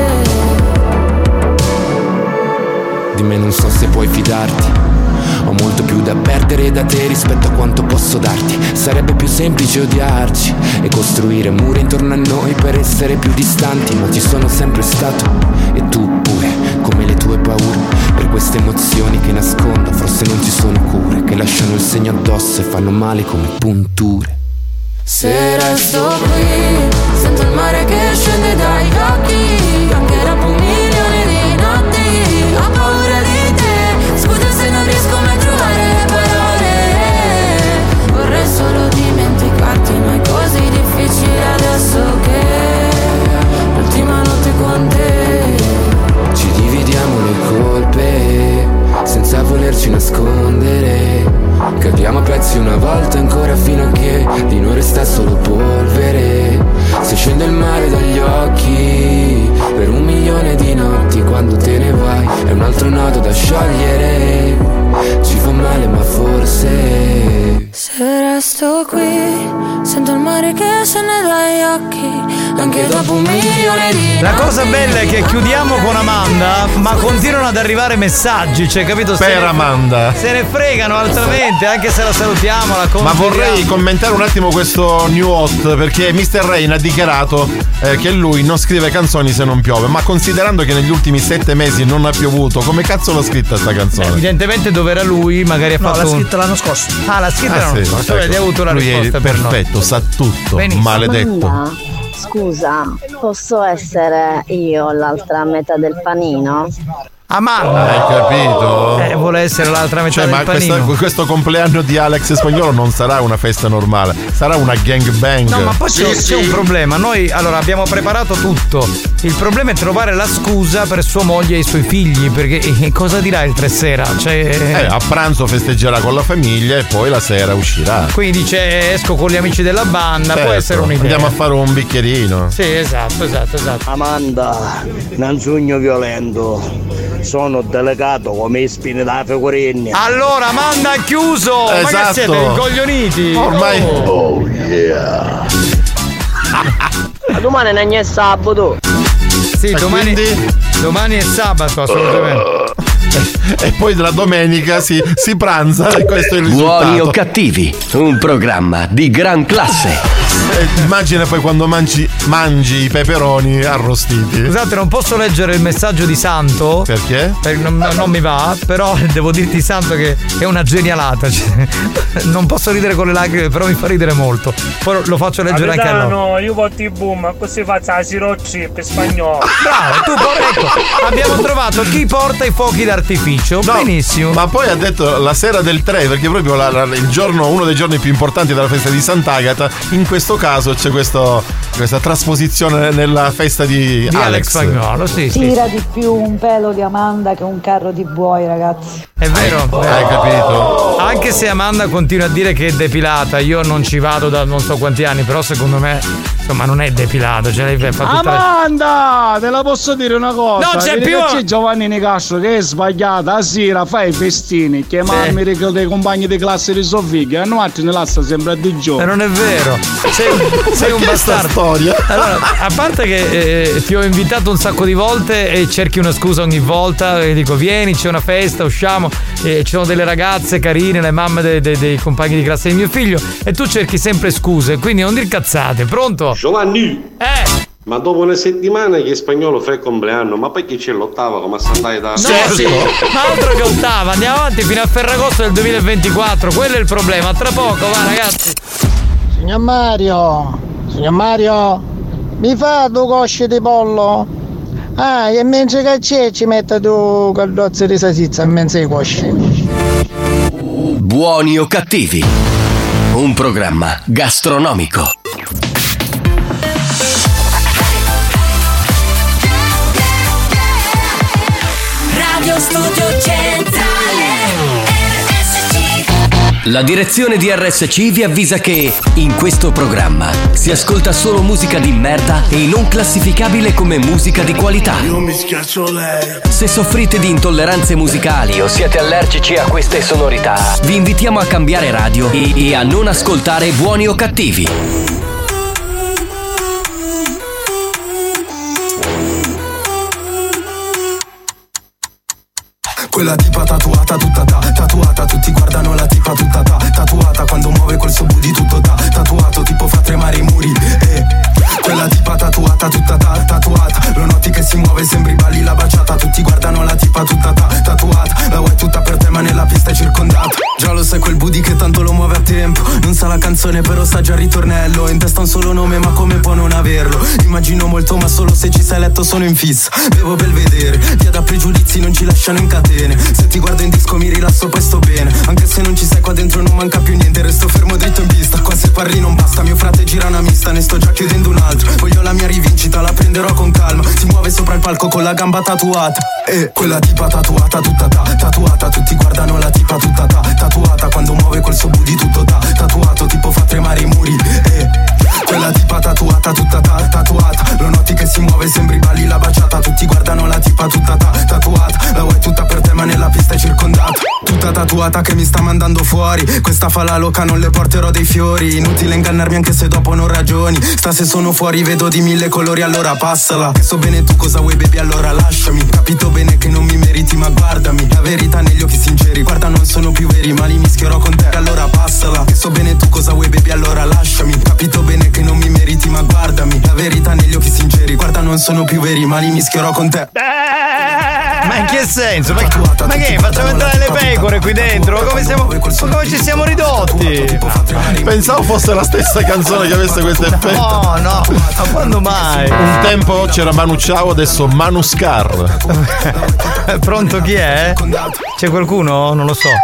S12: te.
S24: Di me non so se puoi fidarti. Ho molto più da perdere da te rispetto a quanto posso darti. Sarebbe più semplice odiarci e costruire mura intorno a noi per essere più distanti, ma ci sono sempre stato, e tu pure, come le tue paure. per queste emozioni che nascondo. Forse non ci sono cure che lasciano il segno addosso e fanno male come punture.
S12: Se resto qui, sento il mare che scende dagli occhi, anche dopo un milione di notti. Ho paura di te, scusa se non riesco mai a trovare le parole. Vorrei solo dimenticarti, ma è così difficile adesso che l'ultima notte con te.
S24: Ci dividiamo le colpe senza volerci nascondere. Capiamo a pezzi una volta ancora fino a che di noi resta solo polvere. Se scende il mare dagli occhi per un milione di notti, quando te ne vai è un altro nodo da sciogliere. Ci fa male ma forse
S12: se resto qui, sento il mare che scende dagli occhi, anche dopo un milione di
S3: La cosa bella è che chiudiamo con Amanda, ma continuano ad arrivare messaggi, cioè, capito? Se
S6: Per
S3: ne-
S6: Amanda.
S3: Se ne fregano altamente, anche se la salutiamo, la
S6: Ma vorrei
S3: consideriamo.
S6: commentare un attimo questo new hot, perché mister Rain ha dichiarato eh, che lui non scrive canzoni se non piove, ma considerando che negli ultimi sette mesi non ha piovuto, come cazzo l'ha scritta sta canzone?
S3: Evidentemente dove era lui, magari ha
S8: No,
S3: fatto
S8: l'ha
S3: un-
S8: scritta l'anno scorso.
S3: Ah, l'ha scritta
S6: Ah,
S3: l'anno
S6: sì,
S3: scorso,
S6: ecco.
S3: vedi, ha avuto la
S6: Lui è
S3: risposta per noi.
S6: perfetto, sa tutto,
S3: Benissimo.
S6: maledetto.
S2: Amanda, scusa, posso essere io l'altra metà del panino?
S3: Amanda,
S6: Hai capito?
S3: Eh, vuole essere l'altra metà
S6: Cioè,
S3: del
S6: ma
S3: panino.
S6: questo, questo compleanno di Alex Spagnolo non sarà una festa normale, sarà una gangbang.
S3: No, ma poi c'è, c'è un problema. Noi allora abbiamo preparato tutto. Il problema è trovare la scusa per sua moglie e i suoi figli. Perché eh, cosa dirà il tre sera? Cioè,
S6: Eh, a pranzo festeggerà con la famiglia e poi la sera uscirà.
S3: quindi dice esco con gli amici della banda, può
S6: Certo,
S3: essere un'idea.
S6: Andiamo a fare un bicchierino.
S3: Sì, esatto, esatto, esatto.
S11: Amanda, non sogno violento, sono delegato come i spine da figurine.
S3: Allora, Amanda ha chiuso! Ma che
S11: Esatto.
S3: siete incoglioniti?
S11: Ormai-
S3: Oh,
S11: yeah. Ma domani non è sabato.
S3: Sì, domani, domani è sabato, assolutamente.
S6: E poi la domenica si, si pranza e questo è il risultato.
S1: Buoni o cattivi, un programma di gran classe.
S6: Eh, immagina poi quando mangi, mangi i peperoni arrostiti.
S3: Scusate, non posso leggere il messaggio di Santo.
S6: Perché?
S3: Non, non mi va, però devo dirti, Santo, che è una genialata. Cioè, non posso ridere con le lacrime, però mi fa ridere molto. Poi lo faccio leggere anche a loro.
S23: No, io voto i boom, così faccio la sirocci per spagnolo.
S3: Bravo, tu poi, ecco, abbiamo trovato chi porta i fuochi d'artificio.
S6: No,
S3: benissimo.
S6: Ma poi ha detto la sera del tre, perché proprio la- la- il giorno, uno dei giorni più importanti della festa di Sant'Agata, in questo caso c'è questo, questa trasposizione nella festa di,
S3: Di Alex
S6: Alex
S3: Spagnolo, sì, sì.
S9: Tira di più un pelo di Amanda che un carro di buoi, ragazzi.
S3: È vero,
S6: Hai capito?
S3: Anche se Amanda continua a dire che è depilata, io non ci vado da non so quanti anni, però secondo me, insomma, non è depilata. Cioè, lei fa tutta la...
S19: Amanda, te la posso dire una cosa?
S3: Non c'è
S19: Vedi
S3: più-
S19: che c'è Giovanni Nicastro che è sbagliata, a sera fai i festini, chiamarmi sì. dei compagni di classe di Sofia, a noi altri ne lascia sempre a di giorno.
S3: Ma non è vero, sei, sei un bastardo.
S6: Storia.
S3: Allora, a parte che eh, ti ho invitato un sacco di volte e cerchi una scusa ogni volta e dico vieni, c'è una festa, usciamo, e ci sono delle ragazze carine, le mamme dei, dei, dei compagni di classe di mio figlio, e tu cerchi sempre scuse, quindi non dir cazzate, pronto?
S17: Giovanni!
S3: Eh!
S17: Ma dopo una settimana che Spagnolo fa il compleanno, ma poi chi c'è l'ottava come Sant'Agata da...
S3: No, sì, ma altro che ottava, andiamo avanti fino a Ferragosto del duemilaventiquattro, quello è il problema, tra poco, va ragazzi.
S4: Signor Mario, signor Mario, mi fa due cosce di pollo? Ah, e mentre che c'è ci mette due caldozze di salsiccia in mezzo ai cosci.
S1: Buoni o cattivi, un programma gastronomico.
S12: Radio Studio Centrale R S C.
S1: La direzione di R S C vi avvisa che in questo programma si ascolta solo musica di merda e non classificabile come musica di qualità.
S5: Io mi schiaccio lei.
S1: Se soffrite di intolleranze musicali o siete allergici a queste sonorità, vi invitiamo a cambiare radio e, e a non ascoltare Buoni o Cattivi.
S12: Quella tipa tatuata tutta da, tatuata, tutti guardano la tipa tutta da, tatuata quando muove col suo booty tutto da, tatuato tipo fa tremare i muri, eh. Quella tipa tatuata tutta da, tatuata, lo noti che si muove, sembri balli la baciata, tutti guardano la tipa tutta da, tatuata
S10: che tanto lo muove a tempo. Non sa la canzone però sa già il ritornello. In testa un solo nome ma come può non averlo? Immagino molto ma solo se ci sei letto sono in fissa. Bevo per vedere, via da pregiudizi non ci lasciano in catene. Se ti guardo in disco mi rilasso poi sto bene. Anche se non ci sei qua dentro non manca più niente. Resto fermo dritto in pista, qua se parli non basta. Mio frate gira una mista, ne sto già chiudendo un altro. Voglio la mia rivincita, la prenderò con calma. Si muove sopra il palco con la gamba tatuata. E quella tipa tatuata tutta ta, tatuata. Tutti guardano la tipa tutta ta, tatuata. Quando muove quel suo booty tutto ta, tatuato. Tipo fa tremare i muri. E quella tipa tatuata tutta ta, tatuata. Lo noti che si muove, sembri Bali la baciata. Tutti guardano la tipa tutta ta, tatuata. La vuoi tutta per te ma nella pista è circondata. Tutta tatuata che mi sta mandando fuori. Questa fa la loca, non le porterò dei fiori. Inutile ingannarmi anche se dopo non ragioni. Sta se sono fuori vedo di mille colori, allora passala. Che so bene tu cosa vuoi baby, allora lasciami. Capito bene che non mi meriti ma guardami. La verità negli occhi sinceri, guarda non sono più veri ma li mischierò con te, allora passala. Che so bene tu cosa vuoi baby, allora lasciami. Capito bene che non mi meriti ma guardami. La verità negli occhi sinceri, guarda non sono più veri ma li mischierò con te.
S3: Ma in che senso? Ma, ma che? Facciamo entrare le pecore qui dentro? Ma come siamo? Ma come ci siamo ridotti?
S6: Pensavo fosse la stessa canzone che avesse questo effetto.
S3: No, no, ma quando mai?
S6: Un tempo c'era Manu Ciao, adesso Manu Scar.
S3: Pronto, chi è? C'è qualcuno? Non lo so.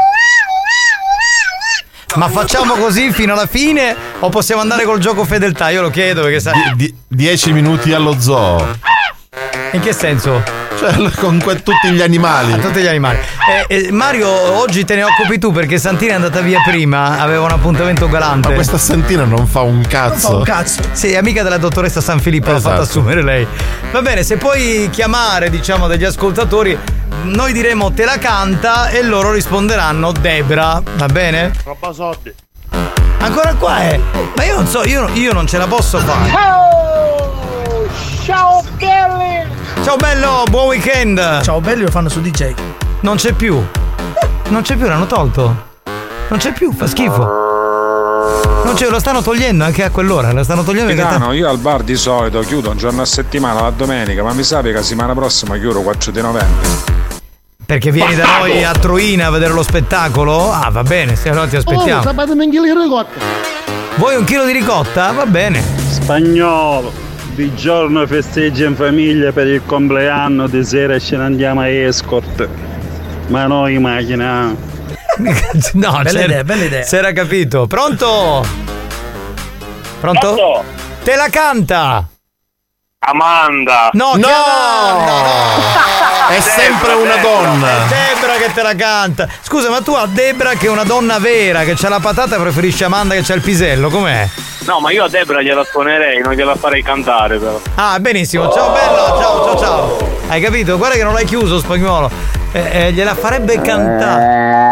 S3: Ma facciamo così fino alla fine o possiamo andare col gioco fedeltà? Io lo chiedo perché sai.
S6: Die- die- dieci minuti allo zoo.
S3: In che senso?
S6: Cioè con que- tutti gli animali.
S3: Ah, tutti gli animali. Eh, eh, Mario, oggi te ne occupi tu perché Santina è andata via prima, aveva un appuntamento galante.
S6: Ma questa Santina non fa un cazzo.
S3: Non fa un cazzo. Sì, è amica della dottoressa San Filippo, esatto. L'ha fatta assumere lei. Va bene, se puoi chiamare, diciamo, degli ascoltatori, noi diremo te la canta e loro risponderanno Debra, va bene?
S5: Troppa soldi.
S3: Ancora qua è. Ma io non so, io, io non ce la posso fare.
S4: Oh, ciao belli!
S3: Ciao bello, buon weekend!
S8: Ciao belli lo fanno su D J.
S3: Non c'è più. Non c'è più, l'hanno tolto. Non c'è più, fa schifo. Non c'è, lo stanno togliendo anche a quell'ora, lo stanno togliendo.
S13: Capitano, io al bar di solito chiudo un giorno a settimana, la domenica, ma mi sa che la settimana prossima chiudo quattro di novembre.
S3: Perché vieni da noi a Troina a vedere lo spettacolo? Ah, va bene, se allora ti aspettiamo.
S4: Oh, sabato un chilo di ricotta.
S3: Vuoi un chilo di ricotta? Va bene.
S23: Spagnolo, di giorno festeggia in famiglia per il compleanno, di sera ce ne andiamo a escort. Ma noi in macchina.
S3: No,
S8: bella idea, bella idea.
S3: Si era capito. Pronto? Pronto?
S14: Pronto?
S3: Te la canta!
S14: Amanda!
S3: No,
S6: no!
S3: no, no.
S6: È sempre una donna.
S3: È Debra che te la canta. Scusa, ma tu a Debra che è una donna vera, che c'ha la patata, preferisci Amanda che c'ha il pisello, com'è?
S14: No, ma io a Debra gliela suonerei, non gliela farei cantare però.
S3: Ah, benissimo, ciao bello, ciao, ciao, ciao. Hai capito? Guarda che non l'hai chiuso, Spagnolo. Eh, eh, gliela farebbe cantare.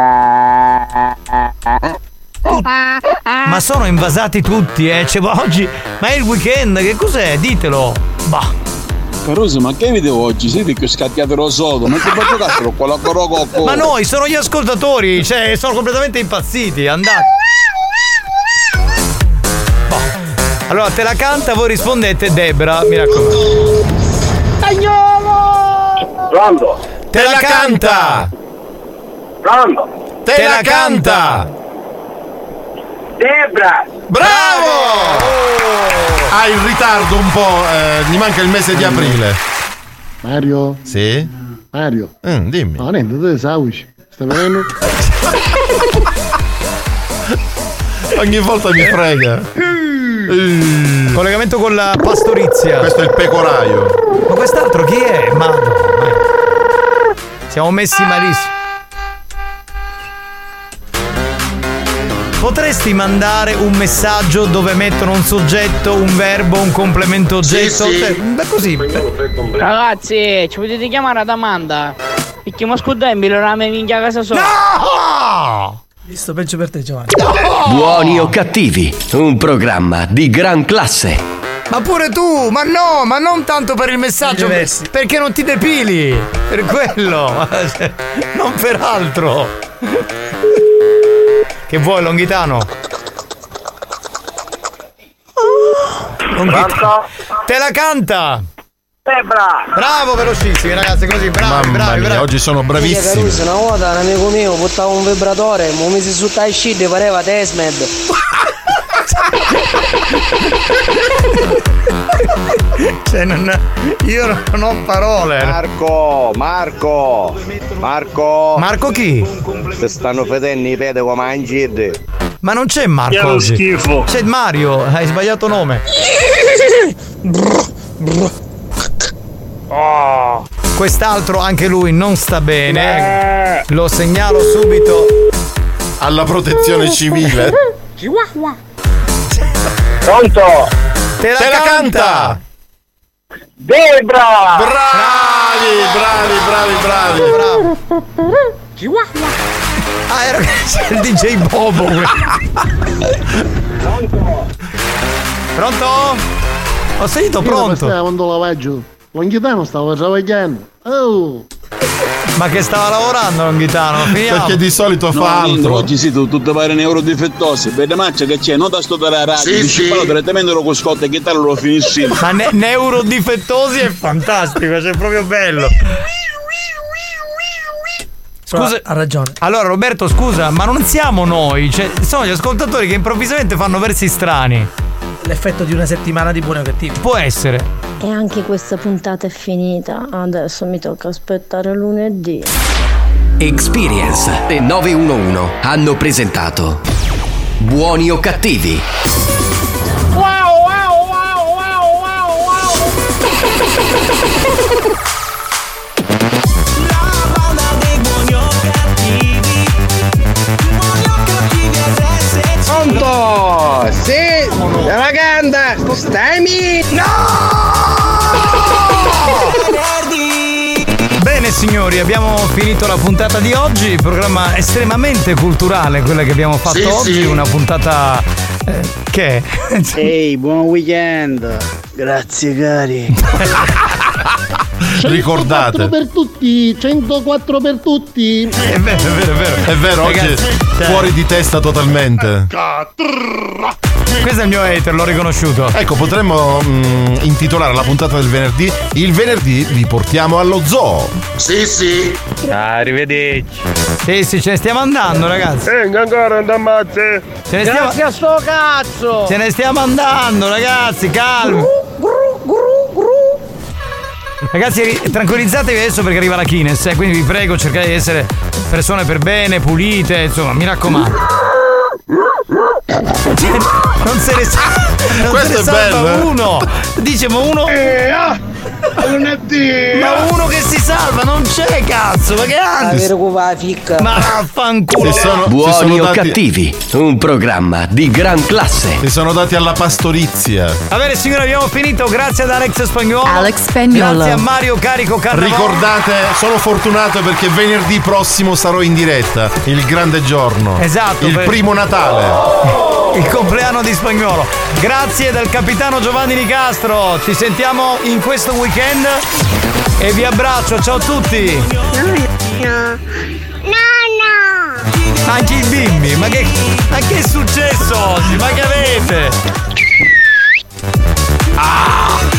S3: Ma sono invasati tutti, eh. Cioè, oggi. Ma è il weekend, che cos'è? Ditelo. Bah.
S19: Caruso, ma che video oggi? Siete più scattiati lo sodo, non ti faccio cazzo con la corococco.
S3: Ma noi, sono gli ascoltatori, cioè, sono completamente impazziti, andate. Boh. Allora, te la canta, voi rispondete Debra, mi raccomando.
S4: Spagnolo!
S14: Pronto?
S3: Te, te la canta!
S14: Pronto?
S3: Te, te la canta!
S14: Debra!
S6: Bravo! Oh. Ha il ritardo un po', eh, gli manca il mese di aprile.
S4: Mario?
S6: Sì?
S4: Mario?
S6: Mm, dimmi.
S4: No, niente, tu sai, stai venendo?
S6: Ogni volta mi frega.
S3: Mm. Collegamento con la pastorizia.
S6: Questo è il pecoraio.
S3: Ma quest'altro chi è? Madonna. Siamo messi malissimo. Potresti mandare un messaggio dove mettono un soggetto, un verbo, un complemento oggetto?
S14: Sì, sì.
S3: Beh, così.
S15: Ragazzi, ci potete chiamare ad Amanda? Perché mi ascoltai mi la mia minchia a casa sola.
S3: No!
S8: Visto peggio per te, Giovanni.
S3: No!
S1: Buoni o cattivi, un programma di gran classe.
S3: Ma pure tu, ma no, ma non tanto per il messaggio, perché non ti depili, per quello, non per altro. Che vuoi, Longhitano? Longhitano. Te la canta! Debra! Bravo, velocissimi ragazzi, così, bravi,
S6: Mamma
S3: bravi,
S6: mia,
S3: bravi.
S6: oggi sono bravissimi.
S7: Caruso, una volta un amico mio buttava un vibratore, ma mi si sutta i shit e pareva Tesmed.
S3: Cioè, non, io non ho parole.
S11: Marco, Marco, Marco.
S3: Marco chi?
S11: Se stanno fedendo i pede come angide.
S3: Ma non c'è Marco
S11: Che
S3: oggi.
S11: schifo.
S3: C'è Mario, hai sbagliato nome. Oh. Quest'altro anche lui non sta bene. Lo segnalo subito
S6: alla protezione civile.
S14: Pronto?
S3: Te la,
S6: Te la
S3: canta.
S6: canta.
S14: Debra!
S6: Bravi, bravi, bravi, bravi.
S3: Ah, era c'è il D J Bobo. Pronto? Ho sentito pronto.
S4: Quando lavaggio, Longhitano stava travagliando. Oh.
S3: Ma che stava lavorando Longhitano? Finiamo.
S6: Perché di solito fa altro.
S18: Oggi sì, tutte pare neurodifettosi. Per macchia che c'è, non da sto della radio.
S3: Sì,
S18: Ci
S3: sì.
S18: parlo direttamente con Scott e che tal lo finisci.
S3: Ma ne- neurodifettosi è fantastico, c'è proprio bello. Scusa,
S8: ha ragione.
S3: Allora Roberto, scusa, ma non siamo noi, cioè sono gli ascoltatori che improvvisamente fanno versi strani.
S8: L'effetto di una settimana di buoni o cattivi.
S3: Può essere.
S2: E anche questa puntata è finita. Adesso mi tocca aspettare lunedì.
S1: Experience e nove uno uno hanno presentato Buoni o cattivi?
S14: Wow, wow, wow, wow, wow, wow.
S7: Pronto? Sì, la canta, stai
S3: Bene signori, abbiamo finito la puntata di oggi, programma estremamente culturale quella che abbiamo fatto
S7: Sì,
S3: oggi,
S7: sì.
S3: una puntata eh, che
S7: Ehi, buon weekend. Grazie cari.
S6: Ricordate.
S4: centoquattro per tutti, centoquattro per tutti.
S3: È vero, è vero, è vero.
S6: È vero, oggi
S3: Ragazzi, cioè-
S6: fuori di testa totalmente.
S3: Questo è il mio hater, l'ho riconosciuto.
S6: Ecco, potremmo mm, intitolare la puntata del venerdì Il venerdì vi portiamo allo zoo.
S5: Sì, sì.
S3: Arrivederci. Sì, sì, ce ne stiamo andando, ragazzi.
S14: Eh, ancora non t'ammazzi.
S3: Ce ne stiamo,
S7: Grazie a sto cazzo.
S3: ce ne stiamo andando, ragazzi, calmi. Ragazzi, ri- tranquillizzatevi adesso perché arriva la Kines, eh, quindi vi prego, cercate di essere persone per bene, pulite, insomma, mi raccomando. Non se ne sa- non
S6: Questo
S3: se ne
S6: è
S3: salva
S6: bello, eh.
S3: uno. Dice, ma uno. Ma uno che si salva non c'è, cazzo, ma che anzi.
S7: Avere qua ficca.
S3: Ma vaffanculo.
S6: Si sono- si
S1: Buoni
S6: sono
S1: o
S6: dati-
S1: cattivi? Un programma di gran classe.
S6: Si sono dati alla pastorizia.
S3: Va bene signori, abbiamo finito, grazie ad Alex Spagnuolo.
S16: Alex Spagnuolo.
S3: Grazie a Mario Carico Carnavale.
S6: Ricordate, sono fortunato perché venerdì prossimo sarò in diretta. Il grande giorno.
S3: Esatto,
S6: Il
S3: per-
S6: primo Natale.
S3: Il compleanno di Spagnuolo. Grazie dal capitano Giovanni Nicastro. Ci sentiamo in questo weekend e vi abbraccio. Ciao a tutti.
S14: No,
S3: Anche i bimbi. Ma che, ma che è successo oggi? Ma che avete? Ah!